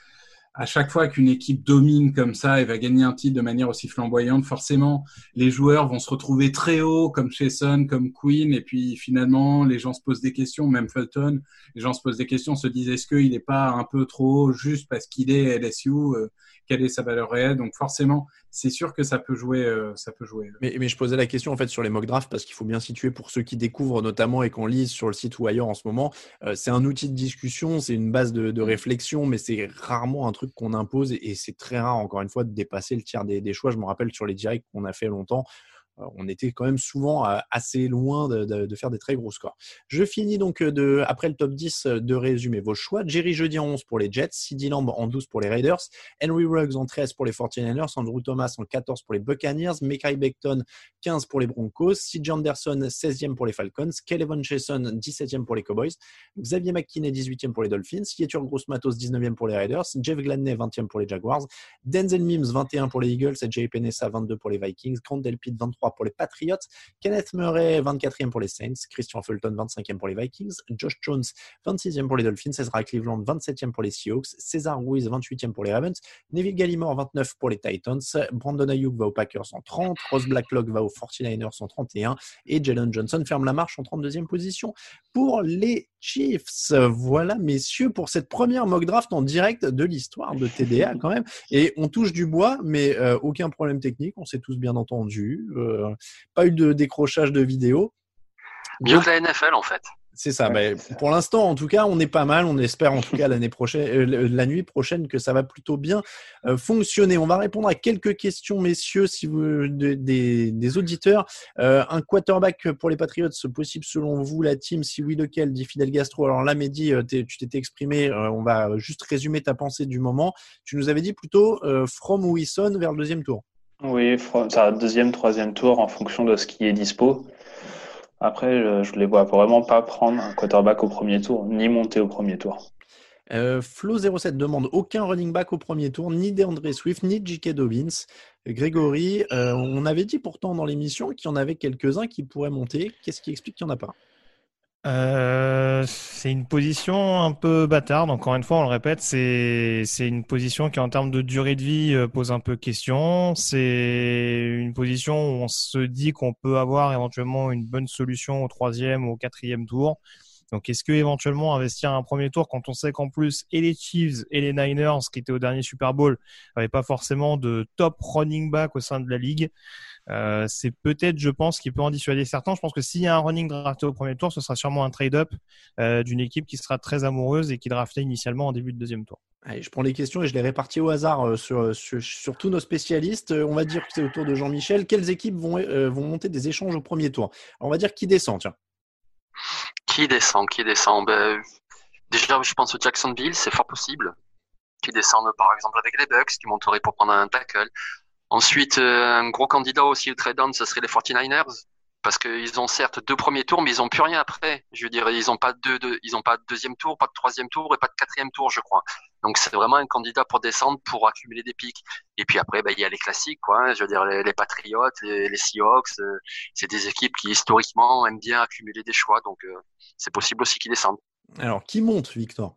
À chaque fois qu'une équipe domine comme ça et va gagner un titre de manière aussi flamboyante, forcément, les joueurs vont se retrouver très haut, comme Chesson, comme Quinn, et puis finalement, les gens se posent des questions, même Fulton, les gens se posent des questions, se disent est-ce qu'il n'est pas un peu trop haut juste parce qu'il est L S U, euh, quelle est sa valeur réelle? Donc forcément, c'est sûr que ça peut jouer. Euh, ça peut jouer. Mais, mais je posais la question en fait sur les mock drafts parce qu'il faut bien situer pour ceux qui découvrent notamment et qu'on lise sur le site ou ailleurs en ce moment. Euh, c'est un outil de discussion, c'est une base de, de réflexion, mais c'est rarement un truc qu'on impose et, et c'est très rare encore une fois de dépasser le tiers des, des choix. Je me rappelle sur les directs qu'on a fait longtemps. On était quand même souvent assez loin de, de, de faire des très gros scores. Je finis donc de, après le top dix de résumer vos choix. Jerry Jeudy en onze pour les Jets, CeeDee Lamb en douze pour les Raiders, Henry Ruggs en treize pour les forty-niners, Andrew Thomas en quatorze pour les Buccaneers, Mekhi Becton quinze pour les Broncos, C J Anderson seizième pour les Falcons, Kelvin Chaisson dix-septième pour les Cowboys, Xavier McKinney dix-huitième pour les Dolphins, Yetur Gross-Matos dix-neuvième pour les Raiders, Jeff Gladney vingtième pour les Jaguars, Denzel Mims vingt et un pour les Eagles, Jay Penessa vingt-deux pour les Vikings, Grant Delpit vingt-trois pour les Patriots, Kenneth Murray vingt-quatrième pour les Saints, Christian Fulton vingt-cinquième pour les Vikings, Josh Jones vingt-sixième pour les Dolphins, Ezra Cleveland vingt-septième pour les Seahawks, César Ruiz vingt-huitième pour les Ravens, Neville Gallimore vingt-neuf pour les Titans, Brandon Ayuk va aux Packers en trente, Ross Blacklock va aux forty-niners en trente et un et Jalen Johnson ferme la marche en trente-deuxième position pour les Chiefs. Voilà messieurs pour cette première mock draft en direct de l'histoire de T D A quand même, et on touche du bois mais euh, aucun problème technique, on s'est tous bien entendus, euh, pas eu de décrochage de vidéo. Mieux que la N F L en fait. C'est ça. Ouais, bah, c'est pour ça. L'instant, en tout cas, on est pas mal. On espère en tout cas l'année prochaine, euh, la nuit prochaine, que ça va plutôt bien euh, fonctionner. On va répondre à quelques questions, messieurs, si vous de, des, des auditeurs. Euh, un quarterback pour les Patriots, possible selon vous, la team? Si oui, lequel? Dit Fidel Gastro. Alors là, Mehdi, tu t'étais exprimé. Euh, on va juste résumer ta pensée du moment. Tu nous avais dit plutôt euh, From ou Wilson vers le deuxième tour. Oui, ça deuxième, troisième tour en fonction de ce qui est dispo. Après, je ne les vois vraiment pas prendre un quarterback au premier tour, ni monter au premier tour. Euh, Flo zéro sept demande aucun running back au premier tour, ni DeAndre Swift, ni J K. Dobbins. Grégory, euh, on avait dit pourtant dans l'émission qu'il y en avait quelques-uns qui pourraient monter. Qu'est-ce qui explique qu'il n'y en a pas? Euh, c'est une position un peu bâtarde. Encore une fois, on le répète, c'est c'est une position qui, en termes de durée de vie, euh, pose un peu question. C'est une position où on se dit qu'on peut avoir éventuellement une bonne solution au troisième ou au quatrième tour. Donc, est-ce que éventuellement investir un premier tour quand on sait qu'en plus et les Chiefs et les Niners qui étaient au dernier Super Bowl n'avaient pas forcément de top running back au sein de la ligue, euh, c'est peut-être, je pense, qui peut en dissuader certains. Je pense que s'il y a un running drafté au premier tour, ce sera sûrement un trade-up euh, d'une équipe qui sera très amoureuse et qui draftait initialement en début de deuxième tour. Allez, je prends les questions et je les répartis au hasard euh, sur, sur, sur tous nos spécialistes. Euh, on va dire que c'est au tour de Jean-Michel. Quelles équipes vont, euh, vont monter des échanges au premier tour? Alors, on va dire qui descend, tiens. Qui descend, qui descend ben, déjà, je pense au Jacksonville, c'est fort possible. Qui descendent par exemple avec les Bucks, qui monteraient pour prendre un tackle. Ensuite, euh, un gros candidat aussi au trade-down, ce serait les forty-niners, parce qu'ils ont certes deux premiers tours, mais ils ont plus rien après. Je veux dire, ils ont pas de, de ils ont pas de deuxième tour, pas de troisième tour et pas de quatrième tour, je crois. Donc c'est vraiment un candidat pour descendre, pour accumuler des pics. Et puis après, ben il y a les classiques, quoi. Hein, je veux dire, les, les Patriots, les, les Seahawks, euh, c'est des équipes qui historiquement aiment bien accumuler des choix, donc euh, c'est possible aussi qu'ils descendent. Alors, qui monte, Victor?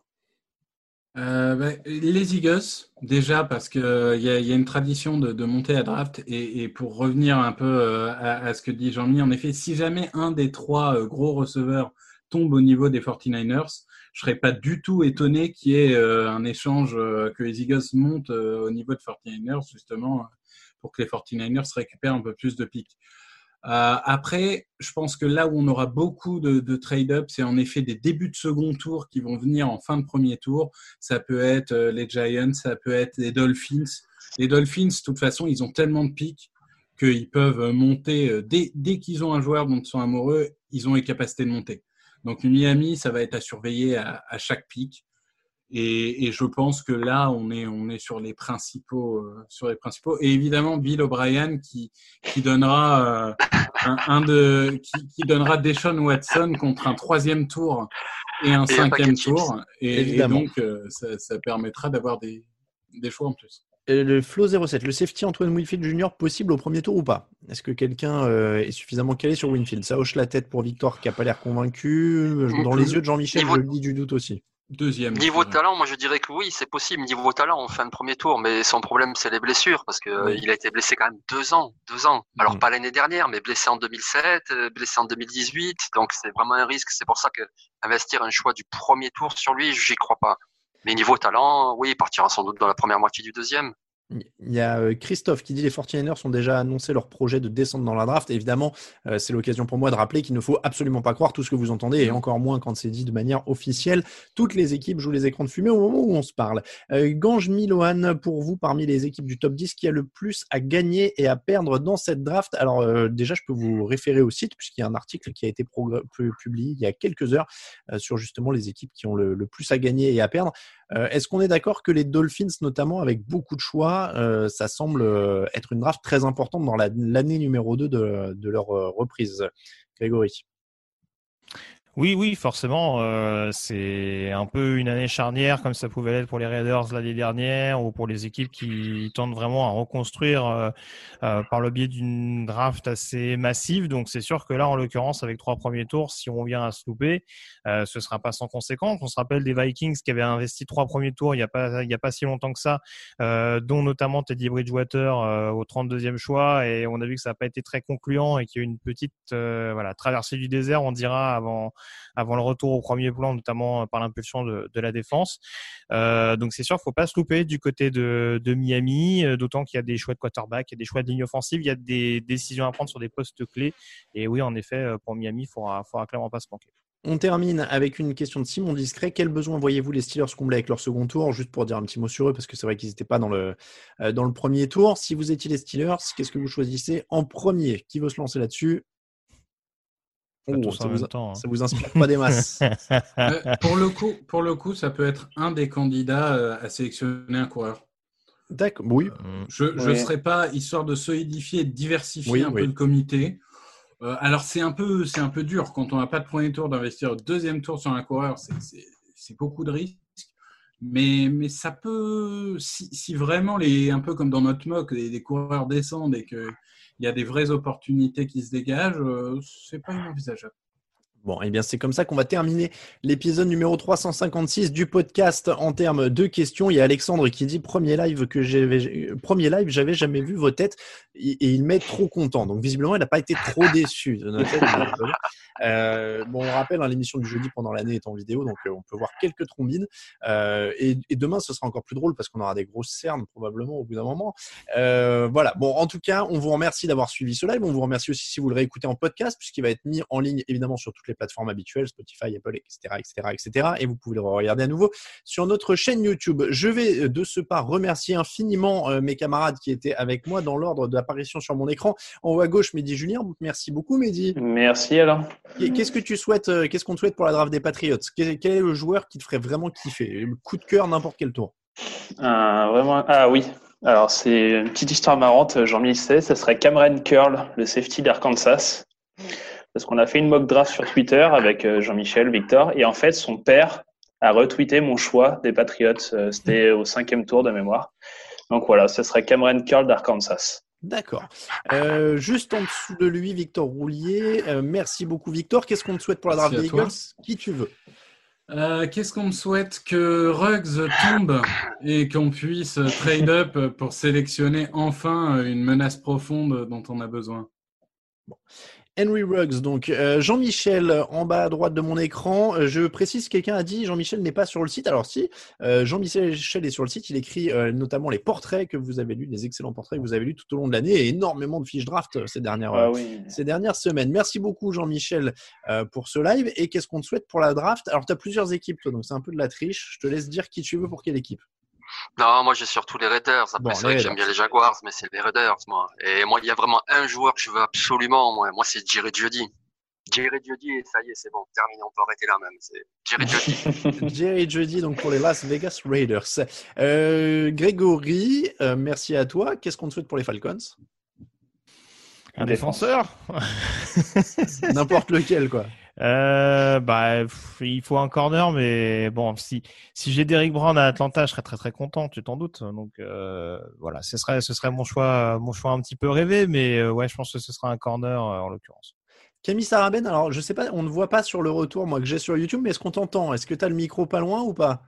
Euh, bah, les Eagles, déjà parce qu'il euh, y, y a une tradition de, de monter à draft et, et pour revenir un peu euh, à, à ce que dit Jean-Mi, en effet, si jamais un des trois euh, gros receveurs tombe au niveau des forty-niners, je serais pas du tout étonné qu'il y ait euh, un échange, euh, que les Eagles montent euh, au niveau de forty-niners, justement, pour que les forty-niners récupèrent un peu plus de pics. Euh, après, je pense que là où on aura beaucoup de, de trade-up, c'est en effet des débuts de second tour qui vont venir en fin de premier tour. Ça peut être euh, les Giants, ça peut être les Dolphins. Les Dolphins, de toute façon, ils ont tellement de pics qu'ils peuvent monter. Euh, dès, dès qu'ils ont un joueur dont ils sont amoureux, ils ont les capacités de monter. Donc Miami, ça va être à surveiller à, à chaque pic. Et, et je pense que là, on est, on est sur les principaux, euh, sur les principaux. Et évidemment, Bill O'Brien qui, qui donnera euh, un, un de, qui, qui donnera Deshaun Watson contre un troisième tour et un et cinquième tour. Et, et donc, euh, ça, ça permettra d'avoir des, des choix en plus. Le Flo zéro sept, le safety Antoine Winfield junior possible au premier tour ou pas? Est-ce que quelqu'un euh, est suffisamment calé sur Winfield? Ça hoche la tête pour Victor qui n'a pas l'air convaincu. Dans les yeux de Jean-Michel, je lis du doute aussi. Deuxième. Niveau talent, moi je dirais que oui, c'est possible. Niveau talent, en fin de premier tour, mais son problème c'est les blessures parce que oui. euh, il a été blessé quand même deux ans, deux ans. Alors mmh. pas l'année dernière, mais blessé en deux mille sept, euh, blessé en deux mille dix-huit. Donc c'est vraiment un risque. C'est pour ça que investir un choix du premier tour sur lui, j'y crois pas. Mais niveau talent, oui, il partira sans doute dans la première moitié du deuxième. Il y a Christophe qui dit les forty-niners ont déjà annoncé leur projet de descendre dans la draft. Et évidemment, euh, c'est l'occasion pour moi de rappeler qu'il ne faut absolument pas croire tout ce que vous entendez, et encore moins quand c'est dit de manière officielle. Toutes les équipes jouent les écrans de fumée au moment où on se parle. Euh, Gange Milohan, pour vous, parmi les équipes du top dix, qui a le plus à gagner et à perdre dans cette draft? Alors euh, déjà, je peux vous référer au site, puisqu'il y a un article qui a été progr- publié il y a quelques heures euh, sur justement les équipes qui ont le, le plus à gagner et à perdre. Euh, est-ce qu'on est d'accord que les Dolphins, notamment avec beaucoup de choix, euh, ça semble être une draft très importante dans la, l'année numéro deux de, de leur euh, reprise? Grégory? Oui, oui, forcément. Euh, c'est un peu une année charnière comme ça pouvait l'être pour les Raiders l'année dernière ou pour les équipes qui tentent vraiment à reconstruire euh, euh, par le biais d'une draft assez massive. Donc, c'est sûr que là, en l'occurrence, avec trois premiers tours, si on vient à se louper, euh, ce sera pas sans conséquence. On se rappelle des Vikings qui avaient investi trois premiers tours il y a pas, il y a pas si longtemps que ça, euh, dont notamment Teddy Bridgewater euh, au trente-deuxième choix. Et on a vu que ça n'a pas été très concluant et qu'il y a eu une petite euh, voilà, traversée du désert, on dira, avant avant le retour au premier plan, notamment par l'impulsion de, de la défense. Euh, donc c'est sûr, faut pas se louper du côté de, de Miami, d'autant qu'il y a des choix de quarterback, il y a des choix de ligne offensive, il y a des décisions à prendre sur des postes clés. Et oui, en effet, pour Miami, il faudra, faudra clairement pas se manquer. On termine avec une question de Simon Discret. Quel besoin voyez-vous les Steelers combler avec leur second tour? Juste pour dire un petit mot sur eux, parce que c'est vrai qu'ils n'étaient pas dans le, euh, dans le premier tour. Si vous étiez les Steelers, qu'est-ce que vous choisissez en premier? Qui veut se lancer là-dessus? Oh, ça, vous, temps, hein. ça vous inspire pas des masses. euh, pour, le coup, pour le coup, ça peut être un des candidats à sélectionner un coureur. D'accord, oui. Je ne oui. serais pas, histoire de solidifier et de diversifier oui, un oui. peu le comité, Euh, alors c'est un peu, c'est un peu dur quand on n'a pas de premier tour d'investir au deuxième tour sur un coureur, c'est, c'est, c'est beaucoup de risques. Mais, mais ça peut, si, si vraiment les, un peu comme dans notre mock, les, les coureurs descendent et qu'il y a des vraies opportunités qui se dégagent, euh, c'est pas inenvisageable. Bon, eh bien, c'est comme ça qu'on va terminer l'épisode numéro trois cent cinquante-six du podcast en termes de questions. Il y a Alexandre qui dit premier live que j'avais, premier live, j'avais jamais vu vos têtes et, et il m'est trop content. Donc, visiblement, il n'a pas été trop déçu de notre tête. Euh, bon, on rappelle, hein, l'émission du jeudi pendant l'année est en vidéo, donc euh, on peut voir quelques trombines. Euh, et, et demain, ce sera encore plus drôle parce qu'on aura des grosses cernes probablement au bout d'un moment. Euh, voilà. Bon, en tout cas, on vous remercie d'avoir suivi ce live. On vous remercie aussi si vous le réécoutez en podcast, puisqu'il va être mis en ligne évidemment sur toutes les plateformes habituelles, Spotify, Apple, et cetera, et cetera, et cetera. Et vous pouvez le regarder à nouveau sur notre chaîne YouTube. Je vais de ce pas remercier infiniment euh, mes camarades qui étaient avec moi dans l'ordre d'apparition sur mon écran. En haut à gauche, Mehdi Julien. Merci beaucoup, Mehdi. Merci Alain. Qu'est-ce que tu souhaites, euh, qu'est-ce qu'on te souhaite pour la draft des Patriots? Quel, quel est le joueur qui te ferait vraiment kiffer? Coup de cœur, n'importe quel tour. Euh, vraiment. Ah oui. Alors c'est une petite histoire marrante. J'en missais. Ça serait Cameron Curl, le safety d'Arkansas. Parce qu'on a fait une mock draft sur Twitter avec Jean-Michel, Victor, et en fait, son père a retweeté mon choix des Patriots. C'était au cinquième tour de mémoire. Donc voilà, ce serait Cameron Curl d'Arkansas. D'accord. Euh, juste en dessous de lui, Victor Roulier. Euh, merci beaucoup, Victor. Qu'est-ce qu'on te souhaite pour la draft des Eagles? Qui tu veux? Euh, qu'est-ce qu'on me souhaite? Que Ruggs tombe et qu'on puisse trade up pour sélectionner enfin une menace profonde dont on a besoin. Bon. Henry Ruggs, donc euh, Jean-Michel en bas à droite de mon écran. Euh, je précise, quelqu'un a dit Jean-Michel n'est pas sur le site. Alors si, euh, Jean-Michel est sur le site. Il écrit euh, notamment les portraits que vous avez lus, les excellents portraits que vous avez lus tout au long de l'année et énormément de fiches draft ces dernières, ah, oui. ces dernières semaines. Merci beaucoup Jean-Michel euh, pour ce live. Et qu'est-ce qu'on te souhaite pour la draft? Alors tu as plusieurs équipes, toi, donc c'est un peu de la triche. Je te laisse dire qui tu veux pour quelle équipe. Non, moi j'ai surtout les Raiders. Après, bon, c'est vrai que j'aime bien les Jaguars, mais c'est les Raiders, moi. Et moi, il y a vraiment un joueur que je veux absolument, moi. Moi, c'est Jerry Jeudy. Jerry Jeudy, et ça y est, c'est bon, terminé, on peut arrêter là même. C'est Jerry Jeudy. Jerry Jeudy, donc pour les Las Vegas Raiders. Euh, Grégory, euh, merci à toi. Qu'est-ce qu'on te souhaite pour les Falcons? Un défenseur. N'importe lequel, quoi. Euh, bah, pff, il faut un corner, mais bon, si si j'ai Derrick Brown à Atlanta, je serais très très content, tu t'en doutes. Donc euh, voilà, ce serait ce serait mon choix, mon choix un petit peu rêvé, mais euh, ouais, je pense que ce sera un corner euh, en l'occurrence. Camille Sarabène, alors je sais pas, on ne voit pas sur le retour, moi que j'ai sur YouTube, mais est-ce qu'on t'entend? Est-ce que tu as le micro pas loin ou pas?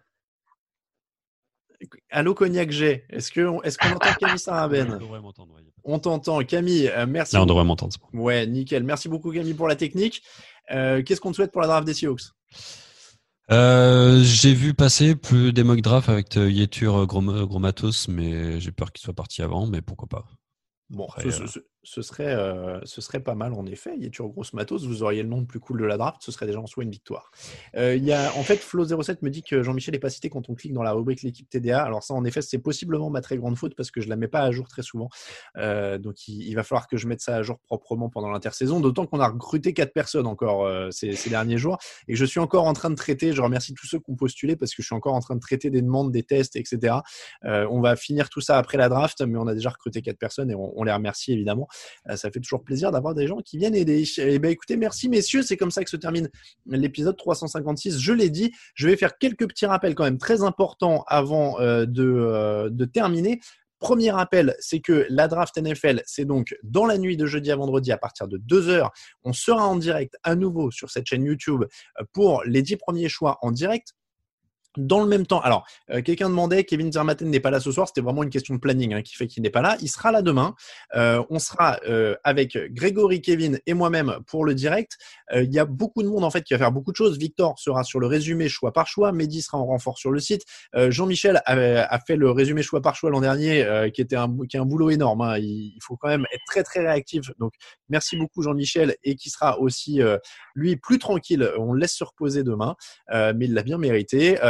Allô Cognac G, est-ce que est-ce qu'on entend Camille Sarabène? On devrait m'entendre. Ouais. On t'entend, Camille. Euh, merci. Là, on devrait m'entendre. Ouais, nickel. Merci beaucoup Camille pour la technique. Euh, qu'est-ce qu'on te souhaite pour la draft des Seahawks? Euh, j'ai vu passer plus des mock drafts avec Yetur gros, gros matos, mais j'ai peur qu'il soit parti avant, mais pourquoi pas. Bon, Après, ce, euh... ce, ce, serait, euh, ce serait pas mal en effet. Yetur grosse matos, vous auriez le nom le plus cool de la draft, ce serait déjà en soi une victoire. Euh, y a, en fait, Flo zéro sept me dit que Jean-Michel n'est pas cité quand on clique dans la rubrique l'équipe T D A. Alors ça, en effet, c'est possiblement ma très grande faute parce que je la mets pas à jour très souvent. Euh, donc il, il va falloir que je mette ça à jour proprement pendant l'intersaison. D'autant qu'on a recruté quatre personnes encore euh, ces, ces derniers jours et que je suis encore en train de traiter. Je remercie tous ceux qui ont postulé parce que je suis encore en train de traiter des demandes, des tests, et cetera. Euh, on va finir tout ça après la draft, mais on a déjà recruté quatre personnes et on, on les remercie évidemment. Euh, ça fait toujours plaisir d'avoir des gens qui viennent aider. Et ben écoutez, merci messieurs, c'est comme ça que se termine l'épisode trois cent cinquante-six. Je l'ai dit, je vais faire quelques petits rappels quand même très importants avant euh, de, euh, de terminer. Premier rappel, c'est que la draft N F L, c'est donc dans la nuit de jeudi à vendredi à partir de deux heures. On sera en direct à nouveau sur cette chaîne YouTube pour les dix premiers choix en direct. Dans le même temps, alors, euh, quelqu'un demandait, Kevin Zermatten n'est pas là ce soir, c'était vraiment une question de planning hein, qui fait qu'il n'est pas là. Il sera là demain. Euh, on sera euh, avec Grégory, Kevin et moi-même pour le direct. Euh, il y a beaucoup de monde en fait qui va faire beaucoup de choses. Victor sera sur le résumé choix par choix. Mehdi sera en renfort sur le site. Euh, Jean-Michel a, a fait le résumé choix par choix l'an dernier, euh, qui était un, qui est un boulot énorme. Hein. Il, il faut quand même être très très réactif. Donc, merci beaucoup Jean-Michel et qui sera aussi euh, lui plus tranquille. On le laisse se reposer demain, euh, mais il l'a bien mérité. Euh,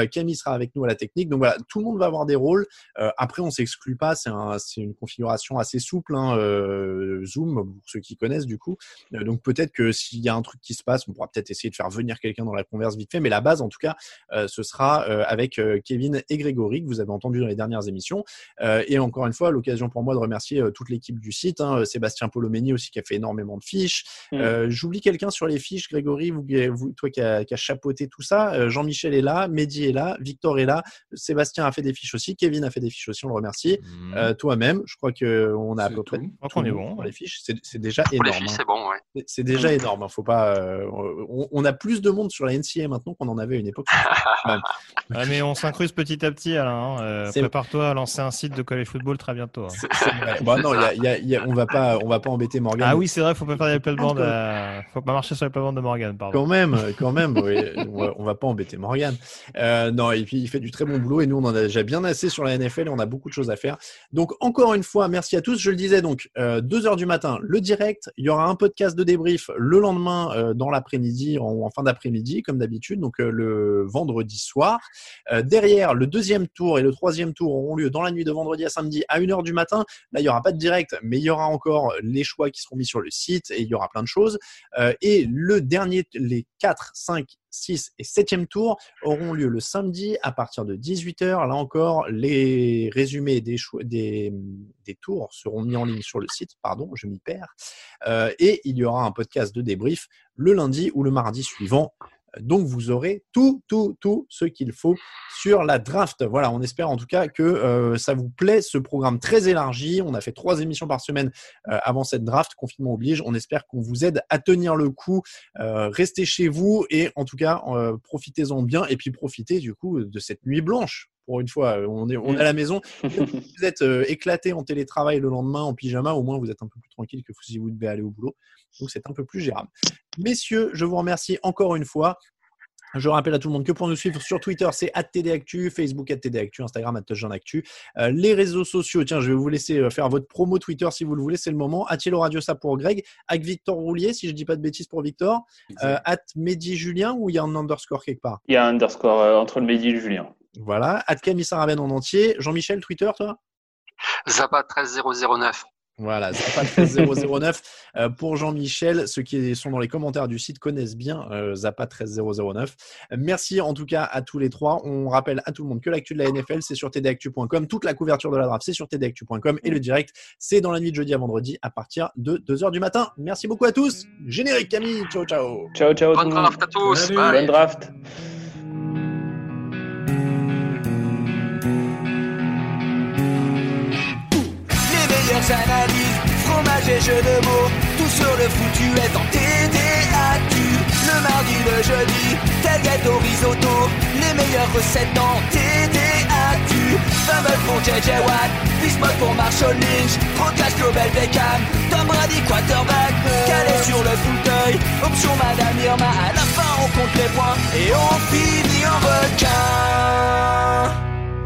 Camille sera avec nous à la technique. Donc voilà, tout le monde va avoir des rôles. Euh, après, on s'exclut pas. C'est, un, c'est une configuration assez souple, hein, euh, Zoom, pour ceux qui connaissent du coup. Euh, donc peut-être que s'il y a un truc qui se passe, on pourra peut-être essayer de faire venir quelqu'un dans la converse vite fait. Mais la base, en tout cas, euh, ce sera euh, avec euh, Kevin et Grégory, que vous avez entendu dans les dernières émissions. Euh, et encore une fois, l'occasion pour moi de remercier euh, toute l'équipe du site. Hein, Sébastien Polomeni aussi qui a fait énormément de fiches. Mmh. Euh, j'oublie quelqu'un sur les fiches, Grégory, vous, vous, toi qui a, qui a chapeauté tout ça. Euh, Jean-Michel est là, Mehdi est là, Victor est là, Sébastien a fait des fiches aussi, Kevin a fait des fiches aussi, on le remercie. Mmh. Euh, toi-même, je crois qu'on a à peu près tout. On est bon pour les fiches. C'est, c'est déjà pour énorme. Les fiches, hein. c'est bon, ouais. C'est, c'est déjà mmh. énorme. Hein. Faut pas. Euh, on, on a plus de monde sur la N C A A maintenant qu'on en avait à une époque. Ah, mais on s'incruste petit à petit, Alain. Hein. Euh, prépare-toi à lancer un site de college football très bientôt. Hein. C'est, c'est vrai. Bon, non, y a, y a, y a, on va pas, on va pas embêter Morgan. Ah oui, c'est vrai, faut pas faire des plates-bandes. À... Faut pas marcher sur les plates-bandes de Morgan, pardon. Quand même, quand même. Oui, on, va, on va pas embêter Morgan. Euh, non, et puis il fait du très bon boulot et nous on en a déjà bien assez sur la N F L et on a beaucoup de choses à faire. Donc encore une fois, merci à tous. Je le disais donc, euh, deux heures du matin, le direct. Il y aura un podcast de débrief le lendemain euh, dans l'après-midi, en, en fin d'après-midi, comme d'habitude, donc euh, le vendredi soir. Euh, derrière, le deuxième tour et le troisième tour auront lieu dans la nuit de vendredi à samedi à une heure du matin. Là, il n'y aura pas de direct, mais il y aura encore les choix qui seront mis sur le site et il y aura plein de choses. Euh, et le dernier, les quatre, cinq, six et septième tours auront lieu le samedi à partir de dix-huit heures. Là encore, les résumés des, cho- des, des tours seront mis en ligne sur le site. Pardon, je m'y perds. Euh, et il y aura un podcast de débrief le lundi ou le mardi suivant. Donc, vous aurez tout, tout, tout ce qu'il faut sur la draft. Voilà, on espère en tout cas que euh, ça vous plaît, ce programme très élargi. On a fait trois émissions par semaine euh, avant cette draft, confinement oblige. On espère qu'on vous aide à tenir le coup. Euh, restez chez vous et en tout cas, euh, profitez-en bien et puis profitez du coup de cette nuit blanche. Pour une fois, on est, on est à la maison. Vous êtes euh, éclaté en télétravail le lendemain en pyjama. Au moins, vous êtes un peu plus tranquille que si vous devez aller au boulot. Donc, c'est un peu plus gérable. Messieurs, je vous remercie encore une fois. Je rappelle à tout le monde que pour nous suivre sur Twitter, c'est arobase T D Actu, Facebook arobase T D Actu, Instagram arobase Touchdown Actu. Euh, les réseaux sociaux, tiens, je vais vous laisser faire votre promo Twitter si vous le voulez, c'est le moment. Attilo Radio, ça pour Greg. Avec Victor Roulier, si je ne dis pas de bêtises pour Victor. Euh, at Mehdi Julien ou il y a un underscore quelque part? Il y a un underscore euh, entre le Mehdi et le Julien. Voilà. At Camille Saraben en entier. Jean-Michel, Twitter, toi? Zappa treize zéro zéro neuf. Voilà, Zappa treize zéro zéro neuf. Euh, pour Jean-Michel, ceux qui sont dans les commentaires du site connaissent bien euh, Zappa treize zéro zéro neuf. Merci en tout cas à tous les trois. On rappelle à tout le monde que l'actu de la N F L, c'est sur T D actu point com. Toute la couverture de la draft, c'est sur T D actu point com. Et le direct, c'est dans la nuit de jeudi à vendredi à partir de deux heures du matin. Merci beaucoup à tous. Générique Camille, ciao ciao. Ciao ciao. Bonne draft à tous. Bonne draft. Analyse, fromage et jeux de mots, tout sur le foutu est en T D Actu. Le mardi, le jeudi, tel gâteau risotto, les meilleures recettes dans T D Actu. Fumble pour J J Watt, Bismuth pour Marshall Lynch, Proclash Global Beckham, Tom Brady quarterback, calé sur le fauteuil, option Madame Irma, à la fin on compte les points et on finit en requin.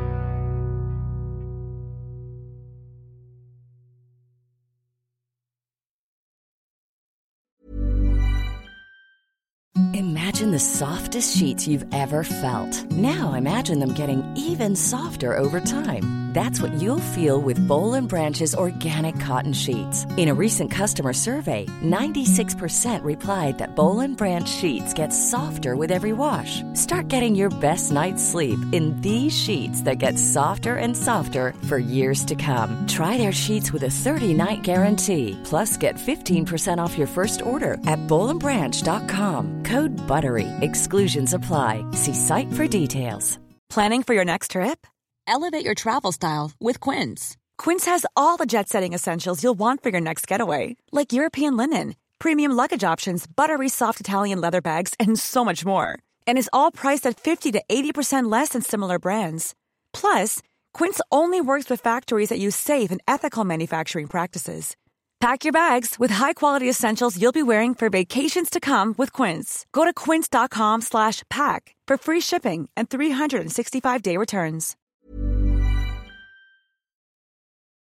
Imagine the softest sheets you've ever felt. Now imagine them getting even softer over time. That's what you'll feel with Boll and Branch's organic cotton sheets. In a recent customer survey, ninety-six percent replied that Boll and Branch sheets get softer with every wash. Start getting your best night's sleep in these sheets that get softer and softer for years to come. Try their sheets with a thirty-night guarantee. Plus, get fifteen percent off your first order at boll and branch dot com. Code BUTTERY. Exclusions apply. See site for details. Planning for your next trip? Elevate your travel style with Quince. Quince has all the jet-setting essentials you'll want for your next getaway, like European linen, premium luggage options, buttery soft Italian leather bags, and so much more. And is all priced at fifty to eighty percent less than similar brands. Plus, Quince only works with factories that use safe and ethical manufacturing practices. Pack your bags with high-quality essentials you'll be wearing for vacations to come with Quince. Go to quince dot com slash pack for free shipping and three sixty-five day returns.